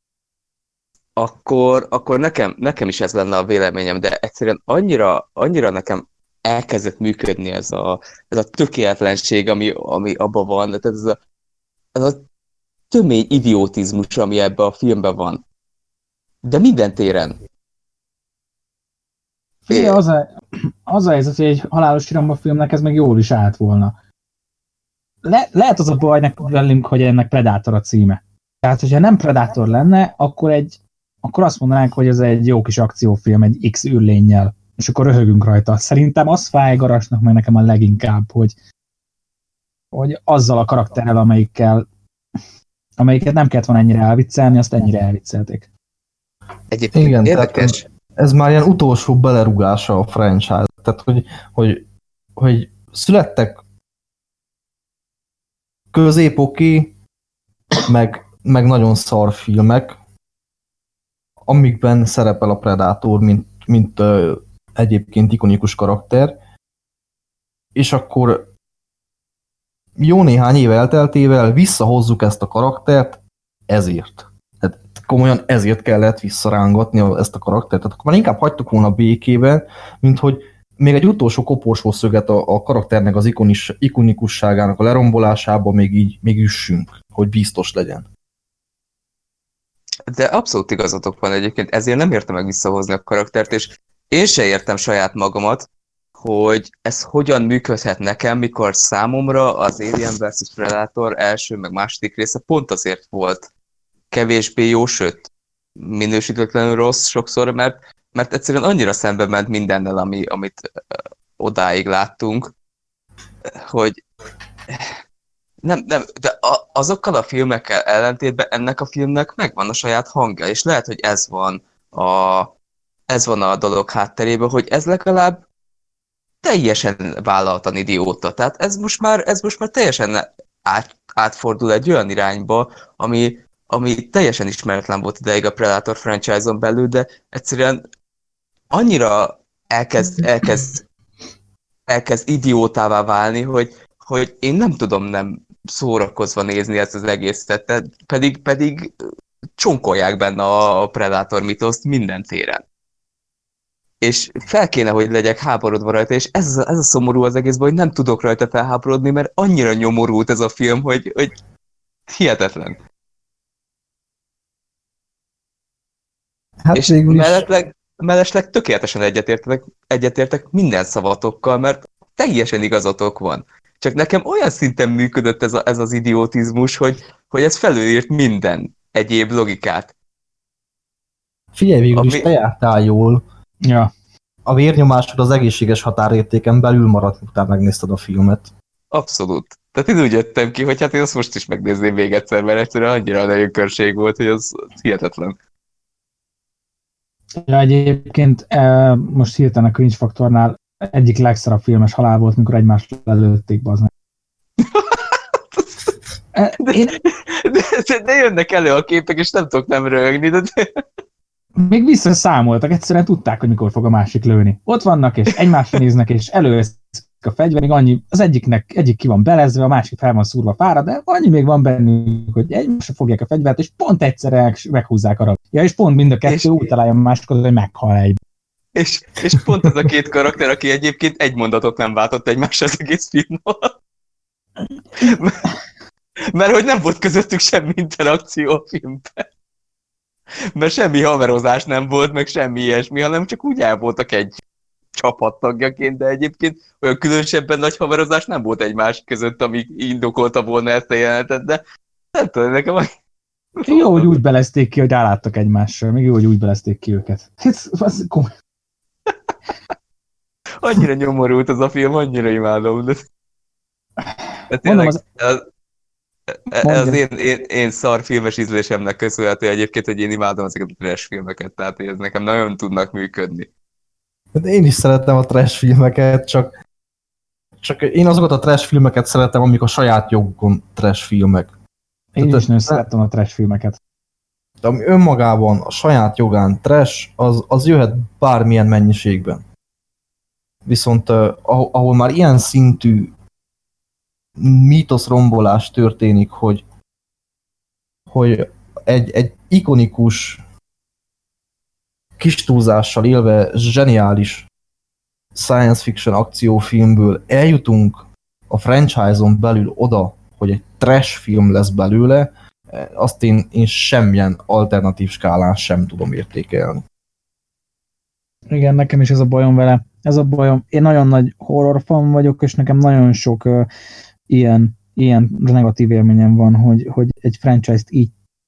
akkor, akkor nekem, nekem is ez lenne a véleményem, de egyszerűen annyira, annyira nekem elkezdett működni ez a, ez a tökéletlenség, ami, ami abban van, tehát ez a, ez a tömény idiotizmus, ami ebben a filmben van. De minden téren. Figyelj, az a, az a helyzet, hogy egy halálos iramba filmnek ez meg jól is állt volna. Le, lehet az a baj velünk, hogy ennek Predator a címe. Tehát, hogyha nem Predator lenne, akkor, egy, akkor azt mondanánk, hogy ez egy jó kis akciófilm, egy X űrlénnyel, és akkor röhögünk rajta. Szerintem az fáj Garasnak meg nekem a leginkább, hogy, hogy azzal a karakterrel, amelyikkel amelyiket nem kellett volna ennyire elviccelni, azt ennyire elviccelték. Egyébként igen, érdekes. Tehát ez már ilyen utolsó belerúgása a franchise. Tehát, hogy, hogy, hogy születtek középoki, meg, meg nagyon szar filmek, amikben szerepel a Predator, mint, mint uh, egyébként ikonikus karakter, és akkor jó néhány év elteltével visszahozzuk ezt a karaktert ezért. Tehát komolyan ezért kellett visszarángatni ezt a karaktert. Tehát akkor már inkább hagytuk volna békében, mint hogy még egy utolsó koporsó szöget a, a karakternek az ikonis, ikonikusságának a lerombolásába még így még üssünk, hogy biztos legyen. De abszolút igazatok van egyébként, ezért nem értem meg visszahozni a karaktert, és én se értem saját magamat, hogy ez hogyan működhet nekem, mikor számomra az Alien versus. Predator első, meg második része pont azért volt kevésbé jó, sőt, minősítetlenül rossz sokszor, mert, mert egyszerűen annyira szembe ment mindennel, ami, amit uh, odáig láttunk, hogy nem, nem, de a, azokkal a filmekkel ellentétben ennek a filmnek megvan a saját hangja, és lehet, hogy ez van a, ez van a dolog hátterében, hogy ez legalább teljesen vállaltan idióta. Tehát ez most már, ez most már teljesen át, átfordul egy olyan irányba, ami, ami teljesen ismeretlen volt ideig a Predator franchise-on belül, de egyszerűen annyira elkezd, elkezd, elkezd idiótává válni, hogy, hogy én nem tudom nem szórakozva nézni ezt az egészet, pedig, pedig csonkolják benne a Predator mitoszt minden téren. És fel kéne, hogy legyek háborodva rajta, és ez a, ez a szomorú az egészben, hogy nem tudok rajta felháborodni, mert annyira nyomorult ez a film, hogy, hogy hihetetlen. Hát és végül is... mellesleg, mellesleg tökéletesen egyetértek, egyetértek minden szavatokkal, mert teljesen igazatok van. Csak nekem olyan szinten működött ez, a, ez az idiotizmus, hogy, hogy ez felülírt minden egyéb logikát. Figyelj, végül is Ami... te jártál jól. Ja. A vérnyomásod az egészséges határértéken belül maradt, utána megnézted a filmet. Abszolút. Tehát én úgy jöttem ki, hogy hát én azt most is megnézném még egyszer, mert egyszerűen annyira nagyon körség volt, hogy az, az hihetetlen. Ja, egyébként e, most hirtelen a Cringe Faktornál egyik legszarabb filmes halál volt, mikor egymást lelőtték, bazd. De, Én... de, de, de jönnek elő a képek, és nem tudok nem röhögni, de... Még visszaszámoltak, egyszerűen tudták, hogy mikor fog a másik lőni. Ott vannak, és egymásra néznek, és előveszik a fegyver, még annyi, az egyiknek, egyik ki van belezve, a másik fel van szúrva fára, de annyi még van bennük, hogy egymásra fogják a fegyvert, és pont egyszerre meghúzzák arra. Ja, és pont mind a kettő és... úgy találja a másikat, hogy meghal egy. És, és pont ez a két karakter, aki egyébként egy mondatot nem váltott egymásra az egész filmmal. Mert hogy nem volt közöttük semmi interakció a filmben. Mert semmi haverozás nem volt, meg semmi ilyesmi, hanem csak úgy el voltak egy csapattagjaként, de egyébként olyan különösebben nagy haverozás nem volt egymás között, ami indokolta volna ezt a jelenetet, de nem tudom, nekem a... Jó, hogy úgy belezték ki, hogy ráláttak egymással, még jó, hogy úgy belezték ki őket. Ez, az komoly. Annyira nyomorult ez a film, annyira imádom, de... de tényleg, az... Az... Ez én, én, én szar filmes ízlésemnek köszönhető egyébként, hogy én imádom ezeket a trash filmeket, tehát hogy ez nekem nagyon tudnak működni. Én is szeretem a trash filmeket, csak, csak én azokat a trash filmeket szeretem, amik a saját jogukon trash filmek. Én tehát is nagyon szeretem a trash filmeket. De ami önmagában a saját jogán trash, az, az jöhet bármilyen mennyiségben. Viszont uh, ahol már ilyen szintű mítoszrombolás történik, hogy, hogy egy, egy ikonikus kis túlzással élve zseniális science fiction akciófilmből eljutunk a franchise-on belül oda, hogy egy trash film lesz belőle, azt én, én semmilyen alternatív skálán sem tudom értékelni. Igen, nekem is ez a bajom vele. Ez a bajom. Én nagyon nagy horror fan vagyok, és nekem nagyon sok uh, ilyen, ilyen negatív élményem van, hogy, hogy egy franchise-t így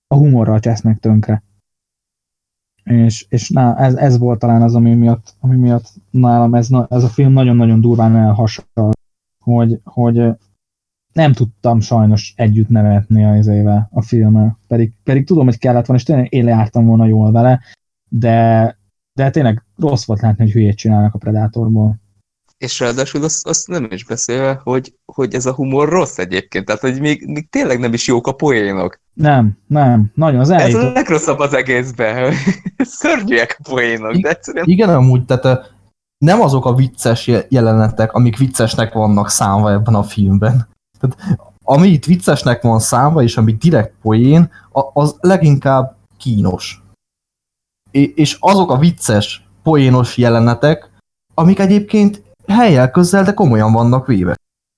a humorral csesznek tönkre. És, és na, ez, ez volt talán az, ami miatt, ami miatt nálam ez, ez a film nagyon-nagyon durván elhasonl, hogy, hogy nem tudtam sajnos együtt nevetni az éve a filmmel. Pedig, pedig tudom, hogy kellett volna, és tényleg én jártam volna jól vele, de, de tényleg rossz volt látni, hogy hülyét csinálnak a Predatorból. És ráadásul azt, azt nem is beszélve, hogy, hogy ez a humor rossz egyébként, tehát hogy még, még tényleg nem is jók a poénok. Nem, nem, nagyon az elejét. Ez a legrosszabb az egészben, szörnyűek a poénok, de egyszerűen... Igen, amúgy, tehát nem azok a vicces jelenetek, amik viccesnek vannak számva ebben a filmben. Tehát ami itt viccesnek van számva, és ami direkt poén, az leginkább kínos. És azok a vicces, poénos jelenetek, amik egyébként helyjel közel, de komolyan vannak véve.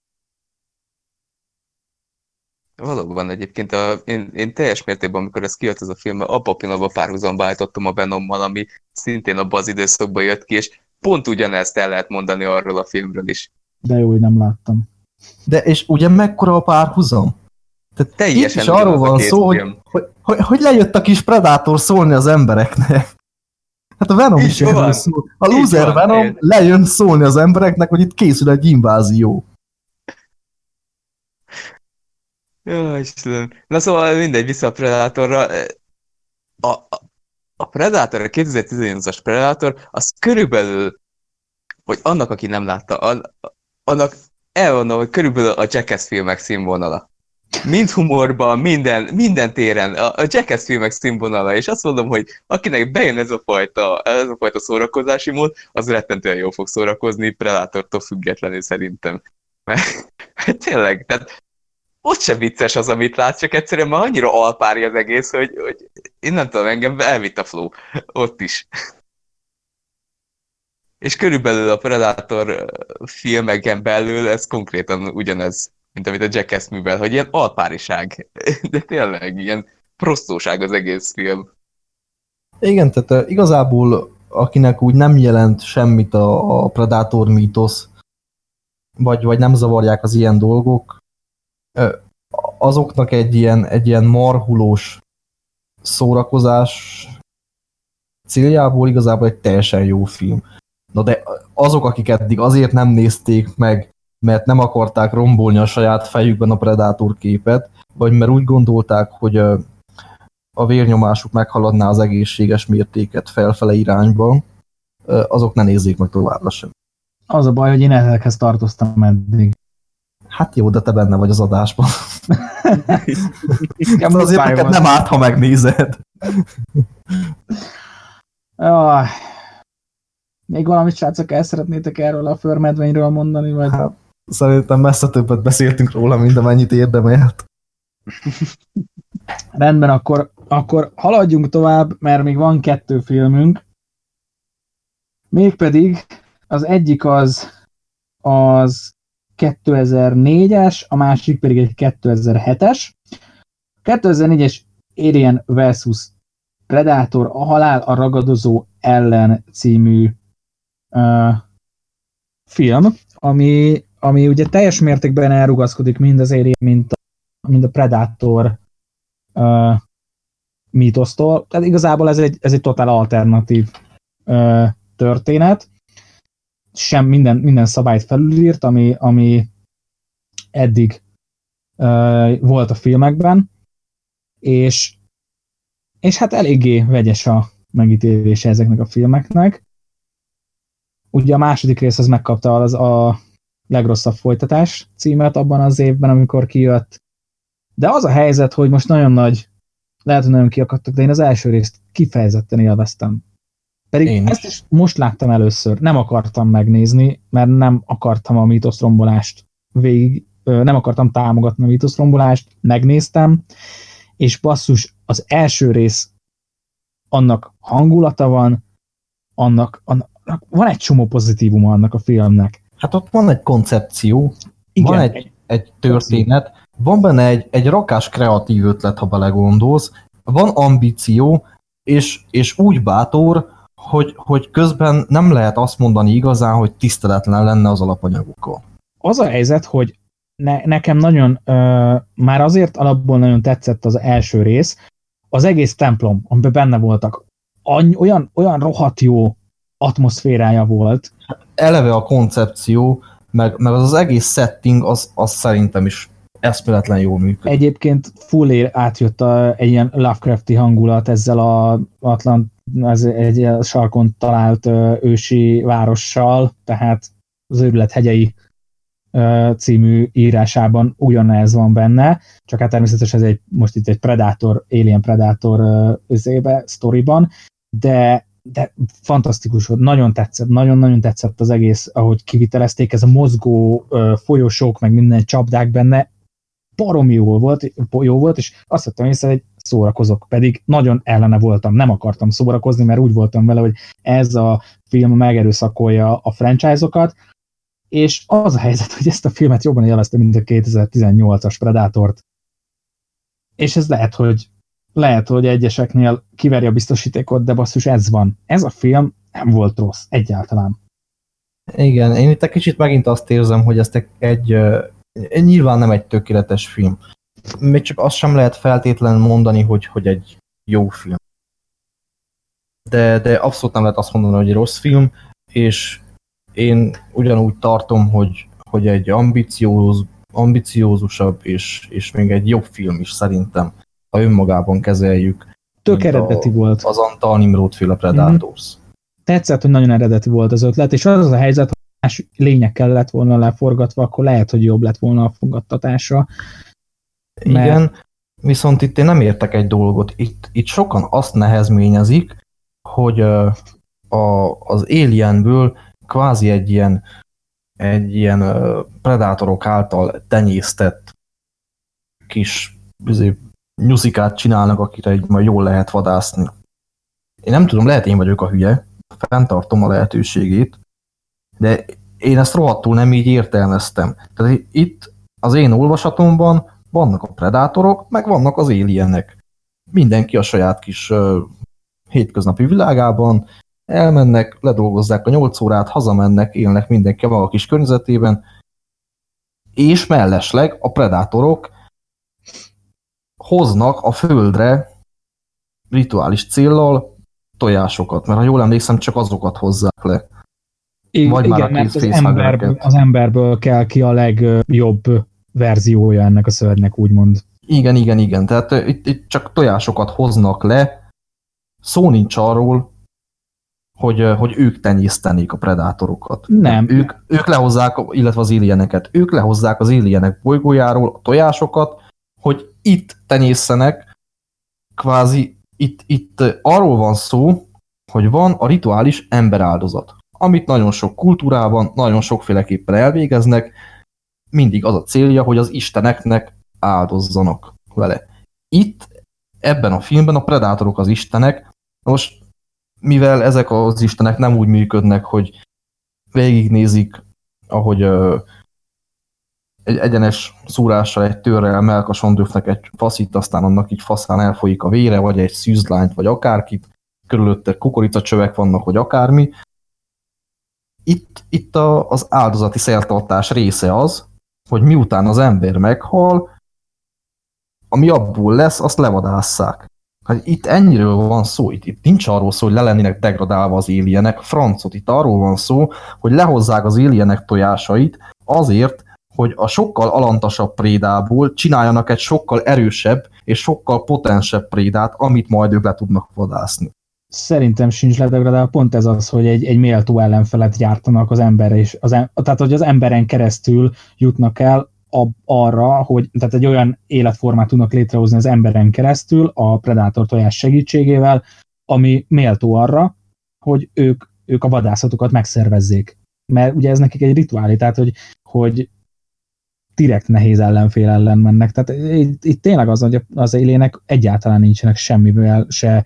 Valóban egyébként a, én, én teljes mértékben, amikor ez kijött ez a film, abban a pillanatban párhuzamba állítottam a Venommal, ami szintén abban az időszakban jött ki, és pont ugyanezt el lehet mondani arról a filmről is. De jó, hogy nem láttam. De és ugye mekkora a párhuzam? Tehát teljesen itt is arról van szó, hogy, hogy, hogy, hogy lejött a kis Predator szólni az embereknek. Hát a Venom is erről szól. A loser Venom én... lejön szólni az embereknek, hogy itt készül egy invázió. Jó, Istenem. Na szóval mindegy, vissza a Predatorra. A, a, a Predator, a kétezer-tizennyolcas Predator, az körülbelül, hogy annak, aki nem látta, annak elmondom, hogy körülbelül a Jackass filmek színvonala. Mind humorban, minden, minden téren a, a Jackass filmek színvonala, és azt mondom, hogy akinek bejön ez a fajta, ez a fajta szórakozási mód, az rettentően jól fog szórakozni, Predatortól függetlenül szerintem. Mert, mert tényleg, tehát ott sem vicces az, amit látsz, csak egyszerűen már annyira alpári az egész, hogy, hogy én nem tudom, engem elvitt a flow ott is. És körülbelül a Predator filmeken belül ez konkrétan ugyanez, mint amit a Jackass művel, hogy ilyen alpáriság, de tényleg ilyen prostóság az egész film. Igen, tehát igazából akinek úgy nem jelent semmit a, a Predator mítosz, vagy, vagy nem zavarják az ilyen dolgok, azoknak egy ilyen, egy ilyen marhulós szórakozás céljából igazából egy teljesen jó film. Na de azok, akik eddig azért nem nézték meg, mert nem akarták rombolni a saját fejükben a Predator képet, vagy mert úgy gondolták, hogy a vérnyomásuk meghaladná az egészséges mértéket felfele irányba, azok ne nézzék meg továbbra sem. Az a baj, hogy én ezekhez tartoztam eddig. Hát jó, de te benne vagy az adásban. De azért neked nem árt, ha megnézed. Jaj. Még valamit, srácok, el szeretnétek erről a förmedvényről mondani? Vagy... Hát, szerintem messze többet beszéltünk róla, mint amennyit érdemelt. Rendben, akkor, akkor haladjunk tovább, mert még van kettő filmünk. Mégpedig az egyik az, az kétezer-négyes, a másik pedig egy kétezer-hetes. kétezer-négyes Alien versus. Predator, a halál a ragadozó ellen című uh, film, ami, ami ugye teljes mértékben elrugaszkodik mind az Alien, mint a, mind a Predator uh, mítosztól. Tehát igazából ez egy, ez egy totál alternatív uh, történet. Sem minden, minden szabályt felülírt, ami, ami eddig uh, volt a filmekben, és És hát eléggé vegyes a megítélése ezeknek a filmeknek. Ugye a második rész az megkapta az a legrosszabb folytatás címet abban az évben, amikor kijött. De az a helyzet, hogy most nagyon nagy, lehet, hogy nagyon kiakadtak, de én az első részt kifejezetten élveztem. Pedig én ezt is most láttam először. Nem akartam megnézni, mert nem akartam a mítoszrombolást végig, nem akartam támogatni a mítoszrombolást, megnéztem, és basszus, az első rész, annak hangulata van, annak, annak van egy csomó pozitívuma annak a filmnek. Hát ott van egy koncepció, igen, van egy, egy, egy történet, van benne egy, egy rakás kreatív ötlet, ha belegondolsz, van ambíció, és, és úgy bátor, hogy, hogy közben nem lehet azt mondani igazán, hogy tiszteletlen lenne az alapanyagokkal. Az a helyzet, hogy ne, nekem nagyon, uh, már azért alapból nagyon tetszett az első rész, az egész templom, amiben benne voltak, olyan, olyan rohadt jó atmoszférája volt. Eleve a koncepció, meg, meg az, az egész setting, az, az szerintem is eszméletlen jól működik. Egyébként full ér átjött a, egy ilyen Lovecrafti hangulat ezzel a Atlant, ez egy sarkon talált ö, ősi várossal, tehát az Őrület hegyei ö, című írásában ugyanez van benne, csak hát természetesen ez egy, most itt egy Predator, Alien Predator ö, üzébe, sztoriban, de de fantasztikus volt, nagyon tetszett, nagyon-nagyon tetszett az egész, ahogy kivitelezték, ez a mozgó ö, folyosók, meg minden csapdák benne, baromi jó volt, jó volt, és azt vettem észre, hogy szórakozok, pedig nagyon ellene voltam, nem akartam szórakozni, mert úgy voltam vele, hogy ez a film megerőszakolja a franchise-okat, és az a helyzet, hogy ezt a filmet jobban élveztem, mint a kétezer-tizennyolcas Predatort. És ez lehet, hogy lehet, hogy egyeseknél kiveri a biztosítékot, de basszus, ez van. Ez a film nem volt rossz, egyáltalán. Igen, én itt egy kicsit megint azt érzem, hogy ezt egy, egy nyilván nem egy tökéletes film. Még csak azt sem lehet feltétlenül mondani, hogy, hogy egy jó film. De, de abszolút nem lehet azt mondani, hogy egy rossz film, és én ugyanúgy tartom, hogy, hogy egy ambicióz, ambiciózusabb és, és még egy jobb film is szerintem, ha önmagában kezeljük. Tök eredeti a, volt. Az Antal Nimrod-féle Predators. Mm-hmm. Tetszett, hogy nagyon eredeti volt az ötlet, és az az a helyzet, hogy más lényekkel lett volna leforgatva, akkor lehet, hogy jobb lett volna a fogadtatása. Mert... Igen, viszont itt én nem értek egy dolgot. Itt, itt sokan azt nehezményezik, hogy uh, a, az Alienből kvázi egy ilyen, egy ilyen uh, predátorok által tenyésztett kis bizony, nyuszikát csinálnak, akire így majd jól lehet vadászni. Én nem tudom, lehet én vagyok a hülye, fenntartom a lehetőségét, de én ezt rohadtul nem így értelmeztem. Tehát itt az én olvasatomban vannak a predátorok, meg vannak az alienek. Mindenki a saját kis uh, hétköznapi világában elmennek, ledolgozzák a nyolc órát, hazamennek, élnek mindenki a maga kis környezetében, és mellesleg a predátorok hoznak a földre rituális céllal tojásokat, mert ha jól emlékszem, csak azokat hozzák le. I- Vagy igen, már mert az, emberből, az emberből kell ki a legjobb verziója ennek a szörnynek, úgymond. Igen, igen, igen. Tehát uh, itt, itt csak tojásokat hoznak le. Szó nincs arról, hogy, uh, hogy ők tenyésztenék a predátorokat. Nem. Ők, ők lehozzák, illetve az alieneket, ők lehozzák az alienek bolygójáról a tojásokat, hogy itt tenyészenek, kvázi itt, itt uh, arról van szó, hogy van a rituális emberáldozat, amit nagyon sok kultúrában, nagyon sokféleképpen elvégeznek, mindig az a célja, hogy az isteneknek áldozzanak vele. Itt, ebben a filmben a predátorok az istenek. Most, mivel ezek az istenek nem úgy működnek, hogy végignézik, ahogy ö, egy egyenes szúrással, egy törrel melkason döfnek egy faszit, aztán annak így faszán elfolyik a vére, vagy egy szűzlányt, vagy akárkit, körülötte kukoricacsövek vannak, vagy akármi. Itt, itt a, az áldozati szertartás része az, hogy miután az ember meghal, ami abból lesz, azt levadásszák. Hát itt ennyiről van szó, itt, itt nincs arról szó, hogy le lennének degradálva az alienek, francot, itt arról van szó, hogy lehozzák az alienek tojásait azért, hogy a sokkal alantasabb prédából csináljanak egy sokkal erősebb és sokkal potensebb prédát, amit majd ők le tudnak vadászni. Szerintem sincs ledegradálva, pont ez az, hogy egy, egy méltó ellenfelet gyártanak az emberre, és az em- tehát hogy az emberen keresztül jutnak el a, arra, hogy tehát egy olyan életformát tudnak létrehozni az emberen keresztül a predátor tojás segítségével, ami méltó arra, hogy ők, ők a vadászatokat megszervezzék. Mert ugye ez nekik egy rituálé, tehát hogy, hogy direkt nehéz ellenfél ellen mennek. Tehát itt, itt tényleg az, hogy az élének egyáltalán nincsenek semmivel se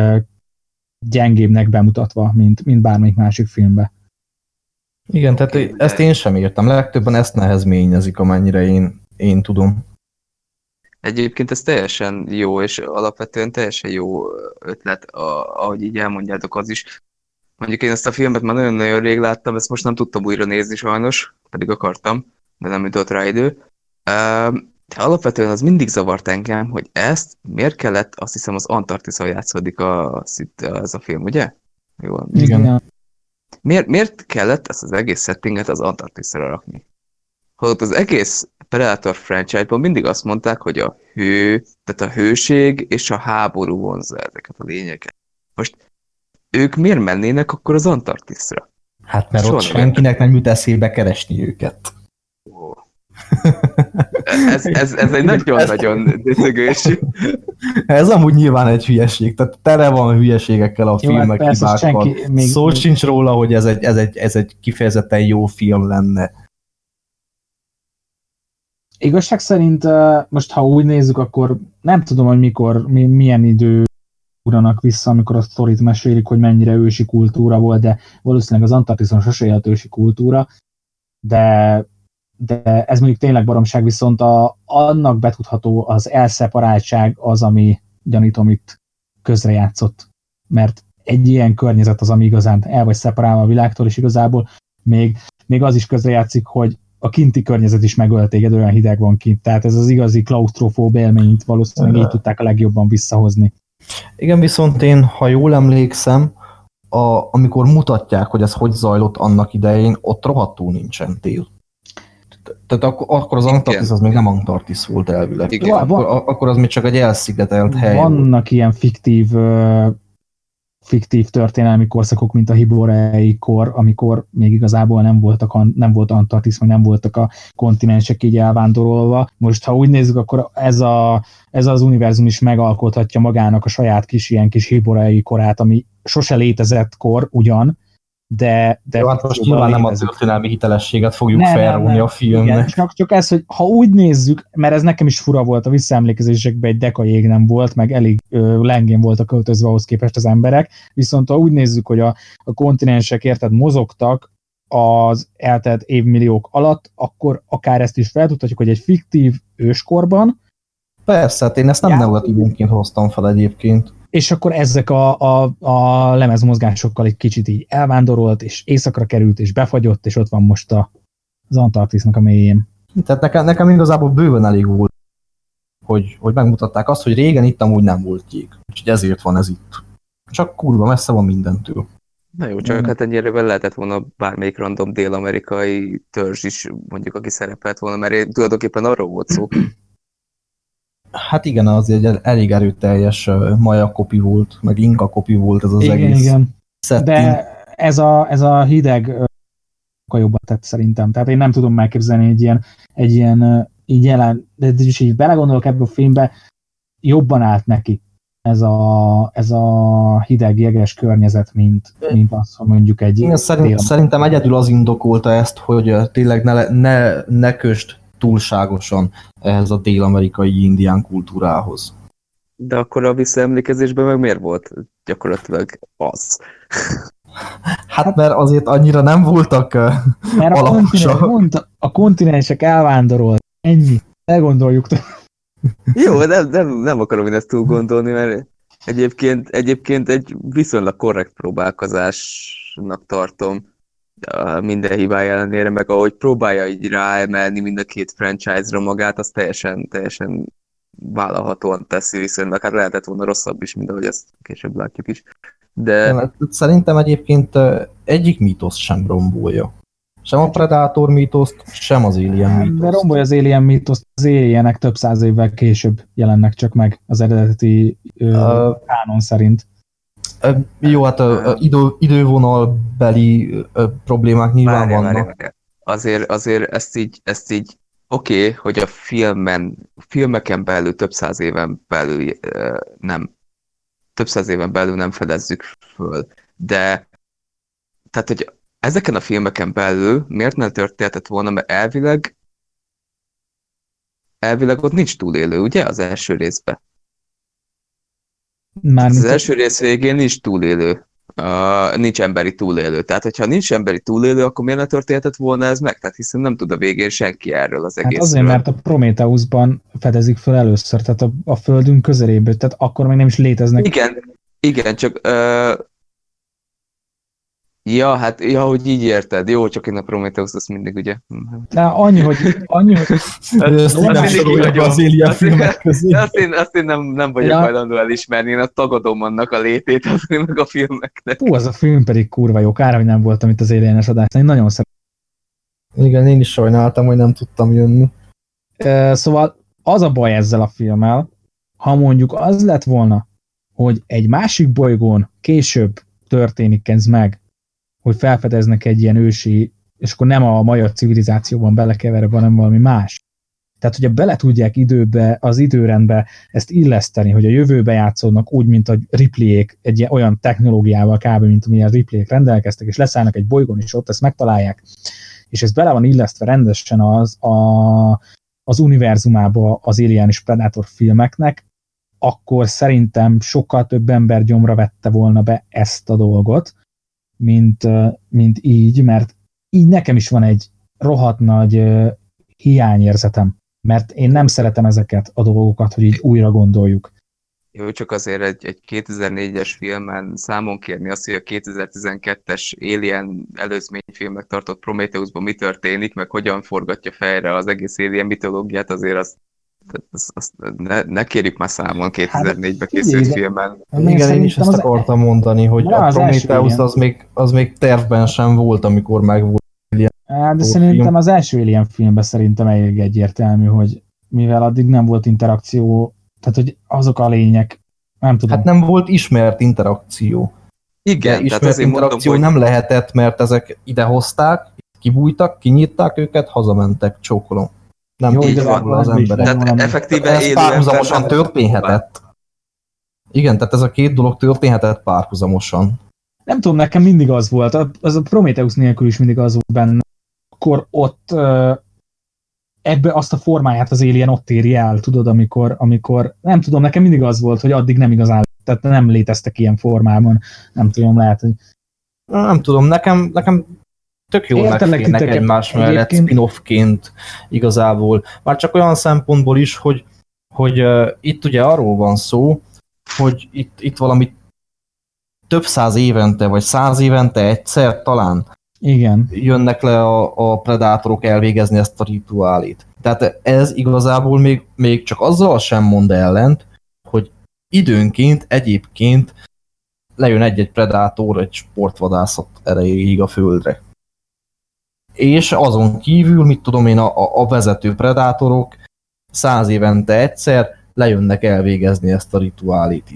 gyengébbnek bemutatva, mint, mint bármelyik másik filmbe. Igen, tehát okay, ezt de... én sem értem. Legtöbben ezt nehezményezik, amennyire én, én tudom. Egyébként ez teljesen jó, és alapvetően teljesen jó ötlet, ahogy így elmondjátok az is. Mondjuk én ezt a filmet már nagyon-nagyon rég láttam, ezt most nem tudtam újra nézni sajnos, pedig akartam, de nem jutott rá idő. de alapvetően az mindig zavart engem, hogy ezt miért kellett, azt hiszem az Antarktiszon játszódik a, ez a film, ugye? Jó, Igen. Miért, miért kellett ezt az egész settinget az Antarktiszra rakni? Holott az egész Predator franchise-ban mindig azt mondták, hogy a hő, tehát a hőség és a háború vonzza ezeket a lényeket. Most ők miért mennének akkor az Antarktiszra? Hát mert ott senkinek nem jut eszébe keresni őket. Oh. Ez, ez, ez egy nagyon-nagyon döcögős. Ez amúgy nyilván egy hülyeség, tehát tele van hülyeségekkel a jó, filmek hát hibákkal. Szó még... sincs róla, hogy ez egy, ez, egy, ez egy kifejezetten jó film lenne. Igazság szerint most, ha úgy nézzük, akkor nem tudom, hogy mikor, milyen idő ugranak vissza, amikor a sztorit mesélik, hogy mennyire ősi kultúra volt, de valószínűleg az Antarktiszon sose élt ősi kultúra, de, de ez mondjuk tényleg baromság, viszont a, annak betudható az elszeparáltság az, ami gyanítom itt közrejátszott, mert egy ilyen környezet az, ami igazán el vagy szeparálva a világtól, és igazából még, még az is közrejátszik, hogy a kinti környezet is megölt téged, olyan hideg van kint, tehát ez az igazi klaustrofób élményt valószínűleg így tudták a legjobban visszahozni. Igen, viszont én, ha jól emlékszem, a, amikor mutatják, hogy ez hogy zajlott annak idején, ott rohadtul nincsen tél. Tehát ak- akkor az Antarktisz az még nem Antarktisz volt elvileg. Igen. Akkor, akkor az még csak egy elszigetelt hely Vannak volt. Ilyen fiktív, uh, fiktív történelmi korszakok, mint a hiboreai kor, amikor még igazából nem, voltak, nem volt Antarktisz, vagy nem voltak a kontinensek így elvándorolva. Most, ha úgy nézzük, akkor ez, a, ez az univerzum is megalkothatja magának a saját kis ilyen kis hiboreai korát, ami sose létezett kor ugyan, de... de jó, hát most nyilván nem a történelmi hitelességet fogjuk ne, felrúgni a filmnek. Igen, csak, csak ez, hogy ha úgy nézzük, mert ez nekem is fura volt, a visszaemlékezésekben egy deka jég nem volt, meg elég ö, lengén voltak költözve ahhoz képest az emberek, viszont ha úgy nézzük, hogy a, a kontinensek érted mozogtak az eltelt évmilliók alatt, akkor akár ezt is feltudhatjuk, hogy egy fiktív őskorban. Persze, hát én ezt nem negatívunként hoztam fel egyébként. És akkor ezek a, a, a lemezmozgásokkal egy kicsit így elvándorolt, és északra került, és befagyott, és ott van most a, az Antarktisznak a mélyén. Tehát nekem, nekem igazából bőven elég volt, hogy, hogy megmutatták azt, hogy régen itt amúgy nem volt jég. Úgyhogy ezért van ez itt. Csak kurva messze van mindentől. Na jó, csak hát ennyire lehetett volna bármelyik random dél-amerikai törzs is, mondjuk, aki szerepelt volna, mert tulajdonképpen arról volt szó. Hát igen, az egy elég erőteljes uh, maja kopi volt, meg inka kopi volt ez az igen, egész igen. setting. De ez a, ez a hideg uh, jobban tett szerintem. Tehát én nem tudom megképzelni egy ilyen, egy ilyen uh, így jelen, de is így belegondolok ebbe a filmbe, jobban állt neki ez a, ez a hideg, jeges környezet, mint, mint az, hogy mondjuk egy... Igen, szerint, szerintem egyedül az indokolta ezt, hogy uh, tényleg ne, ne, ne köst túlságosan ehhez a dél-amerikai indián kultúrához. De akkor a visszaemlékezésben meg miért volt gyakorlatilag az? Hát mert azért annyira nem voltak uh, mert a, kontinens, mondta, a kontinensek elvándorolt. Ennyi. Elgondoljuk. Jó, nem, nem, nem akarom én ezt túl gondolni, mert egyébként, egyébként egy viszonylag korrekt próbálkozásnak tartom minden hibája ellenére, meg ahogy próbálja így ráemelni mind a két franchise-ra magát, az teljesen, teljesen vállalhatóan teszi, viszonylag hát lehetett volna rosszabb is, mint ahogy ezt később látjuk is. De... Szerintem egyébként egyik mítosz sem rombolja. Sem a Predator mítoszt, sem az Alien mítoszt. De rombolja az Alien mítoszt, az Alienek több száz évvel később jelennek csak meg az eredeti uh, kánon szerint. Jó, hát a, a idő, idővonalbeli problémák nyilván várjál, vannak. Várjál. Azért, azért ezt így, ezt így oké, okay, hogy a filmen, filmeken belül több száz éven belül nem, több száz éven belül nem fedezzük föl, de tehát, hogy ezeken a filmeken belül miért nem történhetett volna, mert elvileg elvileg ott nincs túlélő, ugye, az első részben? Már az első rész végén nincs túlélő. Uh, nincs emberi túlélő. Tehát, hogyha nincs emberi túlélő, akkor miért ne történhetett volna ez meg? Tehát hiszen nem tud a végén senki erről az egészről. Hát azért, mert a Prometheusban fedezik fel először, tehát a, a Földünk közeléből, tehát akkor még nem is léteznek. Igen, igen, csak uh, Ja, hát, ja, hogy így érted. Jó, csak én a Prometheus azt mindig, ugye. De annyi, hogy... Annyi, hogy Ezt így nem sorolja be az Alien filmek közé. Azt én, azt én nem, nem vagyok Ja. hajlandó elismerni, én a tagadom annak a létét meg a filmeknek. Hú, az a film pedig kurva jó. Kár, hogy nem voltam itt az Alien-es adásnál. Én nagyon szeretem. Igen, én is sajnáltam, hogy nem tudtam jönni. Szóval az a baj ezzel a filmmel, ha mondjuk az lett volna, hogy egy másik bolygón később történik ez meg, hogy felfedeznek egy ilyen ősi, és akkor nem a magyar civilizációban belekeverve, hanem valami más. Tehát, hogyha bele tudják időbe, az időrendbe ezt illeszteni, hogy a jövőbe játszódnak úgy, mint a Ripleyék egy ilyen, olyan technológiával kb. Mint amilyen Ripleyék rendelkeztek, és leszállnak egy bolygón, és ott ezt megtalálják, és ez bele van illesztve rendesen az, a, az univerzumába az Alien és Predator filmeknek, akkor szerintem sokkal több ember gyomra vette volna be ezt a dolgot, mint, mint így, mert így nekem is van egy rohadt nagy hiányérzetem, mert én nem szeretem ezeket a dolgokat, hogy így újra gondoljuk. Jó, csak azért egy, egy kétezer-négyes filmen számon kérni azt, hogy a kétezer-tizenkettes Alien előzményfilmnek tartott Prometheusban mi történik, meg hogyan forgatja fejre az egész Alien mitológiát, azért azt, azt, azt ne, ne kérjük már számon kétezer-négyben készült igen. filmen. Igen, én is ezt az- akartam mondani, hogy Ja, a az első Prometheus Alien. az még, az még tervben sem volt, amikor megvolt. Hát, de Ó, szerintem film. az első Alien filmben szerintem elég egyértelmű, hogy mivel addig nem volt interakció, tehát hogy azok a lények, nem tudom. Hát nem volt ismert interakció. Igen, De tehát ismert azért mondom, interakció hogy nem lehetett, mert ezek idehozták, kibújtak, kinyitták őket, hazamentek, csókolom. Nem Jó, tudtak igazából volna az ebből is emberek. lehet tehát valami. effektíve Ez élő párhuzamosan ember- történhetett. Igen, tehát ez a két dolog történhetett párhuzamosan. Nem tudom, nekem mindig az volt, a- az a Prometheus nélkül is mindig az volt benne, akkor ott ö, ebbe azt a formáját az Alien ott éri el, tudod, amikor, amikor, nem tudom, nekem mindig az volt, hogy addig nem igazán, tehát nem léteztek ilyen formában, nem tudom, lehet, hogy Nem tudom, nekem, nekem tök jól Értelek megférnek titeket egymás mellett egyébként. spin-offként igazából. Már csak olyan szempontból is, hogy, hogy uh, itt ugye arról van szó, hogy itt, itt valami több száz évente, vagy száz évente egyszer talán igen. jönnek le a, a predátorok elvégezni ezt a rituálét. Tehát ez igazából még, még csak azzal sem mond ellent, hogy időnként egyébként lejön egy-egy predátor egy sportvadászat erejéig a földre. És azon kívül, mit tudom én, a, a vezető predátorok száz évente egyszer lejönnek elvégezni ezt a rituálét.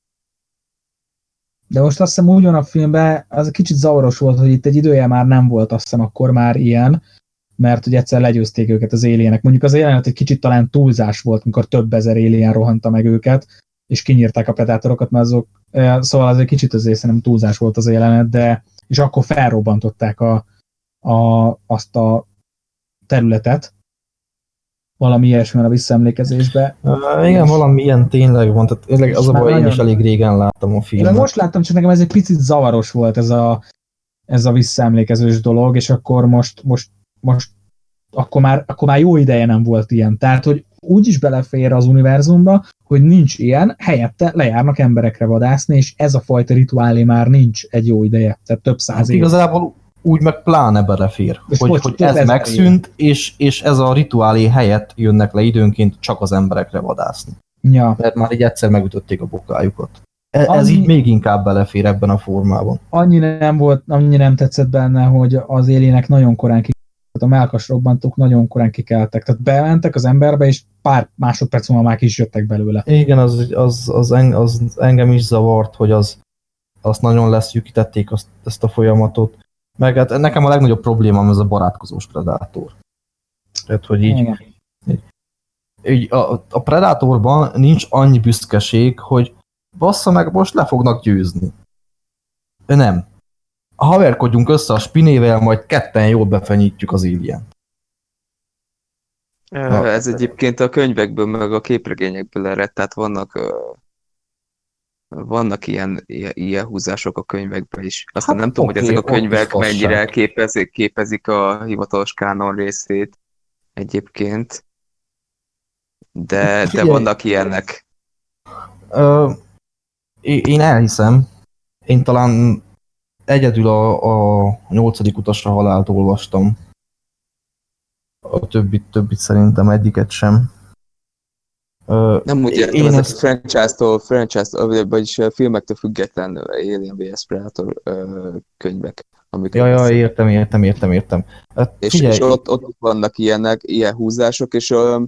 De most azt hiszem ugyan a filmben az kicsit zavaros volt, hogy itt egy idője már nem volt, azt hiszem akkor már ilyen, mert hogy egyszer legyőzték őket az alienek. Mondjuk az alienek egy kicsit talán túlzás volt, amikor több ezer alien rohanta meg őket, és kinyírták a predátorokat, mert azok, szóval az egy kicsit azért szerintem túlzás volt az jelenet, de és akkor felrobbantották a, a, azt a területet, valami ilyesmi a visszaemlékezésbe. Uh, igen, valami ilyen tényleg van, tehát tényleg az a Már baj, én nagyon- is elég régen láttam a Én filmet. meg most láttam, csak nekem ez egy picit zavaros volt ez a, ez a visszaemlékezős dolog, és akkor most, most, most akkor, már, akkor már jó ideje nem volt ilyen. Tehát, hogy úgy is belefér az univerzumba, hogy nincs ilyen, helyette lejárnak emberekre vadászni, és ez a fajta rituálé már nincs egy jó ideje, tehát több száz Hát év. igazából úgy meg pláne belefér, És hogy, most hogy több ez ezer megszűnt, és, és ez a rituálé helyett jönnek le időnként csak az emberekre vadászni. Ja. Mert már így egyszer megütötték a bokájukat. Ez, ez Annyi- így még inkább belefér ebben a formában. Annyi nem volt, annyi nem tetszett benne, hogy az élének nagyon korán ki, a mellkas robbantók nagyon korán kikeltek. Tehát bementek az emberbe, és pár másodperc múlva már ki is jöttek belőle. Igen, az, az, az, en, az engem is zavart, hogy az, azt nagyon leszűkítették azt, ezt a folyamatot. Meg hát nekem a legnagyobb problémám ez a barátkozós predátor. Tehát, hogy így, Igen. így a, a predátorban nincs annyi büszkeség, hogy bassza meg, most le fognak győzni. Nem. Haverkodjunk össze a spinével, majd ketten jól befenyítjük az alien. Ö, Ez egyébként a könyvekből, meg a képregényekből ered, tehát vannak ö, vannak ilyen, ilyen, ilyen húzások a könyvekben is. Aztán Hát nem tudom, oké, hogy ezek a ott is könyvek fasság. mennyire képezik, képezik a hivatalos kánon részét egyébként. De, de Figyelj. vannak ilyenek. Ö, én én elhiszem, én talán egyedül a, a nyolcadik utasra halált olvastam. A többit, többit szerintem egyiket sem. Nem úgy értem, ezek ezt... a franchise-tól, franchise-tól, vagyis a filmektől független Alien versus. Predator könyvek. Ja, ja, értem, értem, értem, értem. Hát, és és ott, ott vannak ilyenek, ilyen húzások, és uh,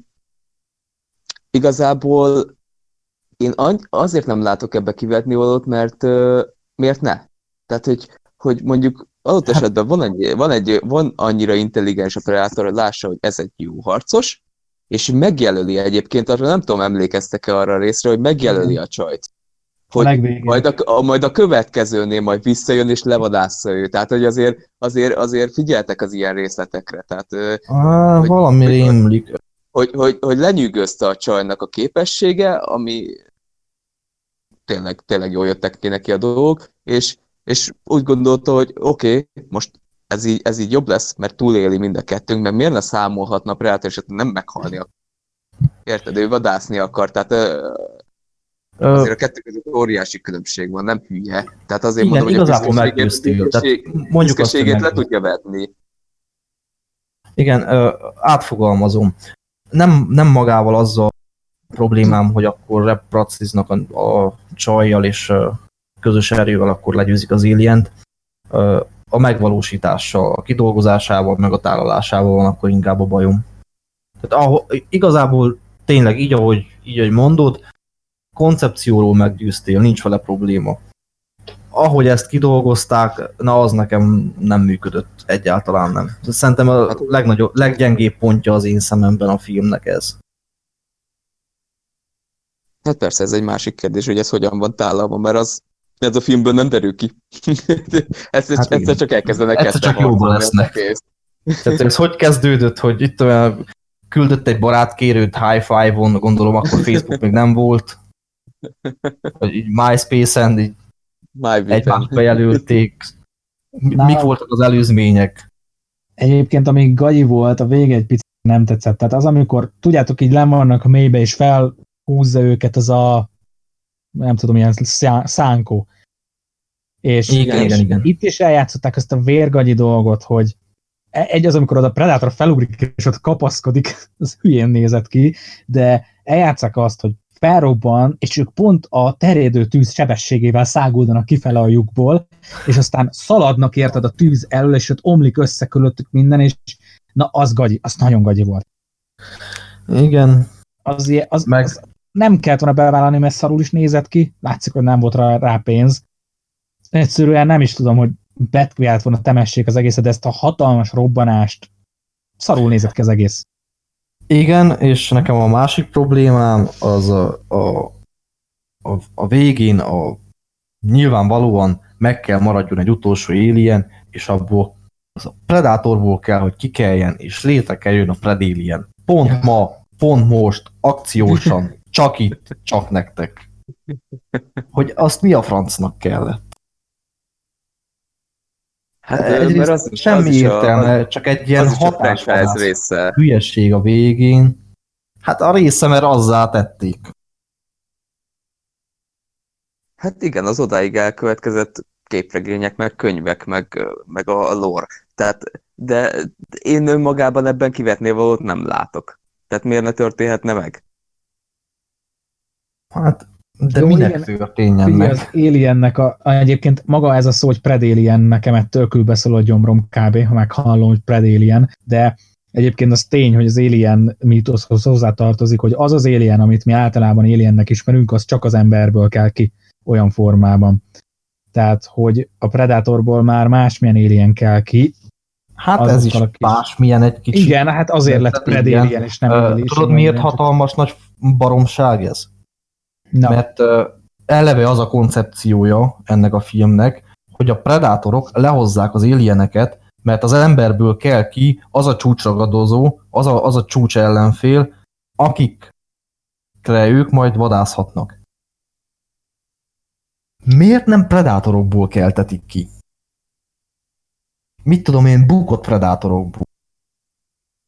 igazából én azért nem látok ebbe kivetni valót, mert uh, miért ne? Tehát, hogy, hogy mondjuk adott hát... esetben van, egy, van, egy, van annyira intelligens a Predator, hogy lássa, hogy ez egy jó harcos, és megjelöli egyébként, arra nem tudom, emlékeztek-e arra a részre, hogy megjelöli a csajt. Hogy majd a, a, majd a következőnél majd visszajön és levadásza ő. Tehát, hogy azért, azért, azért figyeltek az ilyen részletekre. Tehát, ah, hogy, valami rémlik. Hogy, hogy, hogy, hogy lenyűgözte a csajnak a képessége, ami tényleg, tényleg jól jöttek ki neki a dolgok, és, és úgy gondolta, hogy oké, okay, most ez így, ez így jobb lesz, mert túléli mind a kettőnk, mert miért ne számolhatna Predator, és nem meghalni akar. Érted? Ő vadászni akar, tehát azért a kettő között óriási különbség van, nem hülye. Tehát azért igen, mondom, hogy a büszkeségét le tudja vetni. Igen, átfogalmazom. Nem, nem magával azzal a problémám, hogy akkor repraciznak a, a csajjal és közös erővel akkor legyőzik az Alient. A megvalósítással, a kidolgozásával, meg a tálalásával van akkor inkább a bajom. Tehát ahol, igazából tényleg így, ahogy, így, ahogy mondod, koncepcióról meggyőztél, nincs vele probléma. Ahogy ezt kidolgozták, na az nekem nem működött, egyáltalán nem. Szerintem a legnagyobb, leggyengébb pontja az én szememben a filmnek ez. Hát persze, ez egy másik kérdés, hogy ez hogyan van tálalva, mert az ez a filmből nem derül ki. Ezt hát egyszer csak elkezdenek egyszer csak jóban lesznek. Tehát ez hogy kezdődött, hogy itt olyan küldött egy barátkérőt high five-on, gondolom akkor Facebook még nem volt. Vagy így MySpace-en így egymást bejelölték. Mik voltak az előzmények? Egyébként, amíg gagyi volt, a vége egy picit nem tetszett. Tehát az, amikor, tudjátok, így len vannak a mélybe, és felhúzza őket az a nem tudom, ilyen szánkó. És, igen, és igen, igen. itt is eljátszották ezt a vérgagyi dolgot, hogy egy az, amikor oda a Predator felugrik, és ott kapaszkodik, az hülyén nézett ki, de eljátszák azt, hogy felrobban, és ők pont a terjedő tűz sebességével száguldanak kifele a lyukból, és aztán szaladnak érted a tűz elől, és ott omlik össze körülöttük minden, és na, az gagyi, az nagyon gagyi volt. Igen. Az, az, Meg... az nem kellett volna bevállalni, mert szarul is nézett ki, látszik, hogy nem volt rá, rá pénz. Egyszerűen nem is tudom, hogy betkiált volna temessék az egészet, de ezt a hatalmas robbanást szarul nézett ki az egész. Igen, és nekem a másik problémám az a, a, a, a végén a nyilvánvalóan meg kell maradjon egy utolsó Alien, és abból az a Predatorból kell, hogy kikeljen, és létre kell jön a Predalien. Pont ma, pont most, akciósan, csak itt, csak nektek. Hogy azt mi a francnak kellett? Hát egyrészt az, semmi az értelme, a, csak egy ilyen hatásvadász hülyesség a végén. Hát a része, mert azzá tették. Hát igen, az odáig elkövetkezett képregények, meg könyvek, meg, meg a lore. Tehát, de én önmagában ebben kivetné valót nem látok. Tehát miért ne történhetne meg? Hát, de jó, minek igen, történjen meg? Az Aliennek a, egyébként maga ez a szó, hogy Predalien, nekem ettől külbeszól a gyomrom kb, ha meghallom, hogy Predalien, de egyébként az tény, hogy az Alien mítoszhoz hozzátartozik, hogy az az Alien, amit mi általában Aliennek ismerünk, az csak az emberből kell ki olyan formában. Tehát, hogy a Predatorból már másmilyen Alien kell ki. Hát ez is másmilyen egy kicsit. Igen, hát azért lett Predalien, és nem uh, Alien. Tudod, miért hatalmas nagy baromság ez? Na. Mert uh, eleve az a koncepciója ennek a filmnek, hogy a predátorok lehozzák az alieneket, mert az emberből kell ki az a csúcsragadozó, az a, az a csúcs ellenfél, akikre ők majd vadászhatnak. Miért nem predátorokból keltetik ki? Mit tudom én, bukott predátorokból?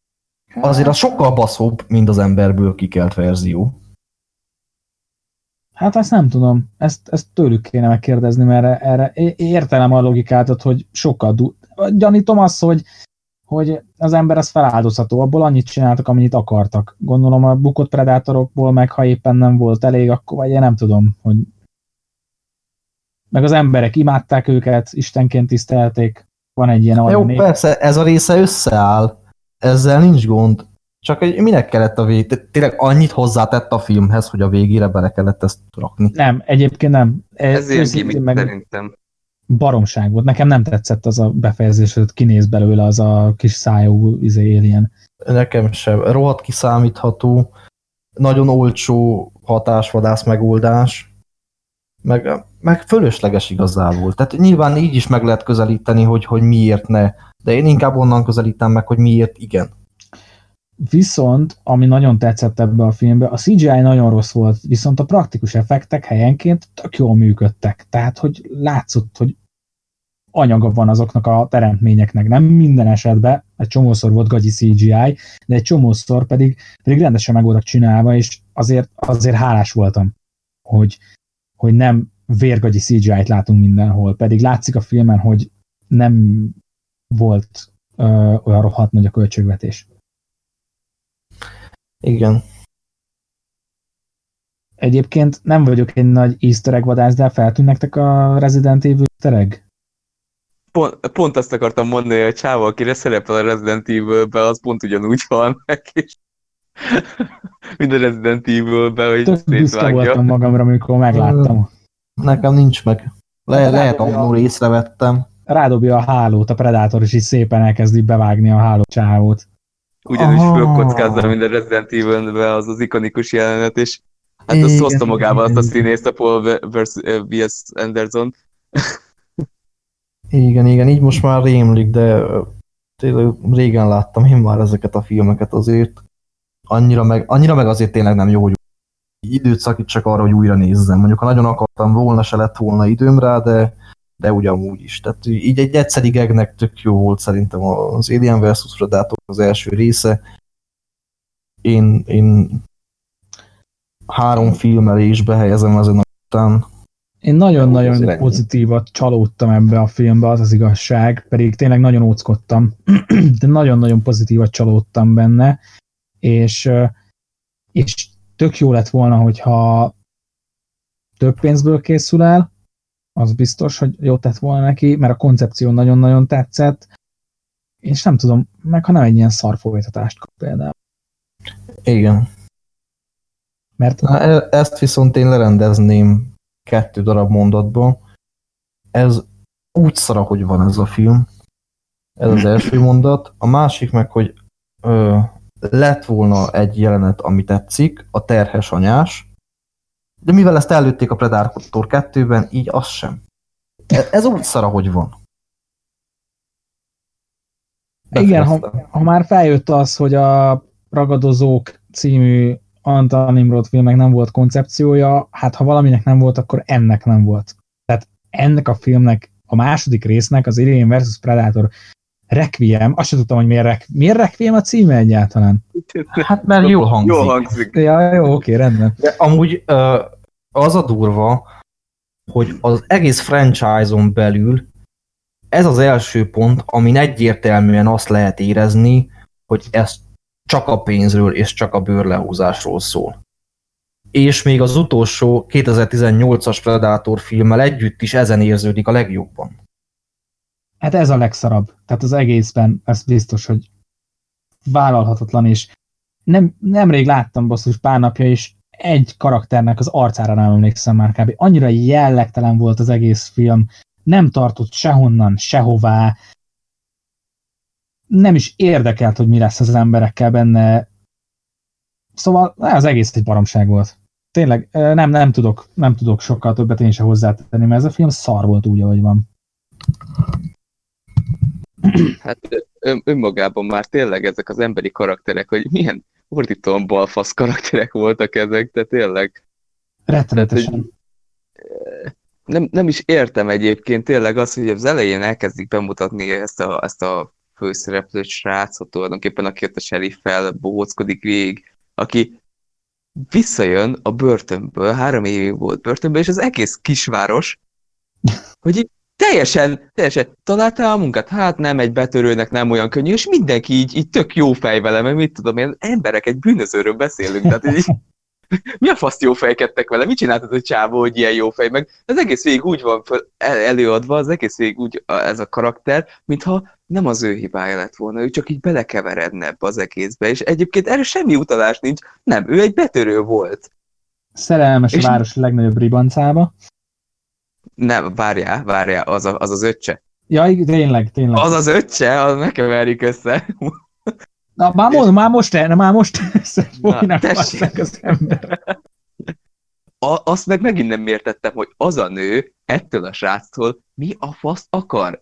Azért az sokkal baszóbb, mint az emberből kikelt verzió. Hát ezt nem tudom, ezt, ezt tőlük kéne megkérdezni, mert erre, erre értelem a logikát, hogy sokkal du... Gyanítom azt, hogy, hogy az ember az feláldozható, abból annyit csináltak, amennyit akartak. Gondolom a bukott predátorokból, meg ha éppen nem volt elég, akkor vagy én nem tudom, hogy meg az emberek imádták őket, istenként tisztelték, van egy ilyen Jó, nép. persze, ez a része összeáll, ezzel nincs gond. Csak hogy minek kellett a vég... Tényleg annyit hozzátett a filmhez, hogy a végére bele kellett ezt rakni. Nem, egyébként nem. Ez ilyen gimmick meg... szerintem. Baromság volt. Nekem nem tetszett az a befejezés, hogy kinéz belőle az a kis szájú izé alien. Nekem sem. Rohadt kiszámítható, nagyon olcsó hatásvadász megoldás, meg, meg fölösleges igazából. Tehát nyilván így is meg lehet közelíteni, hogy, hogy miért ne, de én inkább onnan közelítem meg, hogy miért igen. Viszont, ami nagyon tetszett ebbe a filmbe, a cé gé í nagyon rossz volt, viszont a praktikus effektek helyenként tök jól működtek. Tehát, hogy látszott, hogy anyaga van azoknak a teremtményeknek. Nem minden esetben, egy csomószor volt gagyi cé gé í, de egy csomószor pedig, pedig rendesen meg voltak csinálva, és azért, azért hálás voltam, hogy, hogy nem vérgagyi cé gé í-t látunk mindenhol. Pedig látszik a filmen, hogy nem volt ö, olyan rohadt nagy a költségvetés. Igen. Egyébként nem vagyok egy nagy easter egg vadász, de feltűnt nektek a Resident Evil easter egg? Pont, pont azt akartam mondani, hogy a csávó, akire szerepel a Resident Evil-be, az pont ugyanúgy van meg is. Mind a Resident Evil-be, hogy Tök büszke voltam magamra, amikor megláttam. Nekem nincs meg. Le, lehet, annól észrevettem. Rádobja a hálót, a Predator is így szépen elkezdi bevágni a háló csávót. Ugyanúgy fölkockázza, mint a Resident Evil-be az az ikonikus jelenet, és hát azt hozta magával azt a színészt, a Paul vé es Anderson. Igen, igen, így most már rémlik, de tényleg régen láttam én már ezeket a filmeket azért. Annyira meg, annyira meg azért tényleg nem jó, hogy időt szakítsak arra, hogy újra nézzem. Mondjuk, ha nagyon akartam volna, se lett volna időm rá, de, de ugyanúgy is. Tehát így egy egyszeri gegnek tök jó volt szerintem az Alien versus. Predator az első része. Én, én három filmmel is behelyezem ezen a után. Én nagyon-nagyon pozitívat csalódtam ebbe a filmbe, az az igazság, pedig tényleg nagyon óckodtam, de nagyon-nagyon pozitívat csalódtam benne, és, és tök jó lett volna, hogyha több pénzből készül el, az biztos, hogy jó tett volna neki, mert a koncepció nagyon-nagyon tetszett, és nem tudom, meg ha nem egy ilyen szar folytatást kap például. Igen. Mert Na, ezt viszont én lerendezném kettő darab mondatban. Ez úgy szar, hogy van ez a film. Ez az első mondat. A másik meg, hogy ö, lett volna egy jelenet, ami tetszik, a terhes anyás, de mivel ezt előtték a Predator kettőben, így az sem. Ez úgy szar, hogy van. Igen, ha, ha már feljött az, hogy a Ragadozók című Antal Nimrod filmnek nem volt koncepciója, hát ha valaminek nem volt, akkor ennek nem volt. Tehát ennek a filmnek, a második résznek, az Alien versus. Predator Requiem, azt sem tudtam, hogy miért, rek, miért Requiem a címe egyáltalán. Hát mert jól hangzik. Jól hangzik. Ja, jó, oké, rendben. De amúgy az a durva, hogy az egész franchise-on belül ez az első pont, amin egyértelműen azt lehet érezni, hogy ez csak a pénzről és csak a bőrlehúzásról szól. És még az utolsó kétezer-tizennyolcas Predator filmmel együtt is ezen érződik a legjobban. Hát ez a legszarabb. Tehát az egészben ez biztos, hogy vállalhatatlan, és nem, nemrég láttam basszus pár napja, és egy karakternek az arcára nem emlékszem már kb. Annyira jellegtelen volt az egész film, nem tartott sehonnan, sehová, nem is érdekelt, hogy mi lesz az emberekkel benne. Szóval az egész egy baromság volt. Tényleg nem, nem, tudok, nem tudok sokkal többet én sem hozzátenni, mert ez a film szar volt úgy, ahogy van. Hát ön, önmagában már tényleg ezek az emberi karakterek, hogy milyen ordítóan balfasz karakterek voltak ezek, de tényleg... Rettenetesen. Nem, nem is értem egyébként tényleg az, hogy az elején elkezdik bemutatni ezt a, ezt a főszereplőt srácot tulajdonképpen, aki ott a sheriffel bohóckodik végig, aki visszajön a börtönből, három évig volt börtönből, és az egész kisváros, hogy így teljesen, teljesen találtál a munkát, hát nem egy betörőnek nem olyan könnyű, és mindenki így, így tök jó fej vele, mert mit tudom én, emberek, egy bűnözőről beszélünk, tehát így, mi a faszt jó fejkedtek vele, mit csináltad a csávó, hogy ilyen jó fej, meg az egész végig úgy van föl, el, előadva, az egész végig úgy ez a karakter, mintha nem az ő hibája lett volna, ő csak így belekeveredne ebbe az egészbe, és egyébként erre semmi utalás nincs, nem, ő egy betörő volt. Szerelmes és a város legnagyobb ribancába. Nem, várjál, várjál, az a, az, az öccse. Ja, tényleg, tényleg. Az az öccse, az ne keverjük össze. Na, már, mond, már most, el, már most Na, az ember. A, azt meg megint nem értettem, hogy az a nő ettől a sráctól mi a fasz akar.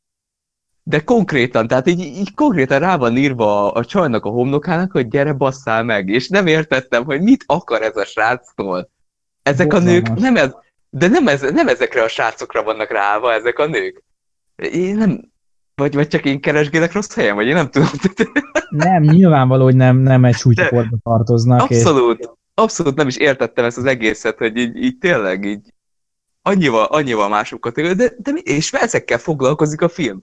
De konkrétan, tehát így, így konkrétan rá van írva a, a csajnak a homlokának, hogy gyere basszál meg, és nem értettem, hogy mit akar ez a sráctól. Ezek Borzalmas. A nők nem ez, de nem, ez, nem ezekre a srácokra vannak ráva ezek a nők. Én nem, vagy, vagy csak én keresgélek rossz helyen, vagy én nem tudom. Nem, nyilvánvaló, hogy nem, nem egy súlycsoportba tartoznak. Abszolút, és... abszolút nem is értettem ezt az egészet, hogy így, így tényleg így annyival, annyival másokat, de, de és ezekkel foglalkozik a film.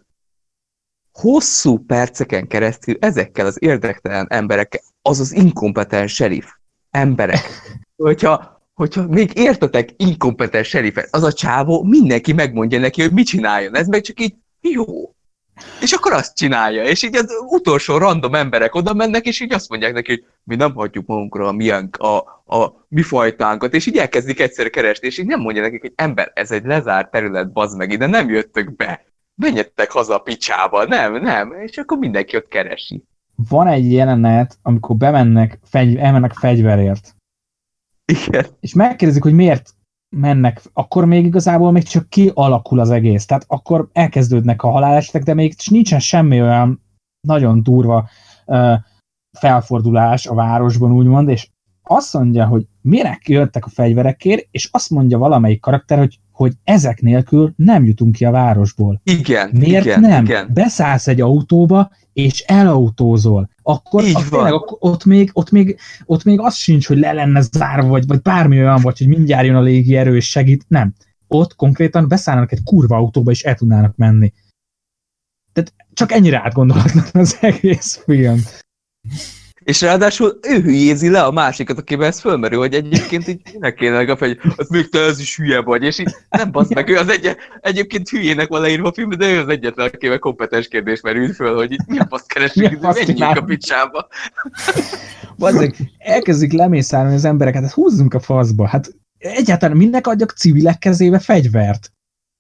Hosszú perceken keresztül ezekkel az érdektelen emberekkel, az az inkompetens sheriff emberek. Hogyha, hogyha még értetek inkompetens sheriffet, az a csávó, mindenki megmondja neki, hogy mit csináljon. Ez meg csak így jó. És akkor azt csinálja, és így az utolsó random emberek oda mennek, és így azt mondják neki, hogy mi nem hagyjuk magunkra a miénk, a, a mi fajtánkat, és így elkezdik egyszer keresni, és így nem mondja nekik, hogy ember, ez egy lezárt terület, bazd meg, ide nem jöttök be. Menjetek haza a picsába, nem, nem, és akkor mindenki ott keresi. Van egy jelenet, amikor bemennek, fegy, elmennek fegyverért. Igen. És megkérdezik, hogy miért mennek, akkor még igazából még csak kialakul az egész. Tehát akkor elkezdődnek a halálesetek, de még nincsen semmi olyan nagyon durva uh, felfordulás a városban, úgymond, és azt mondja, hogy minek jöttek a fegyverekért, és azt mondja valamelyik karakter, hogy hogy ezek nélkül nem jutunk ki a városból. Igen, Miért igen, nem? Igen. Beszállsz egy autóba, és elautózol. Akkor az tényleg, ott, még, ott, még, ott még az sincs, hogy le lenne zárva, vagy, vagy bármi olyan, vagy hogy mindjárt jön a légierő, és segít. Nem. Ott konkrétan beszállnak egy kurva autóba, és el tudnának menni. Tehát csak ennyire átgondolatlan az egész film. És ráadásul ő hülyézi le a másikat, akiben ez fölmerül, hogy egyébként így minek kéne meg, hogy az még te ez is hülye vagy, és így nem basz meg, ő az egy, egyébként hülyének van leírva a film, de ő az egyetlen, akivel kompetens kérdés merült föl, hogy így mi a fasz keresünk, menjünk a picsába. Bazdeg, elkezdik lemészárolni az embereket, hát húzzunk a faszba, hát egyáltalán minek adjak civilek kezébe fegyvert?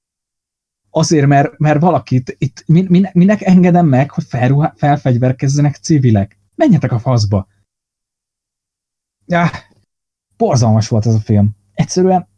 Azért, mert, mert valakit, itt min, minek engedem meg, hogy felruhá, felfegyverkezzenek civilek? Menjetek a faszba! Ja, borzalmas volt ez a film. Egyszerűen...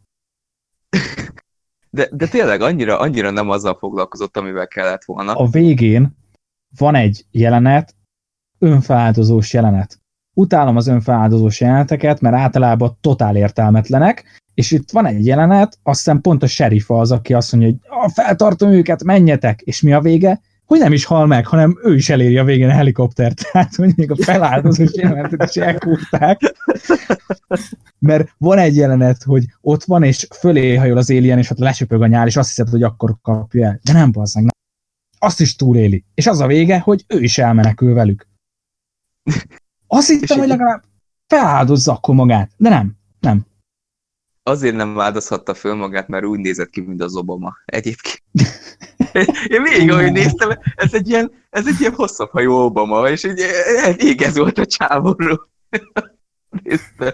De, de tényleg annyira, annyira nem azzal foglalkozott, amivel kellett volna. A végén van egy jelenet, önfeláldozós jelenet. Utálom az önfeláldozós jeleneteket, mert általában totál értelmetlenek, és itt van egy jelenet, azt hiszem pont a sheriff az, aki azt mondja, hogy ah, feltartom őket, menjetek! És mi a vége? Hogy nem is hal meg, hanem ő is eléri a végén a helikoptert. Tehát, hogy még a feláldozós jelenetet is elkúrták. Mert van egy jelenet, hogy ott van, és fölé hajol az alien, és ott lesöpög a nyál, és azt hiszed, hogy akkor kapja el. De nem, bazzeg, nem. Azt is túléli. És az a vége, hogy ő is elmenekül velük. Azt hittem, hogy legalább feláldozza akkor magát. De nem, nem. Azért nem áldozhatta föl magát, mert úgy nézett ki, mint az Obama. Egyébként. Én végig, ahogy néztem, ez egy ilyen, ez egy ilyen hosszabb hajú Obama, és így elég ez volt a csávóról. Nézte.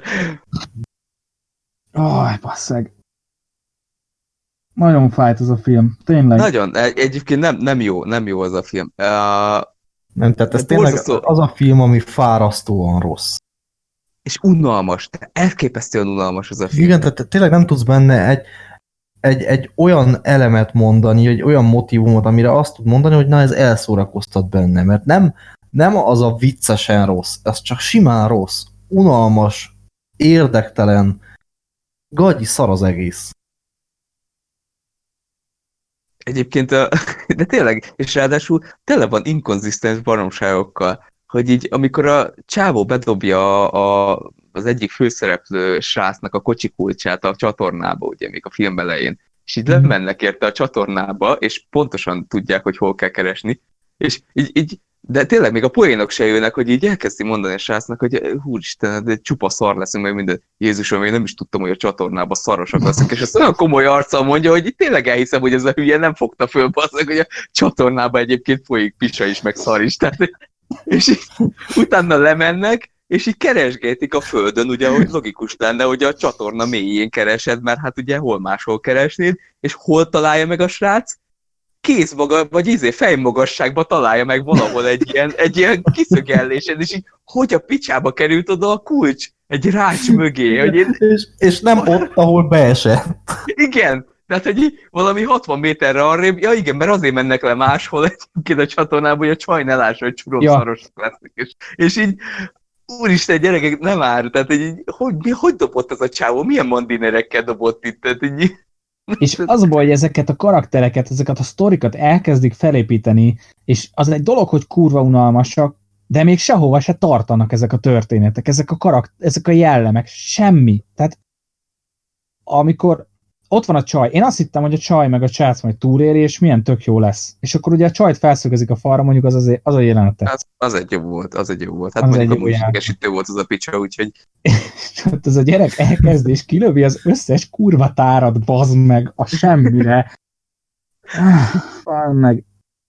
Aj, basszeg. Nagyon fájt az a film, tényleg. Nagyon, egyébként nem, nem jó, nem jó az a film. Uh, nem, tehát ez tényleg borzasztó... az a film, ami fárasztóan rossz. És unalmas, elképesztően unalmas az a film. Igen, tehát tényleg nem tudsz benne egy, egy, egy olyan elemet mondani, egy olyan motívumot, amire azt tud mondani, hogy na ez elszórakoztat benne, mert nem, nem az a viccesen rossz, ez csak simán rossz, unalmas, érdektelen, gagyi szar az egész. Egyébként, a, de tényleg, és ráadásul tele van inkonzisztens baromságokkal, hogy így, amikor a csávó bedobja a, a az egyik főszereplő srácnak a kocsi kulcsát a csatornába, ugye még a film elején. És így lemennek érte a csatornába, és pontosan tudják, hogy hol kell keresni. És így, így de tényleg még a poénok se jönnek, hogy így elkezdi mondani a srácnak, hogy húristen, de csupa szar leszünk, meg minden. Jézusom, én nem is tudtam, hogy a csatornába szarosak leszünk, és ezt olyan komoly arccal mondja, hogy itt tényleg elhiszem, hogy ez a hülye nem fogta föl, basszak, hogy a csatornába egyébként folyik pisa is, meg szar is. Tehát, és így, utána lemennek, és így keresgétik a földön, ugye, hogy logikus lenne, hogy a csatorna mélyén keresed, mert hát ugye hol máshol keresnéd, és hol találja meg a srác? Kézmaga, vagy izé fejmagasságban találja meg valahol egy ilyen, egy ilyen kiszögellésen, és így hogy a picsába került oda a kulcs? Egy rács mögé. Hogy én... és, és nem ott, ahol beesett. Igen, tehát hogy így valami hatvan méterre arrébb, ja igen, mert azért mennek le máshol egyébként a csatornába, hogy a csaj ne lássa, hogy csuromszarosok ja. lesznek. És, és így, úristen, gyerekek, nem áll, tehát hogy így, hogy, mi, hogy dobott ez a csávó? Milyen mandinerekkel dobott itt? Tehát így... És az a baj, hogy ezeket a karaktereket, ezeket a sztorikat elkezdik felépíteni, és az egy dolog, hogy kurva unalmasak, de még sehova se tartanak ezek a történetek, ezek a karakter, ezek a jellemek, semmi. Tehát amikor ott van a csaj, én azt hittem, hogy a csaj meg a csác majd túléri, és milyen tök jó lesz. És akkor ugye a csajt felszögezik a falra, mondjuk az az, az a jelenete. Az, az egy jó volt, az egy jó volt. Hát az mondjuk a muzsikesítő volt az a picsa, úgyhogy... Hát ez a gyerek elkezd, és kilövi az összes kurva tárat, bazd meg, a semmire. Ah, meg.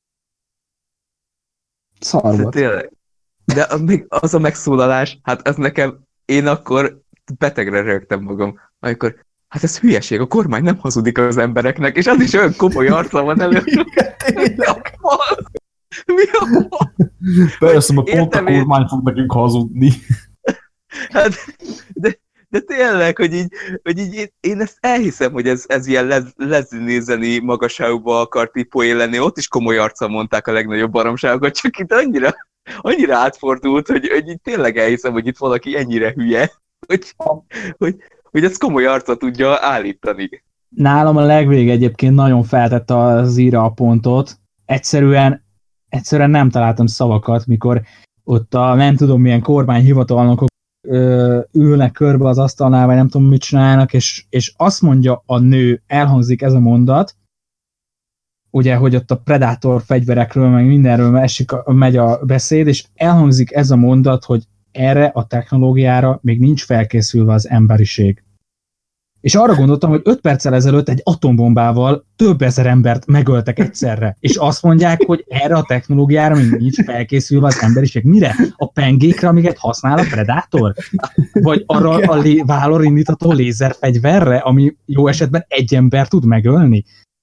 Szar volt. De tényleg. De még az a megszólalás, hát ez nekem, én akkor betegre rögtem magam, amikor hát ez hülyeség, a kormány nem hazudik az embereknek, és az is olyan komoly arca van előtt. Mi a fasz? Mi a fasz? Persze, mert pont a kormány fog nekünk hazudni. Hát, de, de tényleg, hogy így, hogy így én, én ezt elhiszem, hogy ez, ez ilyen lez, leznézeni magasságba akart így poén lenni, ott is komoly arccal mondták a legnagyobb baromságokat, csak itt annyira, annyira átfordult, hogy, hogy így tényleg elhiszem, hogy itt valaki ennyire hülye, hogy, hogy, hogy ezt komoly arccal tudja állítani. Nálam a legvég egyébként nagyon feltett az íra a pontot. Egyszerűen, egyszerűen nem találtam szavakat, mikor ott a nem tudom milyen kormányhivatalnokok ö, ülnek körbe az asztalnál, vagy nem tudom mit csinálnak, és, és azt mondja a nő, elhangzik ez a mondat, ugye, hogy ott a Predator fegyverekről, meg mindenről esik, megy a beszéd, és elhangzik ez a mondat, hogy erre a technológiára még nincs felkészülve az emberiség. És arra gondoltam, hogy öt perccel ezelőtt egy atombombával több ezer embert megöltek egyszerre. És azt mondják, hogy erre a technológiára még nincs felkészülve az emberiség. Mire? A pengékre, amiket használ a Predator? Vagy arra a lé- vállal indítható lézerfegyverre, ami jó esetben egy ember tud megölni?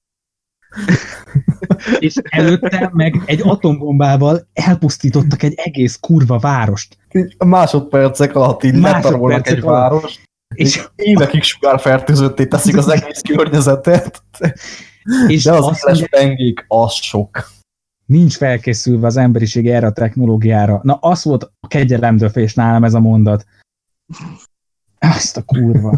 És előtte meg egy atombombával elpusztítottak egy egész kurva várost. A másodpercek alatt így letarolnak egy várost, és évekig sugárfertőzötté teszik az egész környezetet. És de az éles pengék, az sok. Nincs felkészülve az emberiség erre a technológiára. Na, az volt a kegyelemdöfés nálam ez a mondat. Azt a kurva.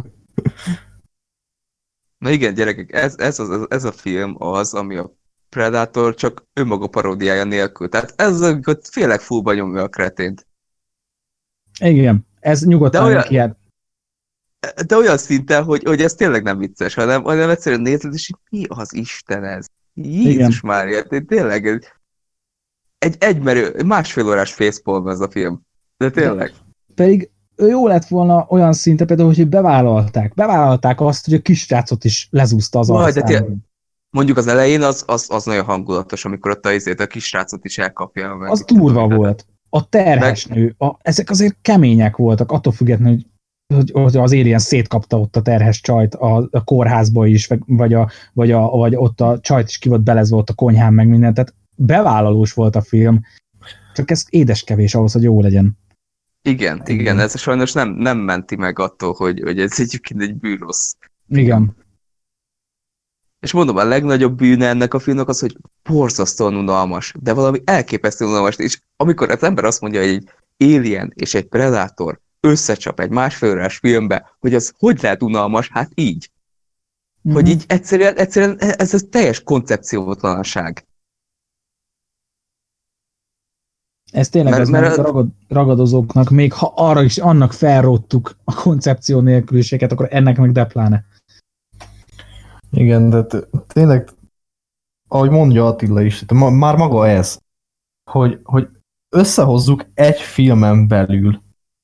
Na igen, gyerekek, ez, ez, az, ez a film az, ami a Predator csak önmaga paródiája nélkül. Tehát ez, amikor félek fullba nyomja a kretént. Igen, ez nyugodtan de olyan, kiad. De olyan szinten, hogy, hogy ez tényleg nem vicces, hanem, hanem egyszerűen nézed, és mi az Isten ez? Jézus Mária, tényleg ez egy egymerő, másfél órás facepalm ez a film. De tényleg. De pedig jó lett volna olyan szinte például, hogy bevállalták. Bevállalták azt, hogy a kisrácot is lezúzta az arcán. Mondjuk az elején az, az, az nagyon hangulatos, amikor ott a, a kisrácot is elkapja. Meg az durva volt. A terhes meg... nő, a, ezek azért kemények voltak, attól függetlenül, hogy, hogy az Alien szétkapta ott a terhes csajt a, a kórházba is, vagy, a, vagy, a, vagy ott a csajt is ki volt belezve ott a konyhán, meg minden. Tehát bevállalós volt a film, csak ez édeskevés ahhoz, hogy jó legyen. Igen, igen, igen, ez sajnos nem, nem menti meg attól, hogy, hogy ez egyébként egy bűnrossz. Igen. És mondom, a legnagyobb bűne ennek a filmnek az, hogy borzasztóan unalmas, de valami elképesztően unalmas, és amikor az ember azt mondja, hogy egy Alien és egy Predator összecsap egy másfél órás filmbe, hogy az hogy lehet unalmas, hát így. Mm-hmm. Hogy így egyszerűen, egyszerűen ez a teljes koncepciótlanság. Ez tényleg Mert- az, mert- mert a ragad, ragadozóknak, még ha arra is annak felróttuk a koncepció nélküliséget, akkor ennek meg depláne. Igen, de t- tényleg, ahogy mondja Attila is, ma- már maga ez, hogy, hogy összehozzuk egy filmen belül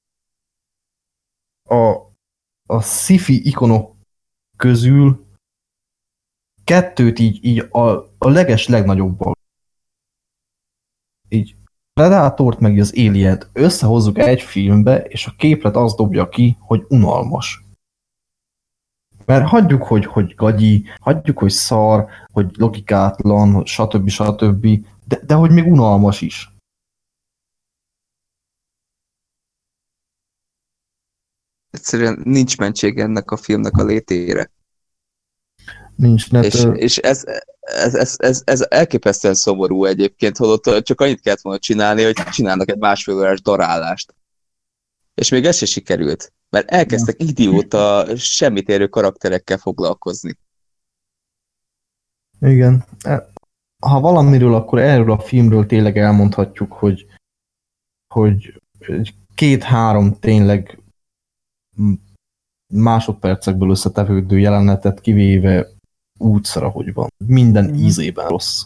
a, a sci-fi ikonok közül kettőt így, így a, a leges legnagyobbak. Így Predátort meg az Alien-t összehozzuk egy filmbe, és a képlet azt dobja ki, hogy unalmas. Mert hagyjuk, hogy, hogy gagyi, hagyjuk, hogy szar, hogy logikátlan, stb. stb. De, de hogy még unalmas is. Egyszerűen nincs mentség ennek a filmnek a létére. Nincs net. És, és ez, ez, ez, ez, ez elképesztően szomorú egyébként, holott csak annyit kellett volna csinálni, hogy csinálnak egy másfél órás darálást. És még ez se sikerült, mert elkezdtek idióta, semmit érő karakterekkel foglalkozni. Igen. Ha valamiről, akkor erről a filmről tényleg elmondhatjuk, hogy, hogy két-három tényleg másodpercekből összetevődő jelenetet kivéve útszara, hogy van. Minden mm. ízében rossz.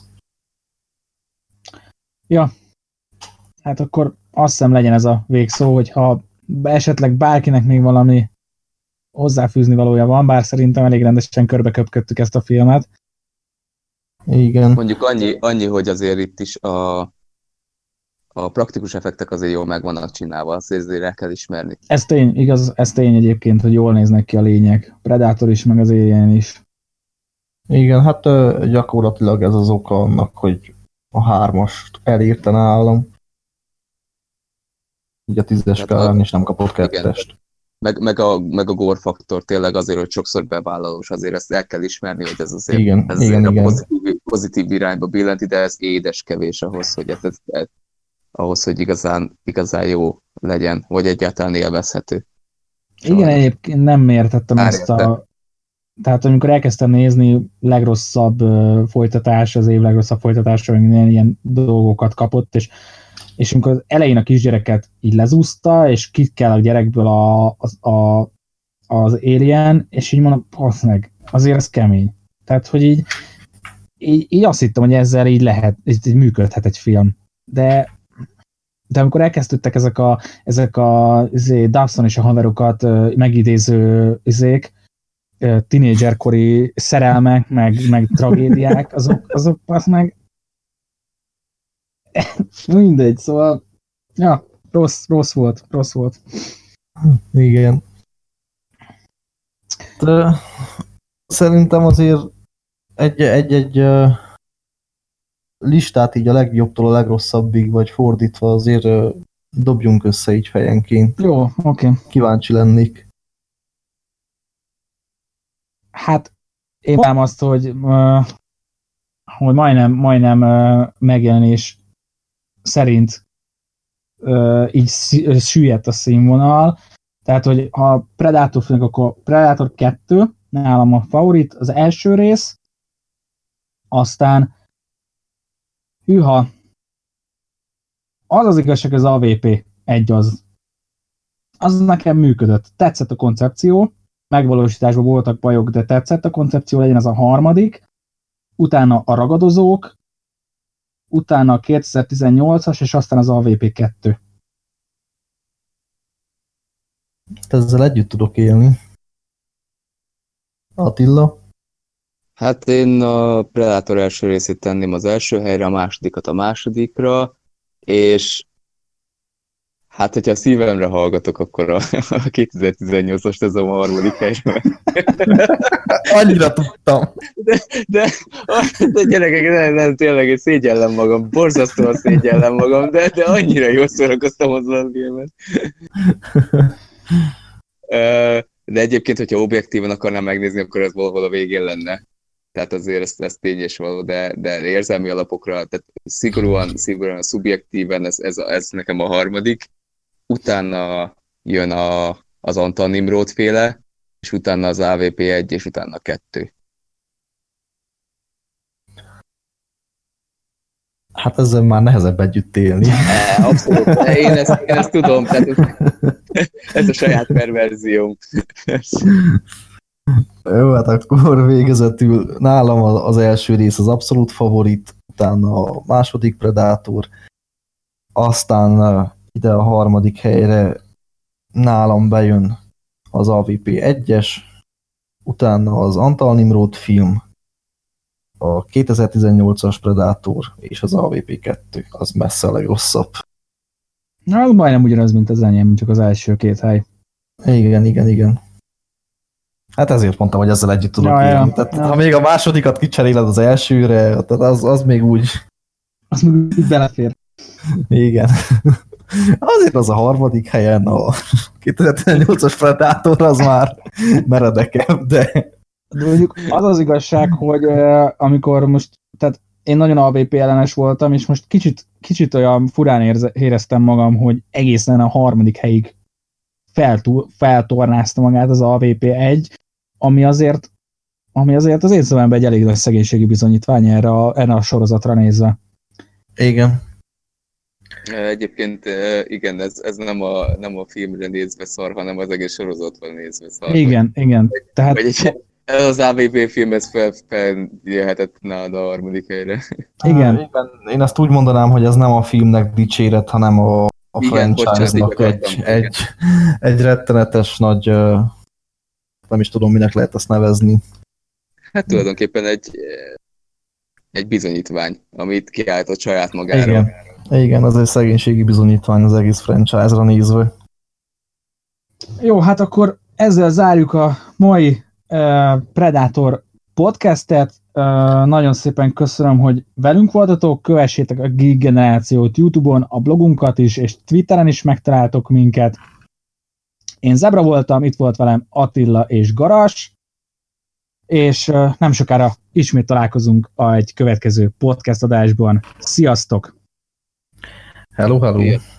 Ja, hát akkor azt hiszem legyen ez a végszó, hogyha esetleg bárkinek még valami hozzáfűzni valója van, bár szerintem elég rendesen körbeköpködtük ezt a filmet. Igen. Mondjuk annyi, annyi hogy azért itt is a, a praktikus effektek azért jól meg vannak csinálva, azt azért el kell ismerni. Ez tény, igaz, ez tény egyébként, hogy jól néznek ki a lények. Predator is, meg az Alien is. Igen, hát gyakorlatilag ez az oka annak, hogy a hármast elírta nálam. Így a tízes skálán is nem kapott kettest. Meg, meg, a, meg a gore faktor tényleg azért, hogy sokszor bevállalós, azért ezt el kell ismerni, hogy ez azért, igen, ez igen, azért igen. a pozitív, pozitív irányba billenti, de ez édes kevés ahhoz, hogy ez, ez, ez, ahhoz, hogy igazán, igazán jó legyen, vagy egyáltalán élvezhető. Igen, Sajnos. Egyébként nem értettem Már ezt értem. a... Tehát amikor elkezdtem nézni, legrosszabb uh, folytatás, az év legrosszabb folytatása, ilyen, ilyen dolgokat kapott, és, és amikor az elején a kisgyereket így lezúzta, és ki kell a gyerekből a, az, a, az Alien, és így mondom, passz meg, azért ez kemény. Tehát, hogy így, így, így azt hittem, hogy ezzel így lehet, így, így működhet egy film. De de amikor elkezdődtek ezek a, ezek a izé, Dawson és a haverokat uh, megidéző izék, uh, tínédzserkori szerelmek, meg, meg tragédiák, azok, azok az meg mindegy, szóval ja, rossz, rossz volt, rossz volt. Igen. De szerintem azért egy-egy listát így a legjobbtól a legrosszabbig, vagy fordítva azért uh, dobjunk össze így fejenként. Jó, oké. Okay. Kíváncsi lennék. Hát én vám azt, hogy, uh, hogy majdnem, majdnem uh, megjelenés szerint uh, így süllyedt a színvonal. Tehát, hogy ha Predator főnök, akkor Predator kettő, nálam a favorit, az első rész, aztán hűha, az az igazság, az á vé pé egy az. Az nekem működött. Tetszett a koncepció, megvalósításban voltak bajok, de tetszett a koncepció, legyen az a harmadik, utána a ragadozók, utána a kétezer-tizennyolcas, és aztán az á vé pé kettő. Ezzel együtt tudok élni. Attila? Hát én a Predator első részét tenném az első helyre, a másodikat a másodikra, és hát, hogyha a szívemre hallgatok, akkor a, a kétezer-tizennyolcast ez a harmadik helyre. Annyira tudtam. De, de, de gyerekek, nem, nem, tényleg, én szégyellem magam, borzasztóan szégyellem magam, de, de annyira jól szórakoztam hozzá a filmet. De egyébként, hogyha objektíven akarnám megnézni, akkor ez valahol a végén lenne. Tehát azért ez, ez tény és való, de, de érzelmi alapokra, tehát szigorúan, szigorúan szubjektíven ez, ez, ez nekem a harmadik. Utána jön a, az Anton Nimród féle, és utána az á vé pé egy, és utána a kettő. Hát ezzel már nehezebb együtt élni. E, abszolút. Én ezt, én ezt tudom, tehát ez, ez a saját perverzióm. Jó, hát akkor végezetül nálam az első rész az abszolút favorit, utána a második Predator, aztán ide a harmadik helyre nálam bejön az á vé pé egyes, utána az Antal Nimrod film, a kétezer-tizennyolcas Predator és az á vé pé kettő, az messze a legrosszabb. Na, az majdnem ugyanaz, mint az enyém, csak az első két hely. Igen, igen, igen. Hát ezért mondtam, hogy ezzel együtt tudok ja, élni. ja, Tehát, ja. ha még a másodikat kicseréled az elsőre, az, az még úgy... Az még úgy belefér. Igen. Azért az a harmadik helyen a kétezer-tizennyolcas Predator az már meredekebb, de... De mondjuk az az igazság, hogy uh, amikor most, tehát én nagyon á vé pé ellenes voltam, és most kicsit, kicsit olyan furán érze, éreztem magam, hogy egészen a harmadik helyig feltú, feltornázta magát az á vé pé egy, ami azért, ami azért az én szememben egy elég nagy szegénységi bizonyítvány erre a, erre a sorozatra nézve. Igen. Egyébként igen, ez, ez nem, a, nem a filmre nézve szar, hanem az egész sorozatra nézve szar. Igen, vagy, igen. Tehát... Vagy egy, az á vé pé film, ez fel, feljöhetett nálad a harmadik helyre. Igen. Igen. Én azt úgy mondanám, hogy ez nem a filmnek dicséret, hanem a, a franchise-nak egy, egy, egy rettenetes nagy, nem is tudom, minek lehet azt nevezni. Hát tulajdonképpen egy, egy bizonyítvány, amit kiállított saját magára. Igen. Igen, az egy szegénységi bizonyítvány az egész franchise-ra nézve. Jó, hát akkor ezzel zárjuk a mai uh, Predator podcastet. Uh, nagyon szépen köszönöm, hogy velünk voltatok. Kövessétek a Geek Generációt YouTube-on, a blogunkat is, és Twitteren is megtaláltok minket. Én Zebra voltam, itt volt velem Attila és Garas, és uh, nem sokára ismét találkozunk egy következő podcast adásban. Sziasztok! Hello, hello! Igen.